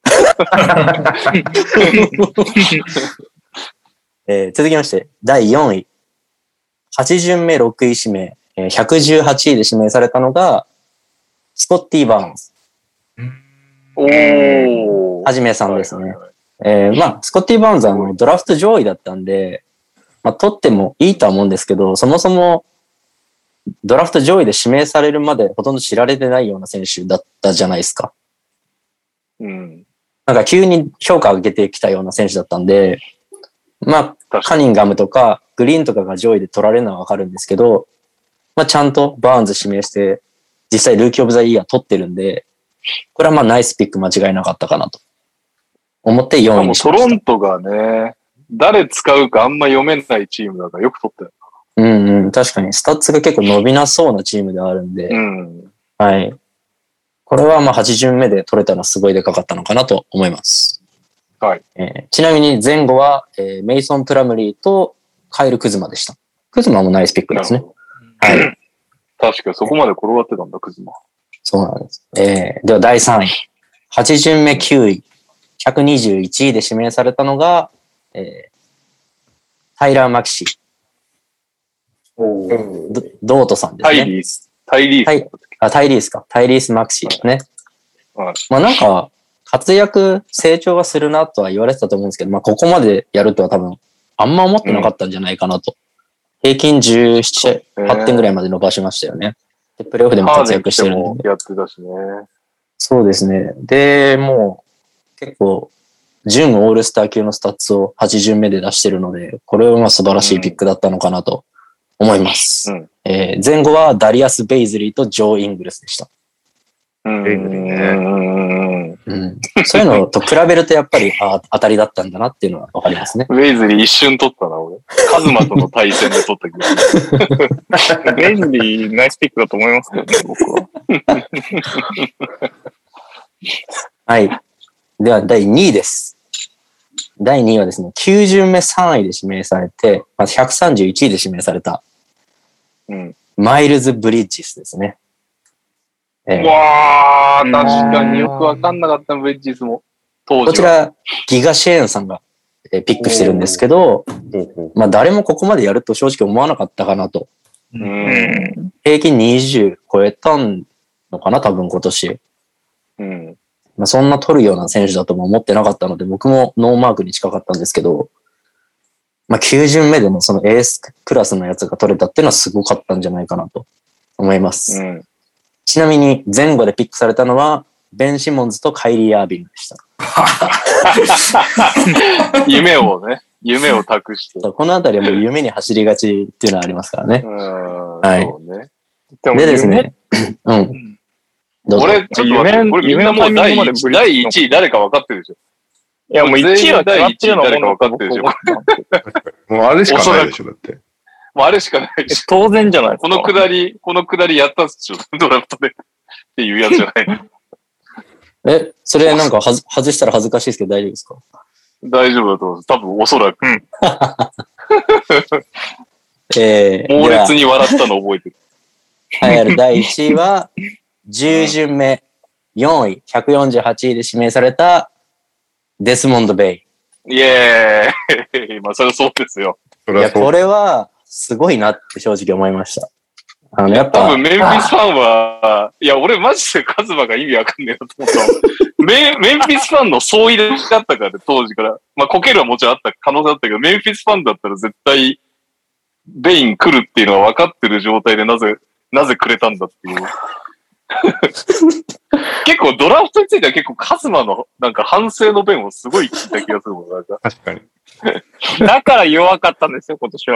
えー続きまして、だいよんい。はち巡目ろくい指名、えーひゃくじゅうはちいで指名されたのが、スコッティ・バーンズ。 おー。 はじめさんですね。 はいはいはい。 えーまあ、スコッティ・バーンズはあのドラフト上位だったんで、まあ、取ってもいいとは思うんですけど、そもそもドラフト上位で指名されるまでほとんど知られてないような選手だったじゃないですか。 うん。 なんか急に評価を上げてきたような選手だったんで、まあ、 確かに。 カニンガムとかグリーンとかが上位で取られるのはわかるんですけど、まあ、ちゃんとバーンズ指名して、実際ルーキーオブザイヤー取ってるんで、これはまあナイスピック間違いなかったかなと思ってよんいもうトにしました。 ロントがね、誰使うかあんま読めないチームだからよく取ったよ。 うんうん、確かにスタッツが結構伸びなそうなチームではあるんで、 うん。 はい。これはまあはち巡目で取れたのはすごいでかかったのかなと思います。 はい。 えーちなみに前後は、えーメイソン・プラムリーとカイル・クズマでした。クズマもナイスピックですね。 なるほはい。 ど。確かにそこまで転がってたんだ、クズマ。 そうなんです。えーではだいさんい。はち巡目きゅうい。ひゃくにじゅういちいで指名されたのが、えータイラー・マキシ。ドドートさんですタイね。 リース。タイリース。 はいあ、タイリースか。タイリース・マキシですね。 はい。 まあなんか、活躍、成長はするなとは言われてたと思うんですけど、まあここまでやるとは多分、あんま思ってなかったんじゃないかなと。平均じゅうなな、はちてんぐらいまで伸ばしましたよね。で、プレイオフでも活躍してるんで。 もやってたしね。 そうですね。で、もう、結構、準オールスター級のスタッツをはち巡目で出してるので、これはまあ素晴らしいピックだったのかなと思います。 うんえー前後はダリアス・ベイズリーとジョー・イングルスでした。 うん。 ベイズリーねね。 うん、そういうのと比べるとやっぱりあ当たりだったんだなっていうのはわかりますね。 ウェイズリー一瞬取ったな、俺。カズマとの対戦で取った気がする。 ベイズリーナイスピックだと思いますけどね、僕は。 はい。では、だいにいです。だいにいはですね、きゅう巡目さんいで指名されて、まずひゃくさんじゅういちいで指名された、 うん。 マイルズ・ブリッジスですね。えーわー、確かによくわかんなかった、ウェッジスも。当時は。 こちら、ギガ・シェーンさんがえーピックしてるんですけど、まあ誰もここまでやると正直思わなかったかなと。 うん。 平均にじゅう超えたのかな、多分今年。 うん。 まあ、そんな取るような選手だとも思ってなかったので、僕もノーマークに近かったんですけど、まあ、きゅう巡目でもそのエースクラスのやつが取れたっていうのはすごかったんじゃないかなと思います。 うん。 ちなみに前後でピックされたのは、ベン・シモンズとカイリー・アービングでした。 夢をね、夢を託して。 そうこのあたりはもう夢に走りがちっていうのはありますからねう。ん。 はいそうね。 でもでです夢ね、うん。どうぞ俺、ちょっと待って、 夢これみんなもう夢のタイミングまでブリッジだいいちい誰か分かってるでしょ。 いや、もういちいは決まってるのは誰か分かってるでしょ。 もうあれしかないでしょ、だって。 もうあれしかないでしょ。 当然じゃないですか。 このくだり、このくだりやったっしょ。ドラフトで。っていうやつじゃないの。 え、それなんかはず外したら恥ずかしいですけど大丈夫ですか？ 大丈夫だと思います。多分おそらく。 えー、 猛では烈に笑ったの覚えてる。 栄えあるだいいちいは、じゅう巡目よんい、ひゃくよんじゅうはちいで指名された、 デスモンド・ベイエーイ。まあ、それはそうですよ。 イ。いや、これは、すごいなって正直思いました。あの、やっ多ぱ。 分メンフィスファンは、いや、俺マジでカズマが意味わかんねえなと思ったメ。メンフィスファンの総入れだったからね、当時から。まあ、コケルはもちろんあった可能性あったけど、メンフィスファンだったら絶対、ベイン来るっていうのは分かってる状態でなぜ、なぜくれたんだっていう。結構ドラフトについては結構カズマのなんか反省の弁をすごい聞いた気がするもん。なんか確かに。 だから弱かったんですよ、今年は。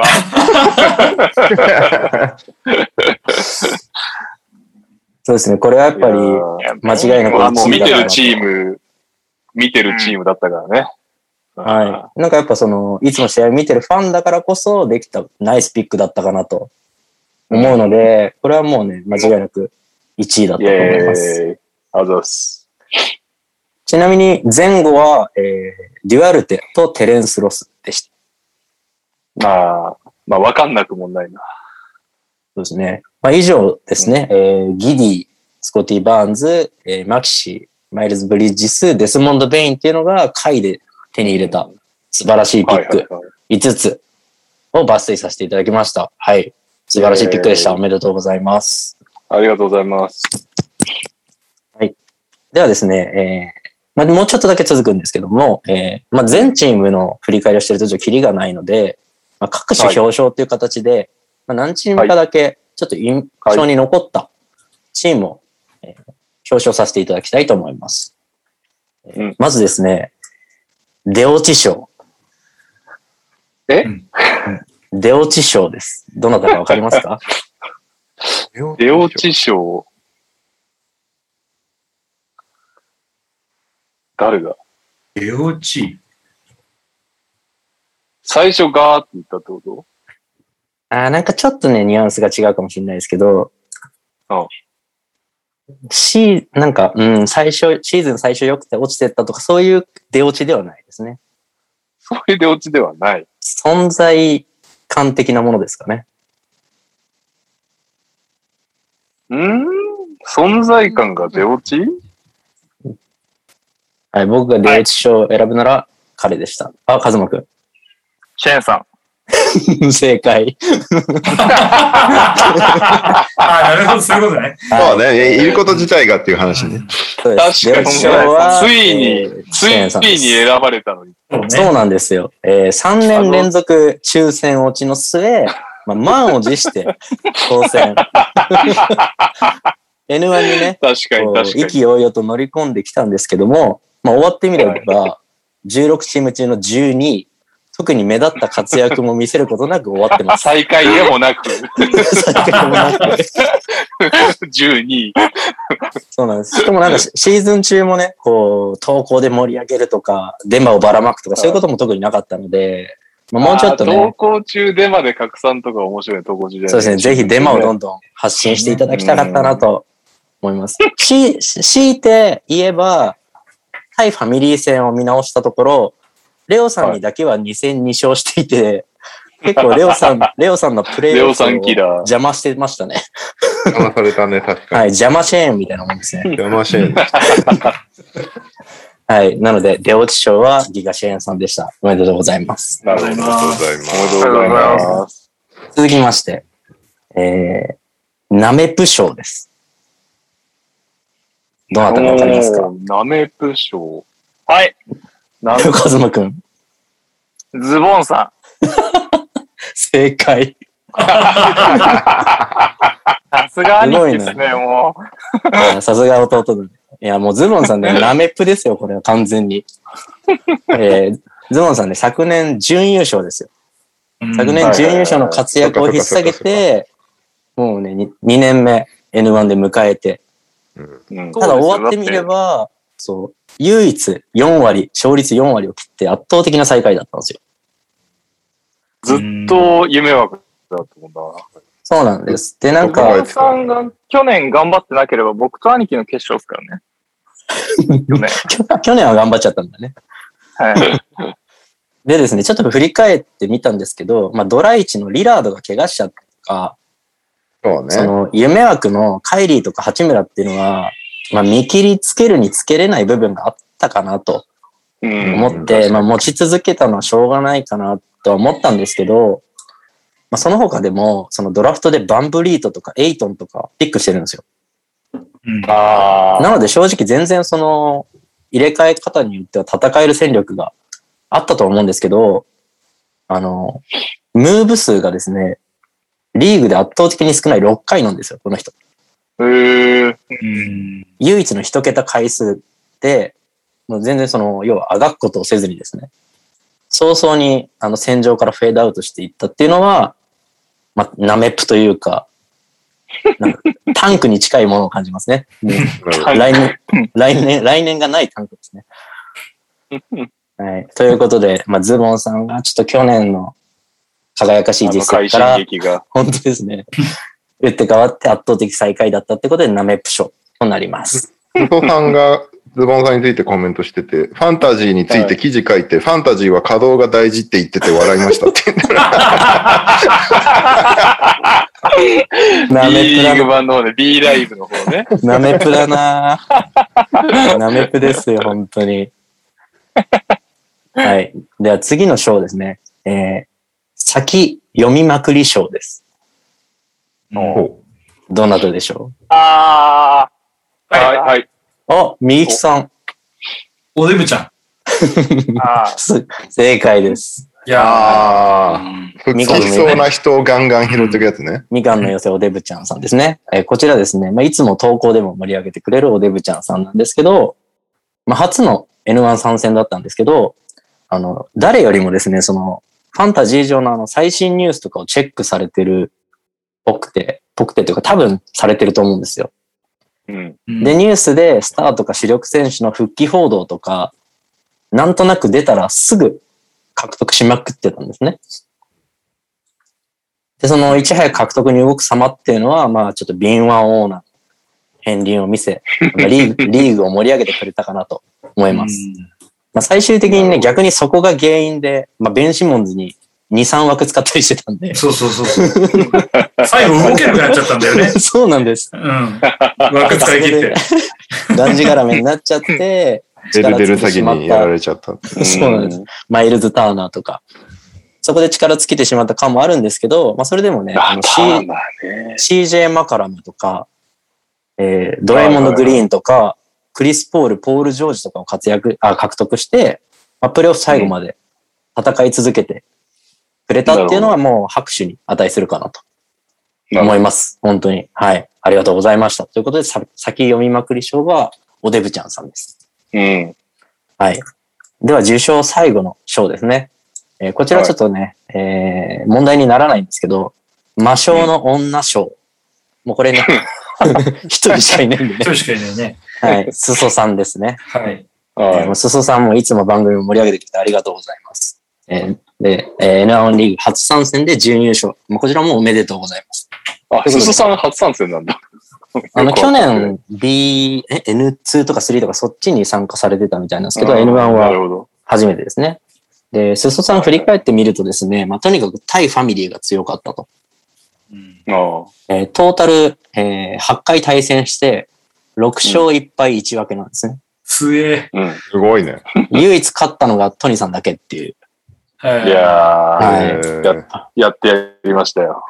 そうですね。これはやっぱり間違いなくまあもう見てるチーム、見てるチームだったからね。 はい。なんかやっぱその、いつも試合見てるファンだからこそできたナイスピックだったかなと思うので、これはもうね、間違いなくいちいだったと思います。 イェーイ。あざっす。 ちなみに前後は、えー、デュアルテとテレンス・ロスでした。 まあ、まあわかんなくもないな。 そうですね。まあ以上ですね。えー、ギディ、スコティ・バーンズ、えー、マキシー、マイルズ・ブリッジス、デスモンド・ベインっていうのが下位で手に入れた素晴らしいピックいつつを抜粋させていただきました。はい。素晴らしいピックでした。おめでとうございます。 ありがとうございます。 はい。ではですね、えーまあ、もうちょっとだけ続くんですけども、えーまあ、全チームの振り返りをしているとちょっとキリがないので、まあ、各種表彰という形で、はい、まあ、何チームかだけちょっと印象に残ったチームを、えー、表彰させていただきたいと思います。うん、まずですね、出落ち賞。 え、 うん、出落ち賞です。どなたかわかりますか？ 出落ち賞。誰だ？ 出落ち。 最初ガーって言ったってこと？ ああ、なんかちょっとね、ニュアンスが違うかもしれないですけど、 ああシー、なんか、うん、最初、シーズン最初良くて落ちてったとか、そういう出落ちではないですね。 そういう出落ちではない。 存在感的なものですかね。 うーん存在感が出落ち？ はい、僕が出落ち賞を選ぶなら彼でした。あ、カズマくん。 シェーンさん。 正解。 ああ、なるほど、そういうことね。 そうね、いること自体がっていう話ね。 そうです。 確かに、ついに、 えー、 ついに選ばれたのに。 そうなんですよ。えー、さんねん連続抽選落ちの末、まあ、満を持して当選。エヌワン にね、 確かに確かに。 意気揚々と乗り込んできたんですけども、まあ、終わってみれば、じゅうろくチーム中のじゅうにい、特に目立った活躍も見せることなく終わってます。 最下位でもなく。 最下位でもなく。 じゅうにい。 そうなんです。しかもなんかシーズン中もね、こう、投稿で盛り上げるとか、デマをばらまくとか、そういうことも特になかったので、まあ、もうちょっとね。 投稿中デマで拡散とか面白い投稿中じゃないですか。 そうですね。ぜひデマをどんどん発信していただきたかったなと思います。し、強いて言えば、対ファミリー戦を見直したところ、レオさんにだけはに戦に勝していて、はい、結構レオさん、レオさんのプレイを邪魔してましたね。 邪魔されたね、確かに。 はい、邪魔シェーンみたいなもんですね。 邪魔シェーン。 はい、なので、出落ち賞はギガシェーンさんでした。おめでとうございます。 ありがとうございます。おめでとうございます。 続きまして、えー、ナメプ賞です。どなたかわかりますか？ ナメプ賞。 はい。 カズマくん。 ズボンさん。 正解。 さすが兄貴ですね、もう。さすが弟だね。いや、もうズボンさんね、ナメップですよ、これは完全に。えー、ズボンさんね、昨年準優勝ですよ。昨年準優勝の活躍を引っ提げて、もうね、にねんめ エヌワン で迎えて。 うん、 ただ終わってみれば、そう、唯一よん割、勝率よん割を切って圧倒的な最下位だったんですよ。 ずっと夢はだと思うんだな。 そうなんです。で、なんか。 ズボンさんが去年頑張ってなければ僕と兄貴の決勝ですからね。去年。 去年は頑張っちゃったんだね。 はい。 でですね、ちょっと振り返ってみたんですけど、まあ、ドライチのリラードが怪我しちゃったとか、 そうね。 その、夢枠のカイリーとか八村っていうのは、まあ、見切りつけるにつけれない部分があったかなと思って、まあ持ち続けたのはしょうがないかなとは思ったんですけど、まあその他でも、そのドラフトでバンブリートとかエイトンとかピックしてるんですよ。 うんあなので正直全然その入れ替え方によっては戦える戦力があったと思うんですけど、あの、ムーブ数がですね、リーグで圧倒的に少ないろっかいなんですよ、この人。 あ。へえ。 うん唯一の一桁回数で、もう全然その、要はあがくことをせずにですね、早々にあの戦場からフェードアウトしていったっていうのは、まあ、ナメプというか、なんかタンクに近いものを感じますね。もう来年、来年、来年がないタンクですね。はい。ということで、まあ、ズボンさんがちょっと去年の輝かしいあの実快進績から、 撃が。 本当ですね。打って変わって圧倒的最下位だったってことで、ナメップ賞となります。 ズボンさんがズボンさんについてコメントしてて、ファンタジーについて記事書いて、ファンタジーは稼働が大事って言ってて笑いましたって言ってる。 ナ B メプリーグだな。 版の方で B ライブの方ね。 ナメプだな。ナメプですよ、本当に。はい。では次の賞ですね。えー、先読みまくり賞です。 ほどなたでしょああ。 はい、はい。 うあ、みゆきさん。 おデブちゃん。 ああ。 す正解です。 いやーあうんう。好きそうな人をガンガン拾っていくやつね。 みかんの寄せおデブちゃんさんですね。えーこちらですね、まあ、いつも投稿でも盛り上げてくれるおデブちゃんさんなんですけど、まあ、初の エヌワン 参戦だったんですけど、あの、誰よりもですね、その、ファンタジー上のあの最新ニュースとかをチェックされてるっぽくて、ぽくてというか多分されてると思うんですよ。 うん。 うんで、ニュースでスターとか主力選手の復帰報道とか、なんとなく出たらすぐ獲得しまくってたんですね。で、そのいち早く獲得に動く様っていうのは、まあちょっと敏腕オーナー、片鱗を見せ、まあリーグ、リーグを盛り上げてくれたかなと思います。まあ最終的にね、逆にそこが原因で、まあベンシモンズにに、さん枠使ったりしてたんで。 そうそうそうそう。最後動けなくなっちゃったんだよね。 そうなんです。 うん。枠使い切って。 がんじがらめになっちゃって、 デルデル詐欺力尽きてしまっにやられちゃった。 た。そうなんです。マイルズ・ターナーとか。そこで力尽きてしまった感もあるんですけど、まあそれでもね、あのあ、タ C ーナーね。 シージェー マカラムとか、えー、ドラえもんのグリーンとか、クリス・ポール、ポール・ジョージとかを活躍、あ、獲得して、まあ、プレーオフ最後まで戦い続けてくれたっていうのはもう拍手に値するかなと思います。本当に。はい。ありがとうございました。ということで、さ先読みまくり賞は、おデブちゃんさんです。 うん。 はい。では、受賞最後の賞ですね。えーこちらちょっとね、えー問題にならないんですけど、魔性の女賞。もうこれね、一人しかいないんでね。 一人しかいないね。 はい。すそさんですね。 はい。 えーもうすそさんもいつも番組を盛り上げてきてありがとうございます。えーで、えー、エヌワン リーグ初参戦で準優勝。もうこちらもおめでとうございます。 あ、すすさん初参戦なんだ。 あの、去年 B、え、エヌツー とかスリーとかそっちに参加されてたみたいなんですけど、エヌワン はなるほど。 初めてですね。で、すそさん振り返ってみるとですね、まあ、とにかく対ファミリーが強かったと。 うんあえートータル、えーはちかい対戦して、ろく勝いっ敗いち分けなんですね。 すえ。 あ。うん。 すごいね。 唯一勝ったのがトニーさんだけっていう。 はいいやはいえーややってやりましたよ。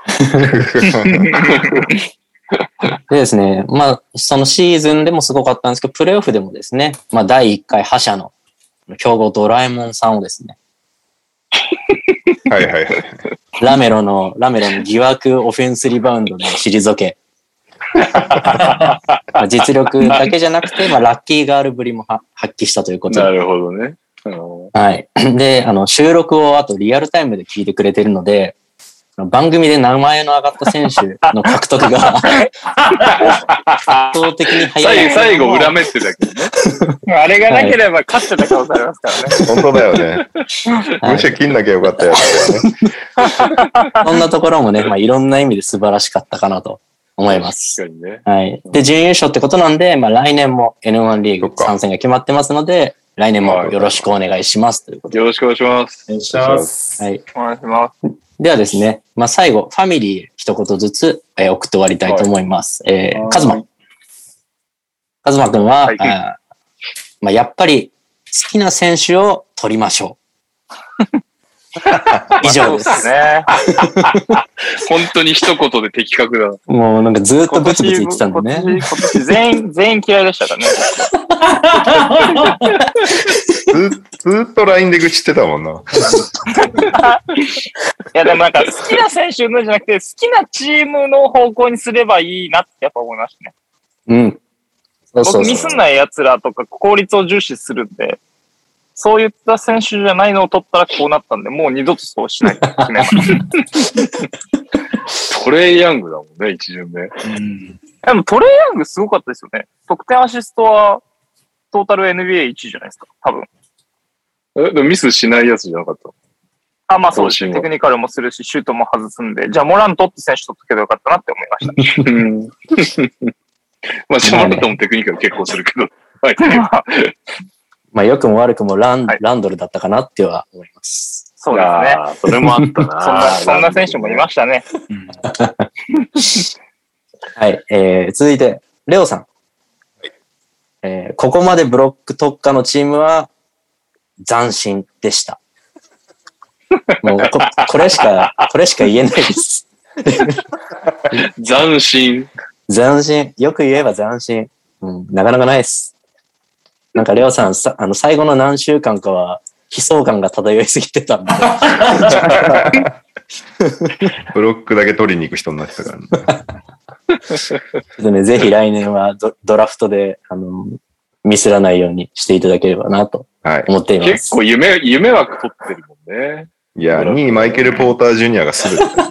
でですね、まあ、そのシーズンでもすごかったんですけど、プレイオフでもですね、まあ、だいいっかい覇者の強豪ドラえもんさんをですね、 はいはいはい。 ラメロの、ラメロの疑惑オフェンスリバウンドで退け、まあ実力だけじゃなくて、まあ、ラッキーガールぶりもは発揮したということで、 なるほどね。うんはい。で、あの、収録をあとリアルタイムで聞いてくれてるので、番組で名前の上がった選手の獲得が圧倒的に早い。 最後、最後、裏目ってだけどね。 あれがなければ勝ってた可能性ありますからね。 本当だよね。 はいむしろ切んなきゃよかったやつだよね。 そんなところもね、まあ、いろんな意味で素晴らしかったかなと思います。 確かにね。 はい。で、準優勝ってことなんで、まあ、来年も エヌワン リーグ参戦が決まってますので、来年もよろしくお願いしますということで。 よろしくお願いします。 お願いします。 はい。 お願いします。 ではですね、まあ、最後、ファミリー一言ずつ、えー送って終わりたいと思います。えー、カズマ。カズマくんは、 はいあーまあ、やっぱりきな選手を取りましょう。以上です。 そうね。 本当に一言で的確だな。 もうなんかずっとブツブツ言ってたんでね。 今年、今年全員、全員嫌いでしたからね。 ずずっと ライン で愚痴ってたもんな。 いやでもなんか好きな選手のじゃなくて、好きなチームの方向にすればいいなってやっぱ思いましたね。 うん。そうそうそう僕ミスんない奴らとか効率を重視するんで、そういった選手じゃないのを取ったらこうなったんで、もう二度とそうしないって決めました。 トレイヤングだもんね、一巡目。 うん。 でもトレイヤングすごかったですよね。得点アシストはトータル エヌビーエーいちいじゃないですか、多分。 え、でもミスしないやつじゃなかった。 あ、まあそうです。 更新はテクニカルもするし、シュートも外すんで、じゃあモラントって選手取っとけばよかったなって思いました。 うんまあ、シャマルトもテクニカル結構するけど。はい。 まあ良くも悪くもラン、 はいランドルだったかなっては思います。 そうですね。 あーそれもあったな。 そんな、そんな選手もいましたね。 うんはい。えー、続いて、レオさん。えー、ここまでブロック特化のチームは斬新でした。もうこ、これしか、これしか言えないです。 斬新。 斬新。よく言えば斬新。うん、なかなかないです。なんかレオさん、さあの、最後の何週間かは、悲壮感が漂いすぎてたんで。 ブロックだけ取りに行く人になってたからね。 ちょっとね、ぜひ来年はドドラフトで、あの、ミスらないようにしていただければなとはい。 思っています。 結構夢、夢枠取ってるもんね。 いや、にいマイケル・ポーター・ジュニアがすべてだよ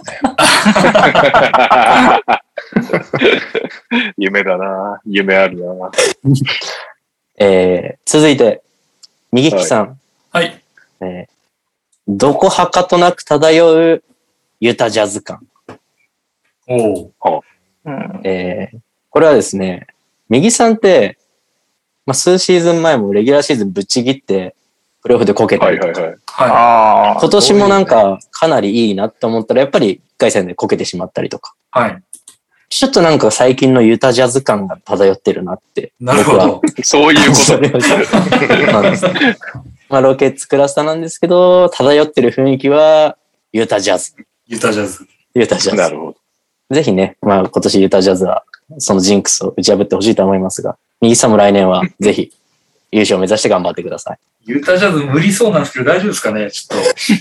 ね。 夢だな。夢あるな。 えー、続いて、右利きさん。 はい。 えーどこはかとなく漂うユタジャズ感。 おう。 うん。 えーこれはですね、右さんって、まあ、数シーズン前もレギュラーシーズンぶっちぎって、プレイオフでこけたりとか、 はいはいはい。 はああ。 今年もなんかかなりいいなって思ったら、やっぱりいっかい戦でこけてしまったりとか、 い。はい。 ちょっとなんか最近のユタジャズ感が漂ってるなって。 なるほど。 そういうこと。 それをそうなんですねまあ、ロケッツクラスターなんですけど、漂ってる雰囲気は、ユタジャズ。 ユタジャズ。 ユタジャズ。 なるほど。 ぜひね、まあ今年ユタジャズは、そのジンクスを打ち破ってほしいと思いますが、右さんも来年はぜひ優勝を目指して頑張ってください。 ユタジャズ無理そうなんですけど大丈夫ですかねちょっ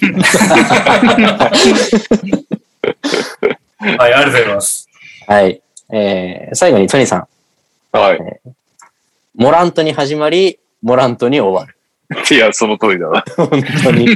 と。はい、ありがとうございます。 はい。えー、最後にトニーさん。 はい。 モラントに始まり、モラントに終わる。 いや、その通りだな。 本当に。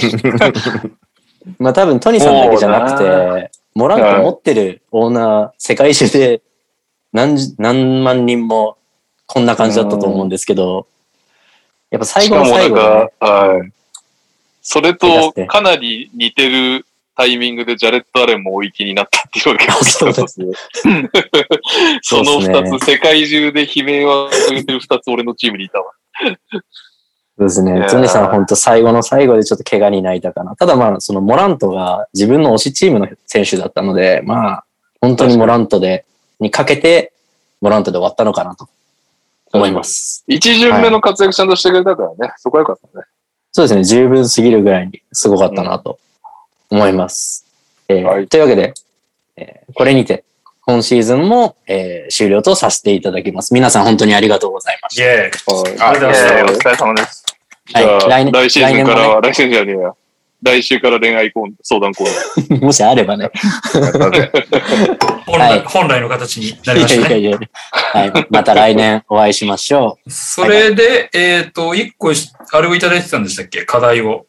まあ多分トニーさんだけじゃなくそうて、モラント持ってるオーナー、世界中で何十、何万人もこんな感じだったと思うんですけど、やっぱ最後の最後で、ね、 しかもなんか、はい。それとかなり似てるタイミングでジャレット・アレンも追い気になったっていうのが結構そうですね。 そのそうですね二つ、世界中で悲鳴を上げてる二つ俺のチームにいたわ。 そうですね。 いやートニーさん本当最後の最後でちょっと怪我に泣いたかな。ただまあ、そのモラントが自分の推しチームの選手だったので、まあ、本当にモラントで、にかけて、モラントで終わったのかなと思います。 一巡目の活躍ちゃんとしてくれたからね。そこはよかったね。 そうですね。十分すぎるぐらいにすごかったなと思います。えーはいというわけで、えーこれにて、今シーズンも、えー終了とさせていただきます。皆さん本当にありがとうございましイェーイ。 はいありがとうございますえーお疲れ様です。 た。 じゃあはい。来年、 来シーズンから来年は、来シーズンじゃねえや。来週から恋愛コーン相談コーナー。 もね、もしあればね。 本来、本来の形になりましたね。 いやいやいやはい。また来年お会いしましょう。 それで、えっと、一個し、あれをいただいてたんでしたっけ課題を。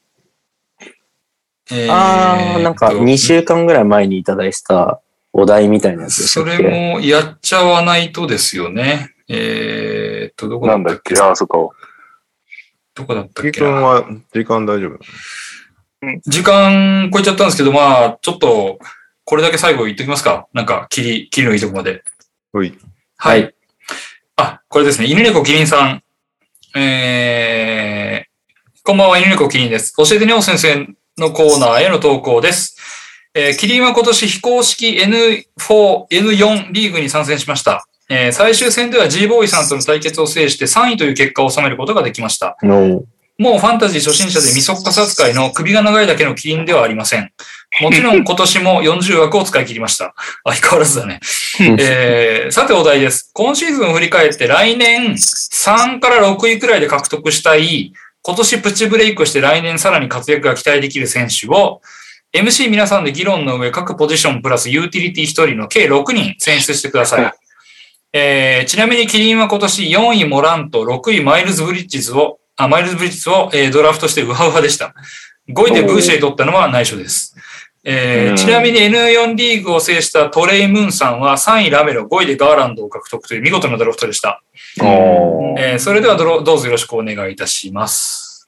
えーあー、なんかにしゅうかんぐらい前にいただいてたお題みたいなやつでしたそっけ。 れもやっちゃわないとですよね。えーっと、どこだなんだっったっけけああ、そっか。 どこだったっキけな君は時間大丈夫？ 時間超えちゃったんですけど、まあ、ちょっと、これだけ最後言っときますか。なんか、切り、切りのいいとこまで。 はい。 はい。 はいあ、これですね。犬猫キリンさん。えー、こんばんは、犬猫キリンです。教えてねお先生のコーナーへの投稿です。えー、キリンは今年非公式 エヌフォー、エヌフォー リーグに参戦しました。 えー最終戦では G ボーイさんとの対決を制してさんいという結果を収めることができました。 のもうファンタジー初心者で未速化扱いの首が長いだけのキリンではありません。もちろん今年もよんじゅうわくを使い切りました。相変わらずだね。えー、さてお題です。今シーズンを振り返って来年さんからろくいくらいで獲得したい、今年プチブレイクして来年さらに活躍が期待できる選手を エムシー 皆さんで議論の上各ポジションプラスユーティリティひとりの計ろくにん選出してください。えー、ちなみにキリンは今年よんいモラント、ろくいマイルズ・ブリッジズをあ、マイルズ・ブリッジズを、えー、ドラフトしてウハウハでした。ごいでブーシェイ取ったのは内緒です。えー、ちなみに エヌよん リーグを制したトレイ・ムーンさんはさんいラメロ、ごいでガーランドを獲得という見事なドラフトでした。えー、それではどろどうぞよろしくお願いいたします。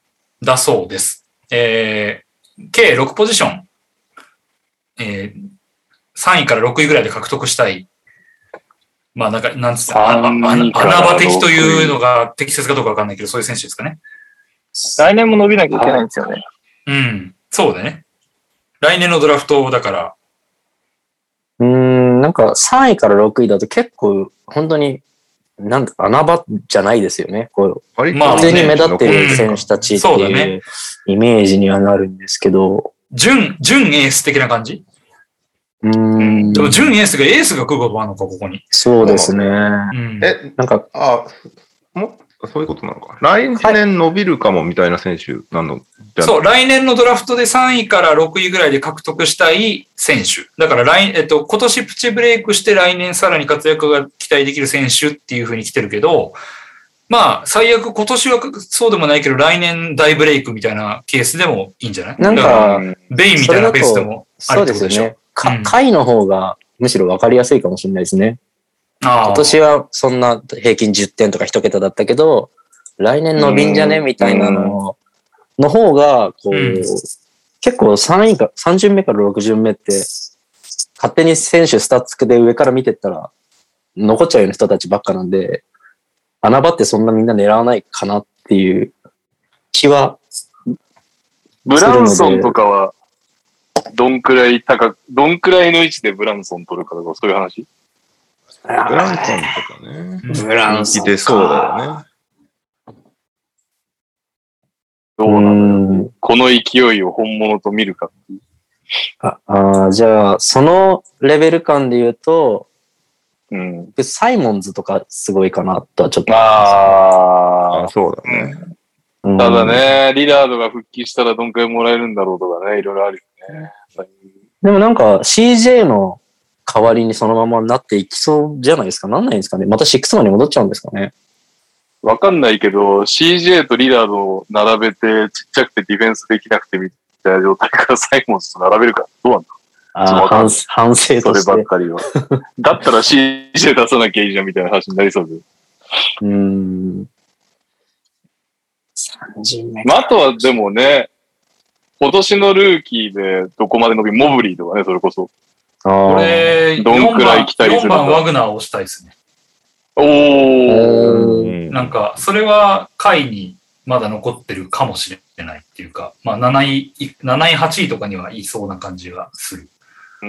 だそうです。えー、計ろくポジション、えー、さんいからろくいぐらいで獲得したい。まあなんか、なんつったら、穴場的というのが適切かどうかわかんないけど、そういう選手ですかね。 来年も伸びなきゃいけないんですよね。 うん。そうだね。来年のドラフトだから。 うーん、なんかさんいからろくいだと結構、本当に、なんだ、穴場じゃないですよね。こう、 まあ普通に目立ってる選手たちっていうイメージにはなるんですけど。 準、準エース的な感じ？ うーん。 でも準エースがエースが来ることもあるのか、ここに。 そうですね。 うん、 え、 なんか、 あ、もそういうことなのか。来年伸びるかもみたいな選手なの、じゃそう、来年のドラフトでさんいからろくいぐらいで獲得したい選手。だから来、えっと、今年プチブレイクして来年さらに活躍が期待できる選手っていう風に来てるけど、まあ、最悪今年はそうでもないけど、来年大ブレイクみたいなケースでもいいんじゃない？ なんか、 ベインみたいなペースでもあるってことでしょ。そうですよね。 か、回の方がむしろ分かりやすいかもしれないですね。今年はそんな平均じゅってんとか一桁だったけど、来年伸びんじゃねみたいなのの方が、こう、うん、結構さんいか、さん巡目からろく巡目って、勝手に選手スタッツで上から見てったら、残っちゃうような人たちばっかなんで、穴場ってそんなみんな狙わないかなっていう気は。 ブランソンとかは、どんくらい高く、どんくらいの位置でブランソン取るかとか、そういう話？ ブランソンとかね。 ブランソン。 出そうだよね。 どうなんだろう。この勢いを本物と見るかっていう。 ああ、じゃあ、そのレベル感で言うと、 うん、 サイモンズとかすごいかなとはちょっと。 ああ、そうだね。 うん、ただね、リラードが復帰したらどんくらいもらえるんだろうとかね、いろいろあるよね。 でもなんか シージェー の代わりにそのままなっていきそうじゃないですか。なんないんですかね。またシックスマンに戻っちゃうんですかね。 わかんないけど、シージェー とリラードを並べてちっちゃくてディフェンスできなくてみたいな状態からサイモンズと並べるかどうなんだろう。 ああ、反、反省として。 そればっかりは。だったら シージェー 出さなきゃいいじゃんみたいな話になりそうで。 うーん。さん巡目。 まあ、あとはでもね、今年のルーキーでどこまで伸びる、モブリーとかね、それこそ。 これ、 どんくらい期待するか。 よんばんワグナーを押したいですね。 おー。 なんか、それは下位にまだ残ってるかもしれないっていうか、まあなない、なない、はちいとかにはいそうな感じがする。 うん、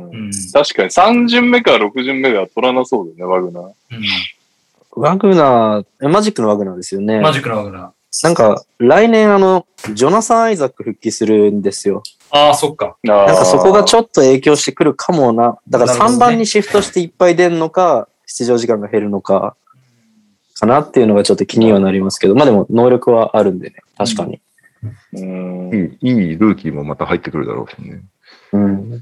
うん。確かにさん巡目からろく巡目では取らなそうだよね、ワグナー。 うん、ワグナー、マジックのワグナーですよね。 マジックのワグナー。 なんか、来年あの、ジョナサン・アイザック復帰するんですよ。 ああ、そっか。 なんかそこがちょっと影響してくるかもな。だからさんばんにシフトしていっぱい出るのか、出場時間が減るのか、かなっていうのがちょっと気にはなりますけど、まあでも能力はあるんでね、確かに。 うん、 いい、いいルーキーもまた入ってくるだろうしね。 うん。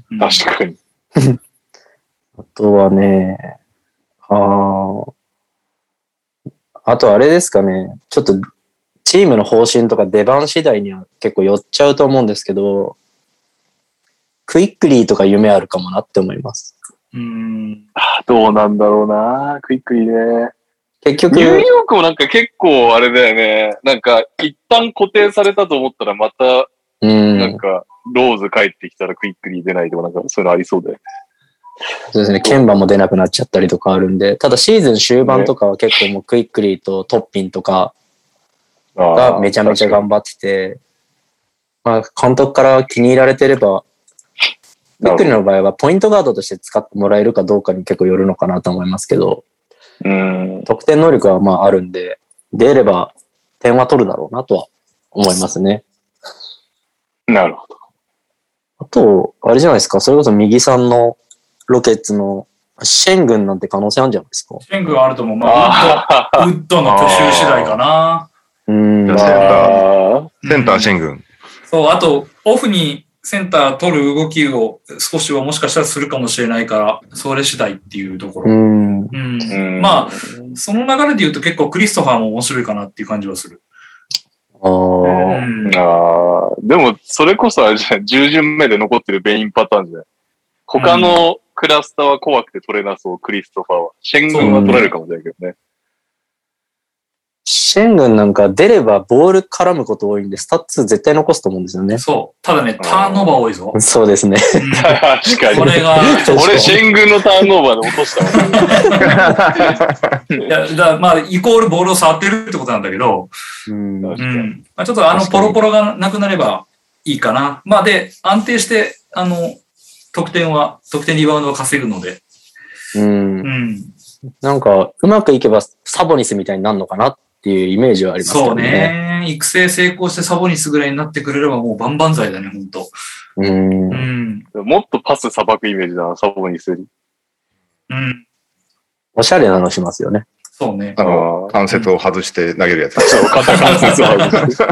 確かに。 あとはね、ああ、あとあれですかね、ちょっとチームの方針とか出番次第には結構寄っちゃうと思うんですけど、クイックリーとか夢あるかもなって思います。 うーん。 どうなんだろうな、クイックリーね。 結局。 ニューヨークもなんか結構あれだよね。なんか一旦固定されたと思ったらまた、なんかローズ帰ってきたらクイックリー出ないとかなんかそういうのありそうだよね。 そうですね。ケンバも出なくなっちゃったりとかあるんで、ただシーズン終盤とかは結構もうクイックリーとトッピンとかがめちゃめちゃ頑張ってて、まあ監督から気に入られてれば、クイックリーの場合はポイントガードとして使ってもらえるかどうかに結構よるのかなと思いますけど、 うん。 得点能力はまああるんで、出れば点は取るだろうなとは思いますね。 なるほど。 あと、あれじゃないですか、それこそ右さんのロケッツのシェン軍なんて可能性あるんじゃないですか。 シェン軍あると思う。まあ、ウッド、ウッドの去就次第かな。 うん。 センター、センターシェン軍。 そう、あと、オフにセンター取る動きを少しはもしかしたらするかもしれないから、それ次第っていうところ。 うん。 うん、まあ、その流れで言うと結構クリストファーも面白いかなっていう感じはする。 あ、うん、 あ。でも、それこそあれじゃない、じゅう巡目で残ってるベインパターンじゃない。他のクラスターは怖くて取れなそう、クリストファーは。シェン軍は取れるかもしれないけどね。 シェン軍なんか出ればボール絡むこと多いんで、スタッツ絶対残すと思うんですよね。 そう。ただね、ターンオーバー多いぞ。 そうですね。 うん、 確かに。 これが、 俺、シェン軍のターンオーバーで落としたもん。いや、だまあ、イコールボールを触ってるってことなんだけど、 うん。 うん。まあ、ちょっとあの、ポロポロがなくなればいいかな。まあ、で、安定して、あの、得点は、得点リバウンドは稼ぐので。 うん。 うん。 なんか、うまくいけばサボニスみたいになるのかなっていうイメージはありますけどね。 そうね。育成成功してサボニスぐらいになってくれればもう万々歳だね、ほんと。 うん。うん。 もっとパスさばくイメージだな、サボニスより。 うん。 おしゃれなのしますよね。 そうね。 あの、関節を外して投げるやつ。 そう、肩関節を外して。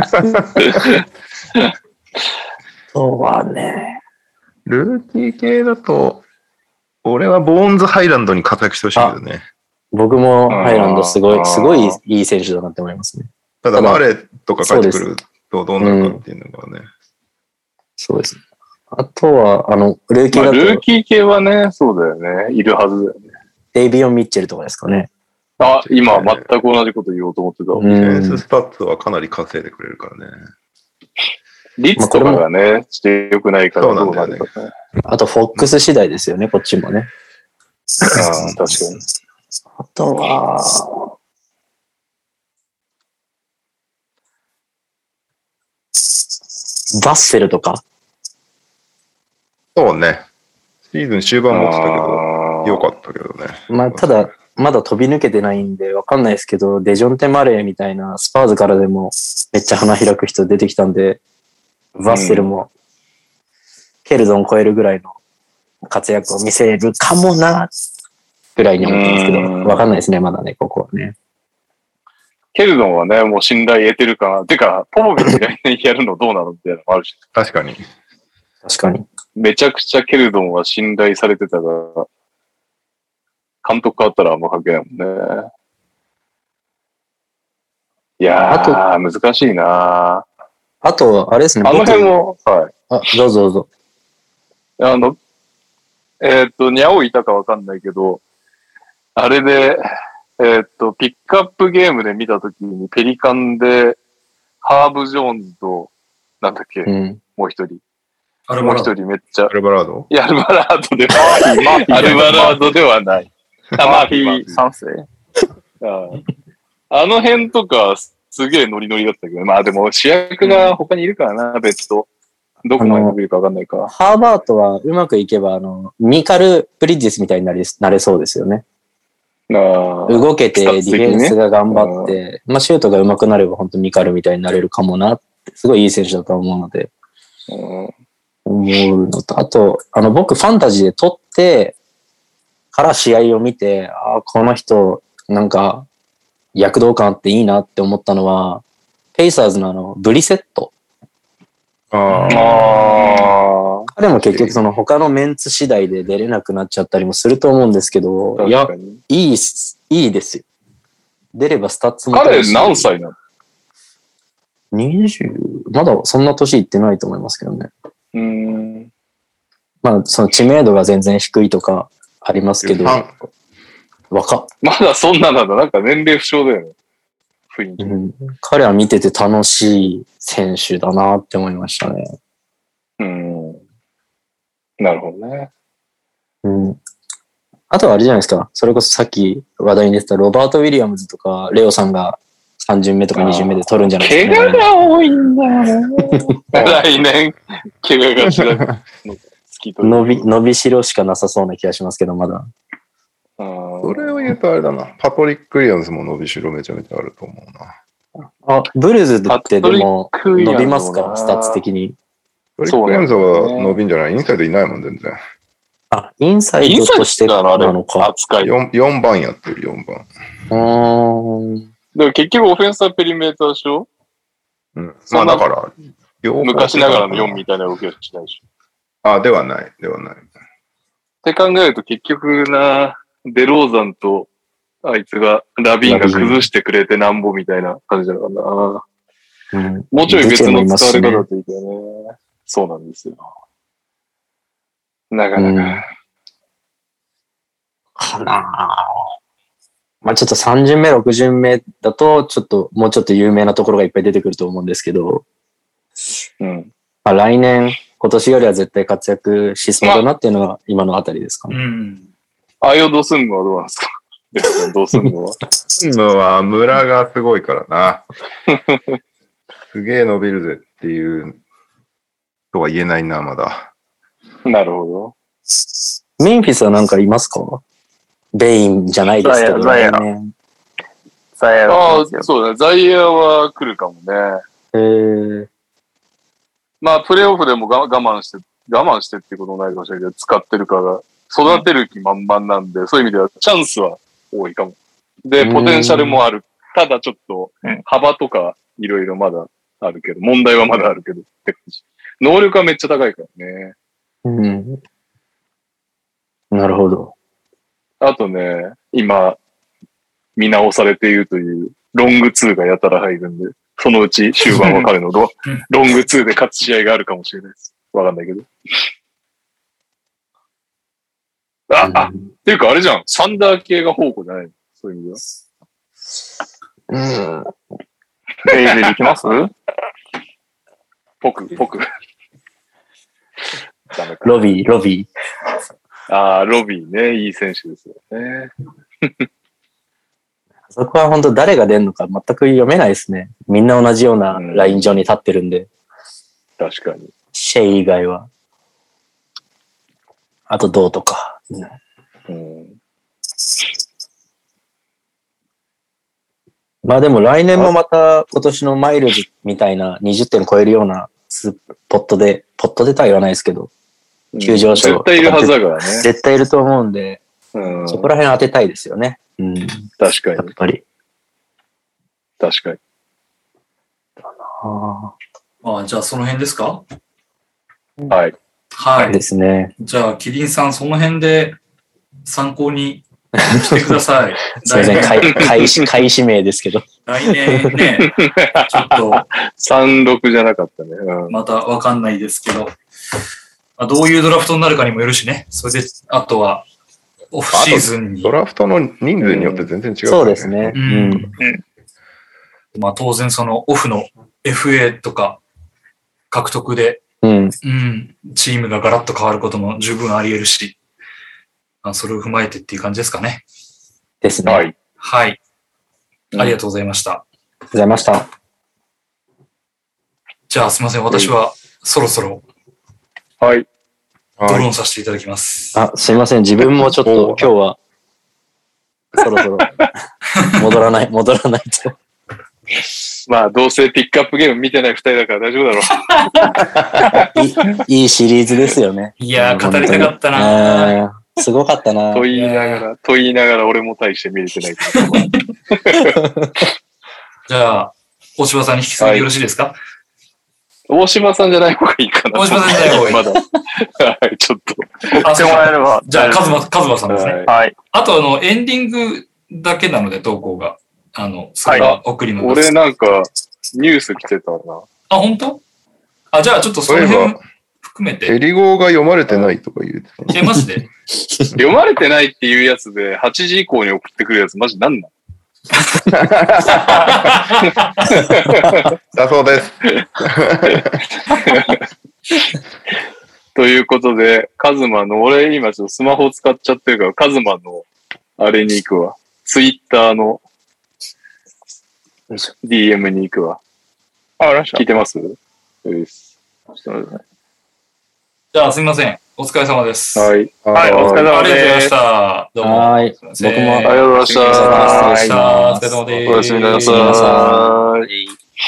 そうはね。 ルーキー系だと、俺はボーンズハイランドに活躍してほしいけどね。 僕もハイランドすごい、すごいいい選手だなって思いますね。 ただ、マレーとか帰ってくるとどうなるかっていうのがね。 そうですね。あとは、あの、ルーキーだと、 まあ、ルーキー系はね、そうだよね。いるはずだよね。 デイビオン・ミッチェルとかですかね。 あ、今全く同じこと言おうと思ってた。 ディフェンススタッツはかなり稼いでくれるからね。 率とかがね、して良くないからどうなるかね。 あと、フォックス次第ですよね、こっちもね。 ああ、確かに。 あとは、バッセルとか。 そうね。シーズン終盤持ってたけど、良かったけどね。 まあ、ただ、まだ飛び抜けてないんで、わかんないですけど、デジョンテ・マレーみたいな、スパーズからでもめっちゃ花開く人出てきたんで、バッセルも、ケルドン超えるぐらいの活躍を見せるかもな、ぐらいに思ってますけど、わかんないですね、まだね、ここはね。 ケルドンはね、もう信頼得てるかな。てか、ポポビッチ来年やるのどうなのみたいなのもあるし。 確かに。 確かに。 めちゃくちゃケルドンは信頼されてたから、監督変わったらあんま書けないもんね。いやー、難しいなあと、あれですね。 あの辺も、はい。 あ、どうぞどうぞ。 あの、えー、っと、ニャオいたかわかんないけど、あれで、えー、っと、ピックアップゲームで見たときに、ペリカンで、ハーブ・ジョーンズと、なんだっけ、うん、もう一人。もう一人めっちゃ。 アルバラードいや、アルバラードでは、アルバラードではない。 マーフィー三世。 あの辺とか、すげえノリノリだったけど、まあでも主役が他にいるからな、別途。どこまで伸びるかわかんないか。 ハーバートはうまくいけば、あの、ミカル・ブリッジスみたいになりなれそうですよね。 あ動けて、ディフェンスが頑張って、ね、まあシュートが上手くなれば本当ミカルみたいになれるかもなって、すごいいい選手だと思うので。 うん思うのと、あと、あの、僕ファンタジーで撮ってから試合を見て、ああ、この人、なんか、躍動感あっていいなって思ったのは、ペイサーズのあの、ブリセット。 ああ。彼も結局その他のメンツ次第で出れなくなっちゃったりもすると思うんですけど、いや、いい、いいですよ。出ればスタッツも。 彼何歳なの ? にじゅう、まだそんな年いってないと思いますけどね。 うーんまあ、その知名度が全然低いとかありますけど、若っ。 まだそんななんだ。なんか年齢不詳だよね。雰囲気、 うん。彼は見てて楽しい選手だなって思いましたね。 うん。なるほどね。 うん。あとはあれじゃないですか。それこそさっき話題に出てたロバート・ウィリアムズとか、レオさんがさん巡目とかに巡目で取るんじゃないですか、ね。 怪我が多いんだよね。来年、怪我がちら好きと伸び、伸びしろしかなさそうな気がしますけど、まだ。 ウそれを言うとあれだな。パトリック・ウィリアムズも伸びしろめちゃめちゃあると思うな。 あ、ブルーズってでもパトリックウィリアムズもな伸びますかスタッツ的に。 パトリック・ウィリアムズは伸びんじゃない？インサイドいないもん、全然。 あ、インサイドとしてなのか。 扱い。 よん, よんばんやってる、よんばん。 うーん。 でも結局オフェンスはペリメーターでしょ？ うん。まあだから、 昔ながらのよんみたいな動きはしないし。 あ、ではない、ではない。 って考えると結局な、デローザンとあいつがラビーンが崩してくれてなんぼみたいな感じだからな。 うん、 もうちょい別の使われ方だといいけどね。そうなんですよ。なかなか。 うんかなぁ。まあちょっとさん巡目、ろく巡目だと、ちょっと、もうちょっと有名なところがいっぱい出てくると思うんですけど、 うん。 まあ来年、今年よりは絶対活躍しそうだなっていうのが今のあたりですかね。 うん。 アヨドスンムはどうなんですか？ドスンムは。 スンムは村がすごいからな。すげえ伸びるぜっていうとは言えないな、まだ。 なるほど。 メンフィスはなんかいますか？ベインじゃないですけど、 ザイア来年。 ザイアああ、そうだね。ザイアは来るかもね。 えー、 まあ、プレイオフでも我我慢して、我慢してっていうこともないかもしれないけど、使ってるから、育てる気満々なんで、そういう意味ではチャンスは多いかも。で、ポテンシャルもある。ただちょっと、幅とかいろいろまだあるけど、問題はまだあるけどって感じ。能力はめっちゃ高いからね。 うん。なるほど。 あとね、今、見直されているという、ロングツーがやたら入るんで、そのうち終盤は彼のロロングツーで勝つ試合があるかもしれないです。わかんないけど。あ、 うん、 あ、っていうかあれじゃん。サンダー系が宝庫じゃないの？そういう意味では。 うん。 ベイズリー来ます？ ポク、ポク。ダメか。 ロビー、ロビー。 ああ、ロビーね。いい選手ですよね。 そこは本当誰が出るのか全く読めないですね。みんな同じようなライン上に立ってるんで。 確かに。 シェイ以外は。あとドーとか。 うん、 まあでも来年もまた今年のマイルズみたいなにじゅってん超えるようなスポットで、ポットでとは言わないですけど、急上昇、 うん。絶対いるはずだからね。 絶対いると思うんで、 うん、 そこら辺当てたいですよね。うん、 確かに。 やっぱり。 確かに。 あまあ、じゃあその辺ですか？ はい。 はい。 ですね。 じゃあ、キリンさん、その辺で参考にしてください。 すいません、開開始、開始名ですけど。 来年ね、ちょっと。 さんろくじゃなかったね。うん、 またわかんないですけど、まあ、どういうドラフトになるかにもよるしね。それで、あとは、オフシーズンに。 ドラフトの人数によって全然違うから、ね、 そうですね。 うん。うん、まあ当然そのオフの エフエー とか獲得で、 うん。うん、 チームがガラッと変わることも十分あり得るし、まあ、それを踏まえてっていう感じですかね。 ですね。 はい。 はい。ありがとうございました。 ありがとうございました。 じゃあすみません。私はそろそろ、 はい。 ドローンさせていただきます。 あ、すいません。自分もちょっと今日は、そろそろ、戻らない、戻らないと。 まあ、どうせピックアップゲーム見てない二人だから大丈夫だろういい。いいシリーズですよね。 いやー、語りたかったなー。すごかったなと言いながら、と言いながら俺も大して見れてない。 じゃあ、大柴さんに引き続きよろしいですか？はい、 大島さんじゃない方がいいかな。 大島さんじゃない方がいい。 まだ。はい、ちょっと。 あ、してもらえれば。じゃあ、カズマ、カズマさんですね。 はい。 あと、あの、エンディングだけなので、投稿が。あの、それは送ります。 俺なんか、ニュース来てたな。 あ、本当？あ、じゃあ、ちょっとその辺含めて。 エリゴーが読まれてないとか言うて、 ね。え、マジで読まれてないっていうやつで、はちじ以降に送ってくるやつ、マジなんなんだそうです。 ということで、カズマの、俺今ちょっとスマホ使っちゃってるから、カズマのあれに行くわ。ツイッターの ディーエム に行くわ。 あ、ありました。 聞いてます？ じゃあすみません。 お疲れ様です。 はい。 はい、お疲れ様です。 ありがとうございました。どうも。 はい。僕も。ありがとうございました。 お疲れ様です。 おやすみなさい。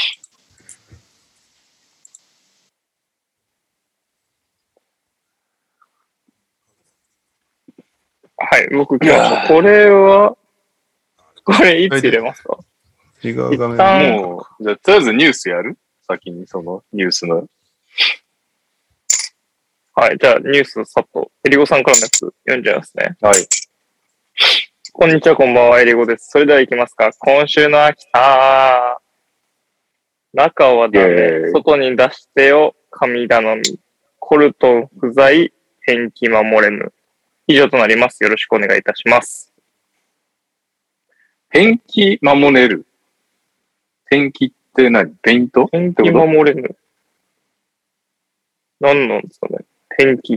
はい、僕来ました。これは、これいつ入れますか？ 違う画面。もう、じゃあ、とりあえずニュースやる？先にそのニュースの。 はい、じゃあニュースさっと、エリゴさんからのやつ読んじゃいますね。 はい。 こんにちは、こんばんは、エリゴです。それでは行きますか。今週の秋田。中はダメ、外に出してよ、神頼み。コルトン不在、天気守れぬ。以上となります。よろしくお願いいたします。 天気守れる。天気って何？ペイント？ 天気守れぬ。何なんですかね。天気。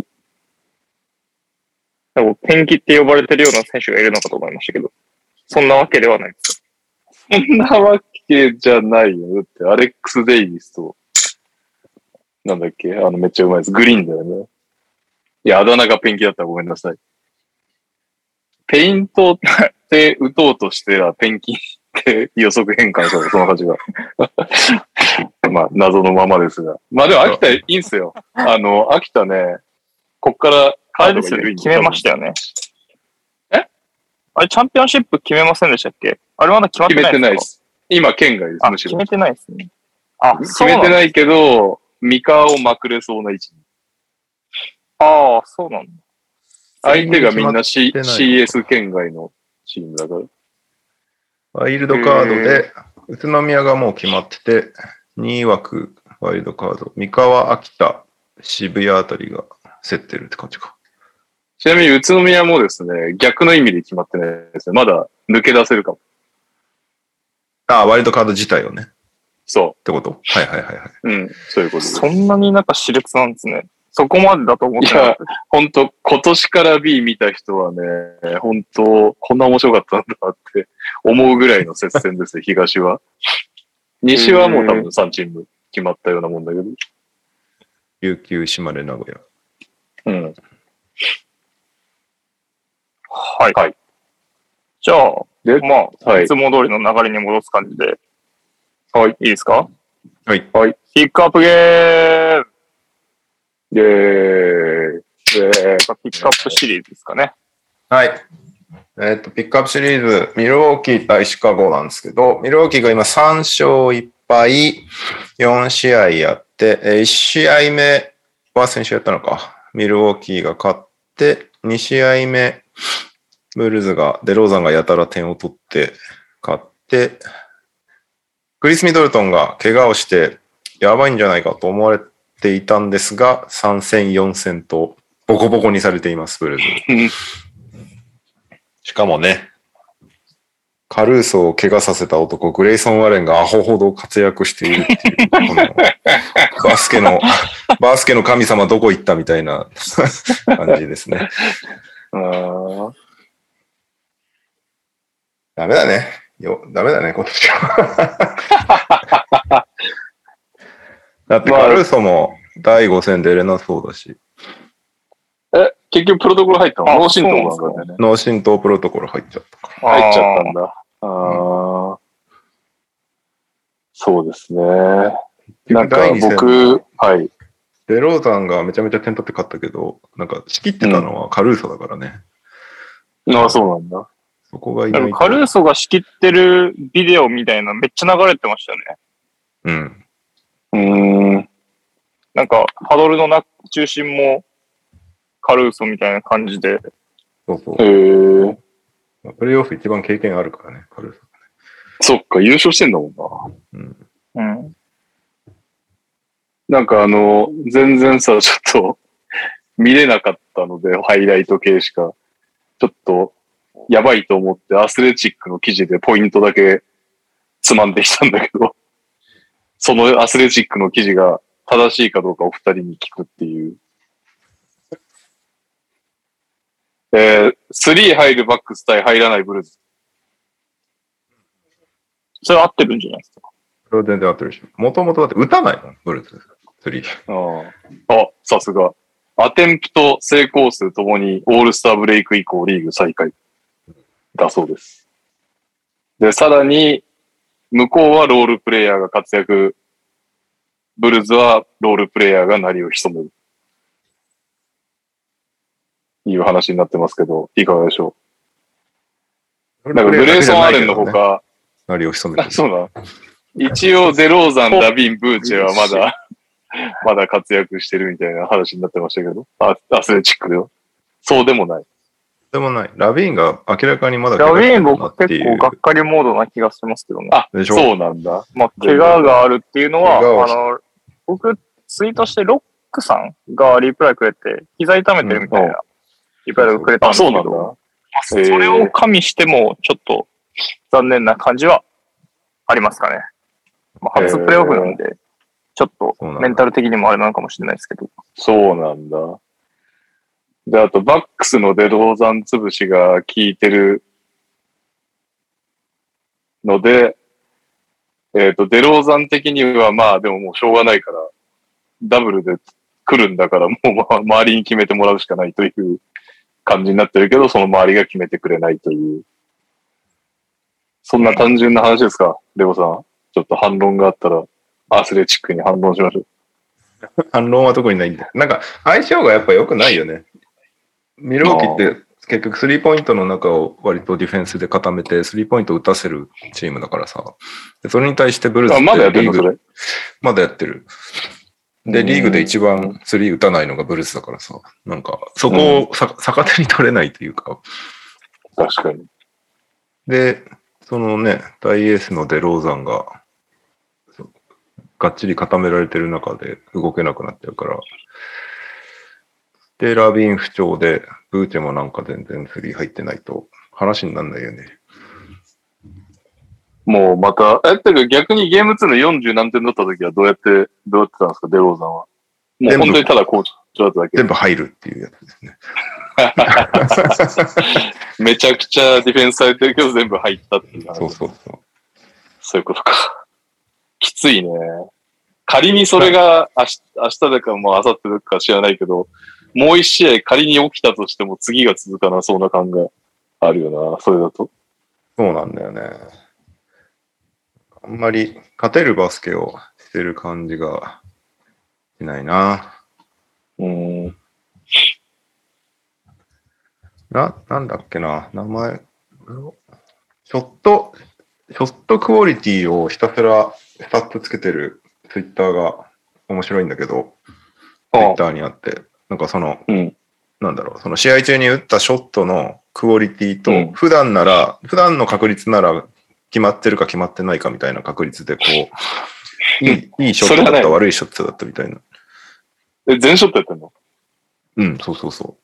なんか天気って呼ばれてるような選手がいるのかと思いましたけど、そんなわけではないですか。 そんなわけじゃないよ。だってアレックス・デイビスと、なんだっけ、あのめっちゃうまいです。グリーンだよね。いや、あだ名がペンキだったらごめんなさい。ペイントって打とうとしてら、ペンキって予測変換したら、その感じが。まあ、謎のままですが。まあでも、秋田いいんすよ。あの、秋田ね、こっからカードですよね。決めましたよね。えあれ、チャンピオンシップ決めませんでしたっけ？あれまだ決まってないですか？決めてないです。 今、県外です、 むしろ。決めてないですね。あ、 決めてないけど、三河をまくれそうな位置。 ああ、そうなんだ。 相手がみんな、C、シーエス 県外のチームだから。 ワイルドカードで、宇都宮がもう決まってて、にわくワイルドカード、三河、秋田、渋谷あたりが競ってるって感じか。 ちなみに宇都宮もですね、逆の意味で決まってないですね。まだ抜け出せるかも。 ああ、ワイルドカード自体をね。 そう。 ってことはいはいはいはい。 うん、そういうことです。 そんなになんか熾烈なんですね。そこまでだと思ってた。 いや、本当今年から B 見た人はね、本当こんな面白かったんだって思うぐらいの接戦ですよ、東は。西はもう多分さんチーム決まったようなもんだけど。 琉球、島根、名古屋。 うん。 はい。はい。じゃあ、で、まあ、はい、いつも通りの流れに戻す感じで。はい。いいですか？ はい。 はい。ピックアップゲームで、えー、ピックアップシリーズですかね。 はい。えっと、ピックアップシリーズ、ミルウォーキー対シカゴなんですけど、ミルウォーキーが今さん勝いっ敗、よん試合やって、いち試合目は先週やったのか。ミルウォーキーが勝って、に試合目、ブルーズが、デローザンがやたら点を取って勝って、クリス・ミドルトンが怪我をして、やばいんじゃないかと思われて、ていたんですが、さん戦よん戦とボコボコにされています、ブルーズ。しかもね、カルーソを怪我させた男、グレイソン・ワレンがアホほど活躍しているっていう、このバスケの、バスケの神様どこ行ったみたいな感じですね。 あダメだね。よ、ダメだね、今年は。だってカルーソもだいご戦出れなそうだし。 え、結局プロトコル入ったの？脳震盪なんかね。 脳震盪プロトコル入っちゃったから。入っちゃったんだ。ああ、うん、そうですね。なんか僕、はい。 デローザンがめちゃめちゃ点取って勝ったけど、なんか仕切ってたのはカルーソだからね。 うん、ああ、そうなんだ。 そこがいない。 カルーソが仕切ってるビデオみたいなめっちゃ流れてましたよね。 うん。 うーん。 なんか、ハドルのな中心もカルーソみたいな感じで。 そうそう。 へー。 プレイオフ一番経験あるからね、カルーソ。 そっか、優勝してんだもんな。 うん。うん。 なんかあの、全然さ、ちょっと見れなかったので、ハイライト系しか。ちょっと、やばいと思ってアスレチックの記事でポイントだけつまんできたんだけど。そのアスレチックの記事が正しいかどうかお二人に聞くっていう。えー、スリー入るバックス対入らないブルーズ。 それ合ってるんじゃないですか。 それは全然合ってるし。もともとだって打たないのブルーズ。スリー。 ああ、あ、さすが。 アテンプト成功数ともにオールスターブレイク以降リーグ最下位だそうです。で、さらに、向こうはロールプレイヤーが活躍、ブルズはロールプレイヤーが鳴りを潜める。いう話になってますけど、いかがでしょう。なんかグレーソン・アレンのほか、 鳴りを潜めてる。 そうな。一応デローザン、ラビン、ブーチェはまだ、まだ活躍してるみたいな話になってましたけど、あアスレチックでは。そうでもない。 でもない。ラビーンが明らかにまだラビーン僕結構がっかりモードな気がしてますけどね。 あ、そうなんだ。 まあ、怪我があるっていうのは、あの、僕、ツイートしてロックさんがリプライくれて、膝痛めてるみたいな、リプライをくれたんですけど、 あ、そうなんだ。 それを加味しても、ちょっと残念な感じはありますかね。まあ、初プレイオフなんで、ちょっとメンタル的にもあれなのかもしれないですけど。 そうなんだ。で、あと、バックスのデローザン潰しが効いてるので、えっと、デローザン的にはまあ、でももうしょうがないから、ダブルで来るんだから、もう、ま、周りに決めてもらうしかないという感じになってるけど、その周りが決めてくれないという。そんな単純な話ですか、レオさん。ちょっと反論があったら、アスレチックに反論しましょう。 反論は特にないんだ。なんか、相性がやっぱ良くないよね。ミルウォーキーって結局スリーポイントの中を割とディフェンスで固めて、スリーポイント打たせるチームだからさ。でそれに対してブルーズってまだやってるのリーグそれまだやってる。で、リーグで一番スリー打たないのがブルーズだからさ。なんか、そこをさ、うん、逆手に取れないというか。 確かに。 で、そのね、大エースのデローザンが、がっちり固められてる中で動けなくなってるから。で、ラビン不調で、ブーチェもなんか全然スリー入ってないと話にならないよね。 もうまた、え、ってか逆にゲームツーのよんじゅう何点だった時はどうやって、どうやってたんですか、デローザンは。もう本当にただコーチだっただけ。 全部入るっていうやつですね。 めちゃくちゃディフェンスされてるけど全部入ったっていう。 そうそうそう。 そういうことか。きついね。仮にそれが明日、明日だかもう明後日だか知らないけど、もう一試合仮に起きたとしても次が続かなそうな感があるよな、それだと。 そうなんだよね。あんまり勝てるバスケをしてる感じがしないな。 うん。 な、なんだっけな、名前。ショット、ショットクオリティをひたすらスタッツつけてるツイッターが面白いんだけど、ツイッターにあって、なんかその、 うん、なんだろう、その試合中に打ったショットのクオリティと、うん、普段なら、普段の確率なら決まってるか決まってないかみたいな確率で、こう、いい、いいショットだった、悪いショットだったみたいな。 え、全ショットやってんの？ うん、そうそうそう。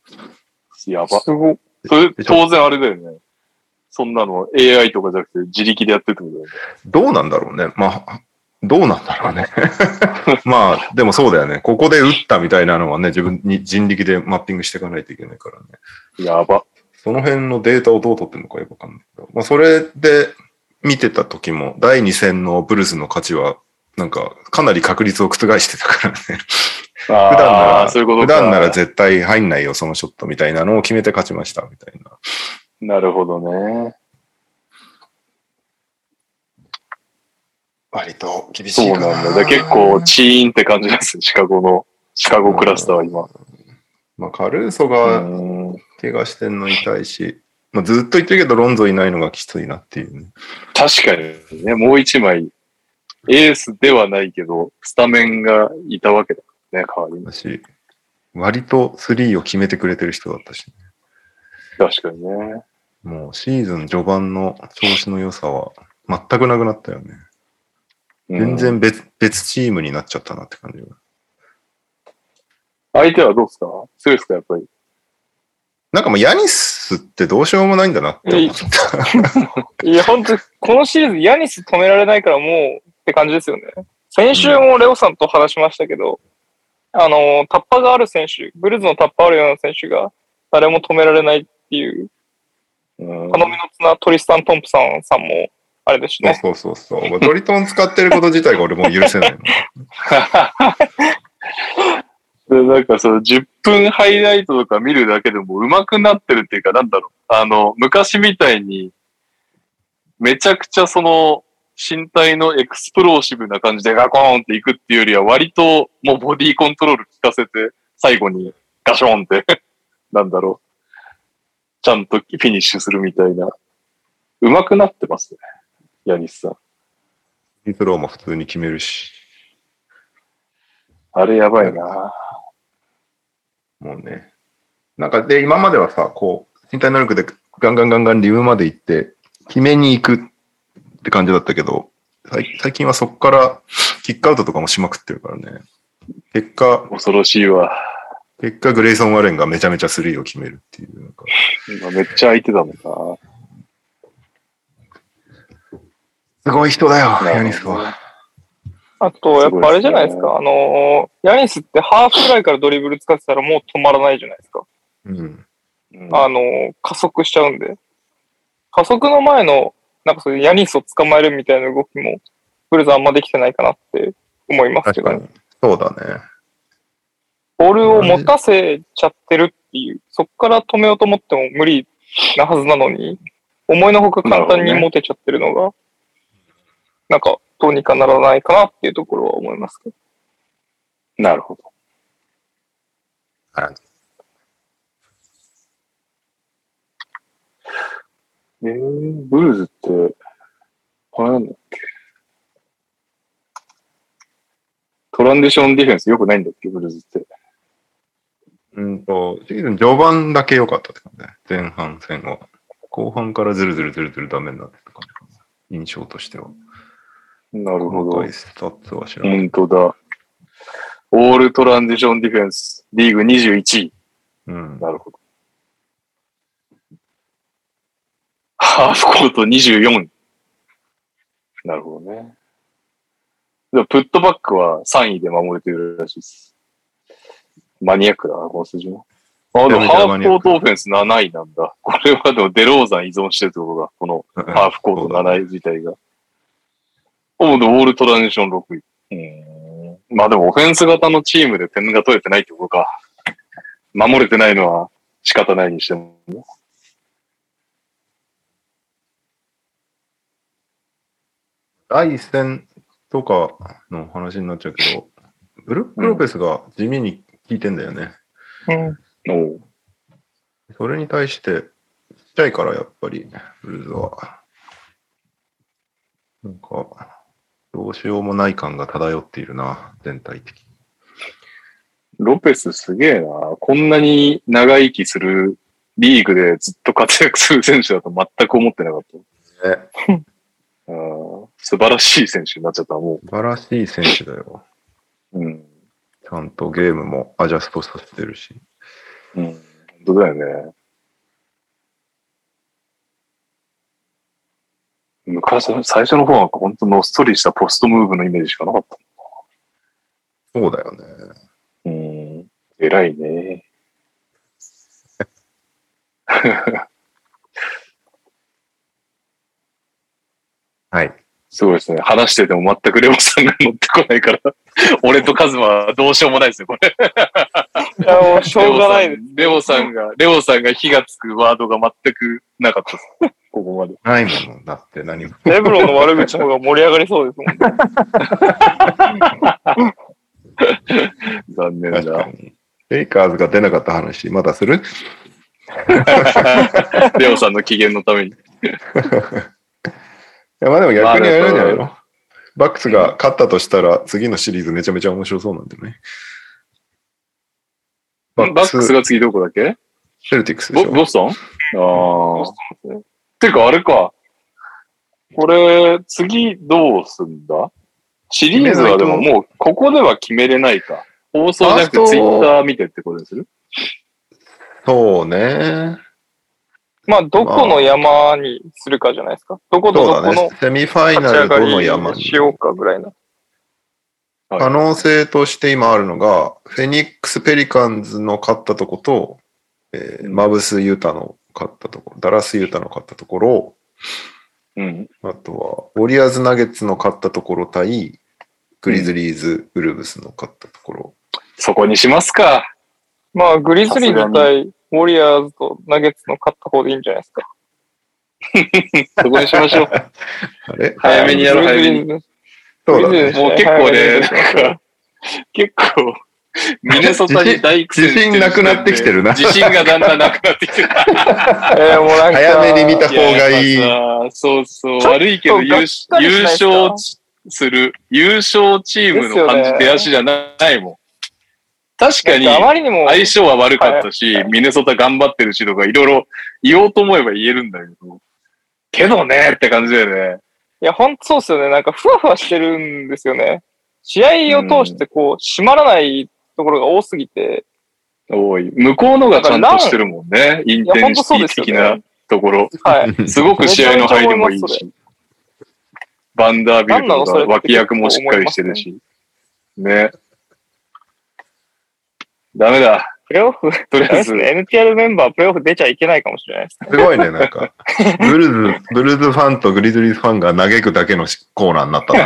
やば。すごい。それ、当然あれだよね。そんなの エーアイ とかじゃなくて自力でやってるってことだよね。 どうなんだろうね。まあ、どうなんだろうね。まあ、でもそうだよね。ここで打ったみたいなのはね、自分に人力でマッピングしていかないといけないからね。 やば。 その辺のデータをどう取ってるのかよくわかんないけど。まあ、それで見てた時も、だいに戦のブルズの勝ちは、なんか、かなり確率を覆してたからね。普段なら、 そういうことか。 普段なら絶対入んないよ、そのショットみたいなのを決めて勝ちました、みたいな。 なるほどね。 割と厳しいかな。 そうなんだ。結構チーンって感じです、シカゴの、シカゴクラスターは今。 まあ、カルーソが怪我してんの痛いし、まあ、ずっと言ってるけど、ロンゾいないのがきついなっていう、ね。 確かにね、もう一枚、エースではないけど、スタメンがいたわけだね、代わりに。 だし、割とスリーを決めてくれてる人だったし、ね。 確かにね。 もうシーズン序盤の調子の良さは全くなくなったよね。全然別、別チームになっちゃったなって感じが。 相手はどうですか？強いですか、やっぱり。 なんかもうヤニスってどうしようもないんだなって思った。 いや、本当このシーズンヤニス止められないからもうって感じですよね。先週もレオさんと話しましたけど、うん、あの、タッパがある選手、ブルーズのタッパあるような選手が誰も止められないっていう、うん、頼みの綱トリスタン・トンプソンさんもあれですね。 そうそうそうそう。トリトン使ってること自体が俺もう許せないの。 でなんかそのじゅっぷんハイライトとか見るだけでも上手くなってるっていうか、なんだろう。あの、昔みたいに、めちゃくちゃその、身体のエクスプローシブな感じでガコーンっていくっていうよりは、割ともうボディコントロール効かせて、最後にガションって、なんだろう。ちゃんとフィニッシュするみたいな。上手くなってますね。ヤニスさん。 フリースローも普通に決めるし。 あれやばいな。 もうね。なんか、で、今まではさ、こう、身体能力でガンガンガンガンリムまで行って、決めに行くって感じだったけど、最最近はそこからキックアウトとかもしまくってるからね。結果、 恐ろしいわ。 結果、グレイソン・ワレンがめちゃめちゃスリーを決めるっていう。なんか今めっちゃ相手だもんな。 すごい人だよ、ヤニスは。 あと、やっぱあれじゃないですか。あのー、ヤニスってハーフぐらいからドリブル使ってたらもう止まらないじゃないですか。 うん。 あのー、加速しちゃうんで。加速の前の、なんかそういうヤニスを捕まえるみたいな動きも、ブルーズあんまできてないかなって思いますけどね。 そうだね。 ボールを持たせちゃってるっていう、そこから止めようと思っても無理なはずなのに、思いのほか簡単に持てちゃってるのが、なんかどうにかならないかなっていうところは思いますけど。 なるほど。 はい。 えー、ブルーズって、あれなんだっけ。トランディションディフェンス良くないんだっけ、ブルーズって。 うんと、シーズン序盤だけ良かったって感じね。前半戦は。後半からずるずるずるずるダメになってた感じかな。印象としては。 なるほど。 スタッツは知らない。 本当だ。オールトランディションディフェンス、リーグにじゅういちい。 うん。 なるほど。ハーフコートにじゅうよんい。なるほどね。でも、プットバックはさんいで守れてるらしいです。マニアックだな、この数字も。あ、でもハーフコートオフェンスなないなんだ。これはでもデローザン依存してるってことだ。このハーフコートなない自体が。おでオールトランジションろくい。うんまあでもオフェンス型のチームで点が取れてないってことか。守れてないのは仕方ないにしても。 第一戦とかの話になっちゃうけど、ブルック・ロペスが地味に効いてんだよね。 うん。 おそれに対して、ちっちゃいからやっぱり、ブルーズは。なんか、どうしようもない感が漂っているな、全体的に。 ロペスすげえな。こんなに長生きするリーグでずっと活躍する選手だと全く思ってなかった。 ね、 うん素晴らしい選手になっちゃったもう。 素晴らしい選手だよ。 うん。 ちゃんとゲームもアジャストさせてるし。 うん。本当だよね。昔、最初の方は本当のっそりしたポストムーブのイメージしかなかった。 そうだよね。 うん。偉いね。 はい。 すごいですね。話してても全くレオさんが乗ってこないから、俺とカズマはどうしようもないですよ、これ。 いや、もうしょうがないです。 レオさんが、レオさんが火がつくワードが全くなかったです。ここまで。 ないものだって何も。 レブロンの悪口の方が盛り上がりそうですもんね。 残念だ。 レイカーズが出なかった話、まだするレオさんの機嫌のために。 いや、まあでも逆にあれなんじゃないの、まあ、バックスが勝ったとしたら、次のシリーズめちゃめちゃ面白そうなんだよね。 バックス、バックスが次どこだっけセルティックスでしょ。 ボボストンああ。てかあれか。これ、次どうすんだシリーズはでももう、ここでは決めれないか。放送じゃなくてツイッター見てってことにするそうね。 まあ、どこの山にするかじゃないですか。どことどこの、 ね、セミファイナルどの山にしようかぐらいな。 可能性として今あるのが、フェニックス・ペリカンズの勝ったとこと、えー、マブス・ユタの勝ったところ、ダラス・ユタの勝ったところ、 うん、 あとは、ウォリアーズ・ナゲッツの勝ったところ対、グリズリーズ・ウルブスの勝ったところ。 そこにしますか。 まあ、グリズリーズ対ウォリアーズとナゲッツの勝った方でいいんじゃないですか。 そこにしましょう。 あれ早めにやろう、早めに。 そうだね。 もう結構ね、なんか、結構、ミネソタに大苦戦してる。 自信なくなってきてるな。 自信がだんだんなくなってきてる。 えー、もうなんか早めに見た方がいい。 いやそうそう、悪いけど優優勝する、優勝チームの感じ、出足じゃないもん。確かに、相性は悪かったし、ミネソタ頑張ってるしとか、いろいろ言おうと思えば言えるんだけど、けどねって感じだよね。 いや、ほんとそうっすよね。なんか、ふわふわしてるんですよね。試合を通して、こう、締まらないところが多すぎて。 多い。向こうのがちゃんとしてるもんね。インテンシティ的なところ。 はい。 すごく試合の入りもいいし。バンダービルトとか脇役もしっかりしてるし。ね。ダメだ。 プレイオフ、とりあえず、ね、エヌティーアール メンバープレイオフ出ちゃいけないかもしれないですね。 すごいね、なんか。ブルーズ、ブルーズファンとグリズリーズファンが嘆くだけのコーナーになった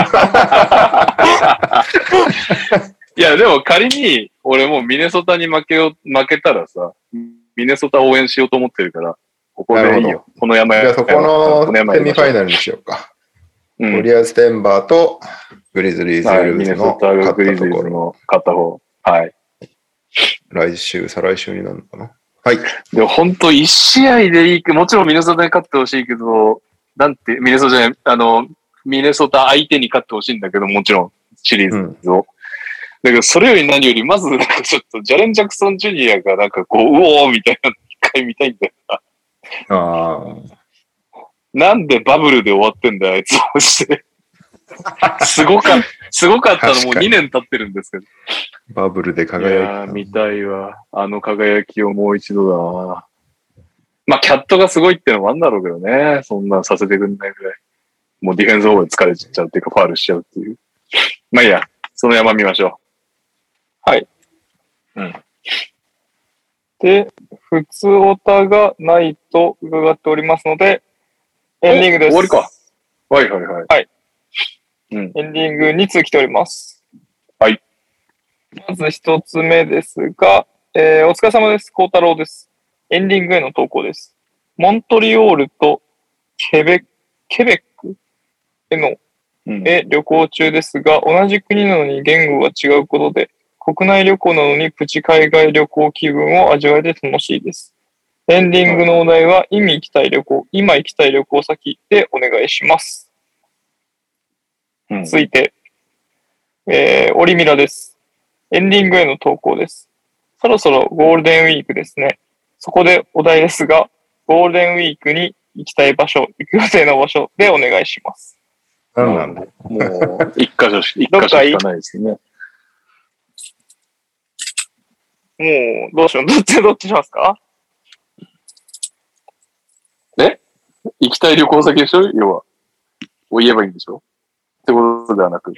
な。 いや、でも仮に、俺もうミネソタに負けよ、負けたらさ、ミネソタ応援しようと思ってるから、ここでいいよ。この山じゃあそこのセミファイナルにしようか。ウォリアーズ・デンバーとグリズリーズ・ルーズの勝ったところ。 勝った方。はい。 来週、再来週になるのかな。はい。 でも本当一試合でいいけど、もちろんミネソタに勝ってほしいけど、なんて、ミネソタじゃない、あの、ミネソタ相手に勝ってほしいんだけど、もちろん、シリーズを。うん、だけど、それより何より、まず、なんかちょっと、ジャレン・ジャクソン・ジュニアが、なんかこう、うおーみたいな、一回見たいんだよな。 ああ。なんでバブルで終わってんだよ、あいつをして。すごかった。すごかったのもうにねん経ってるんですけど。 バブルで輝いて。 いやー、見たいわ。あの輝きをもう一度だな。まあ、キャットがすごいってのもあるんだろうけどね。そんなんさせてくんないぐらい。もうディフェンスオーバーで疲れちゃうっていうか、ファールしちゃうっていう。まあいいや、その山見ましょう。はい。 うん。 で、普通オタがないと伺っておりますので、エンディングです。 終わりか。はいはいはい。 はい。 うん、 エンディングに通来ております。 はい。 まず一つ目ですが、えー、お疲れ様です。孝太郎です。エンディングへの投稿です。モントリオールとケベ、ケベックへの、うん、へ旅行中ですが、同じ国なのに言語が違うことで、国内旅行なのにプチ海外旅行気分を味わえて楽しいです。エンディングのお題は、今行きたい旅行、今行きたい旅行先でお願いします。 うん、 続いて、えー、オリミラです。エンディングへの投稿です。そろそろゴールデンウィークですね。そこでお題ですが、ゴールデンウィークに行きたい場所、行く予定の場所でお願いします。 うん、もう、一箇所し、一箇所しかないですね。 もう、どうしよう。どっち、どっちしますか？ え？行きたい旅行先でしょ？要は。を言えばいいんでしょ？ってことではなく。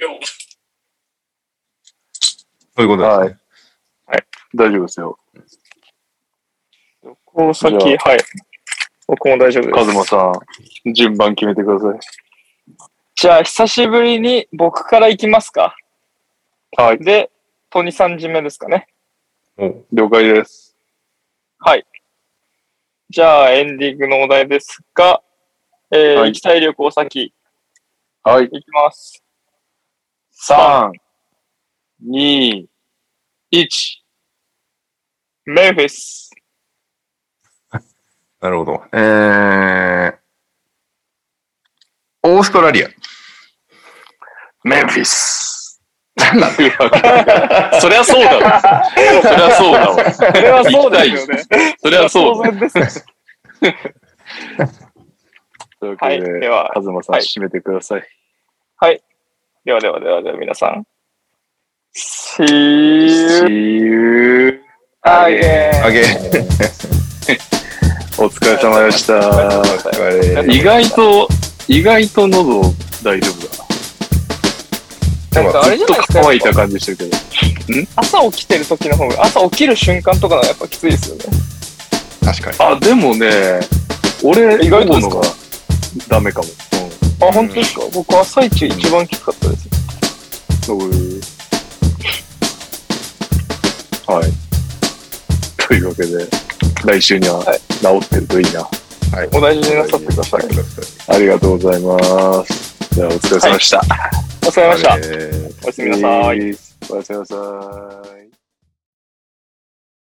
そういうことですね。 はい。はい。大丈夫ですよ。 旅行先、はい。僕も大丈夫です。 カズマさん、順番決めてください。 じゃあ、久しぶりに僕から行きますか。 はい。 で、トニさん巡目ですかね。 うん。了解です。 はい。じゃあ、エンディングのお題ですが、えーはい、行きたい旅行先。 はい。 行きます。 さん、に、いち。 メンフィス。 なるほど。えー、オーストラリア。 メンフィス。なんだっていうわけ。そりゃそうだわ。そりゃそうだわ。 それはそうだよね。 そりゃそうだ。 当然です。 というわけで、はい、では、カズマさん、はい、締めてください。 はい。ではではではでは皆さん。See you, See you again. again. お疲れ様でした。意外と、意外と喉大丈夫だな。なんかあれじゃないですか。乾いた感じしてるけど。ん？ 朝起きてる時の方が、朝起きる瞬間とかがやっぱきついですよね。 確かに。 あ、でもね、俺、 意外とのがダメかも。 うん、あ、本当ですか？僕、朝一一番きつかったです。 そう。 というわけで、来週には治ってるといいな。 はい。 お大事になさってください。 ありがとうございます。じゃあ、お疲れ様でした。 お疲れ様でした。 えーおやすみなさい。 おやすみなさい。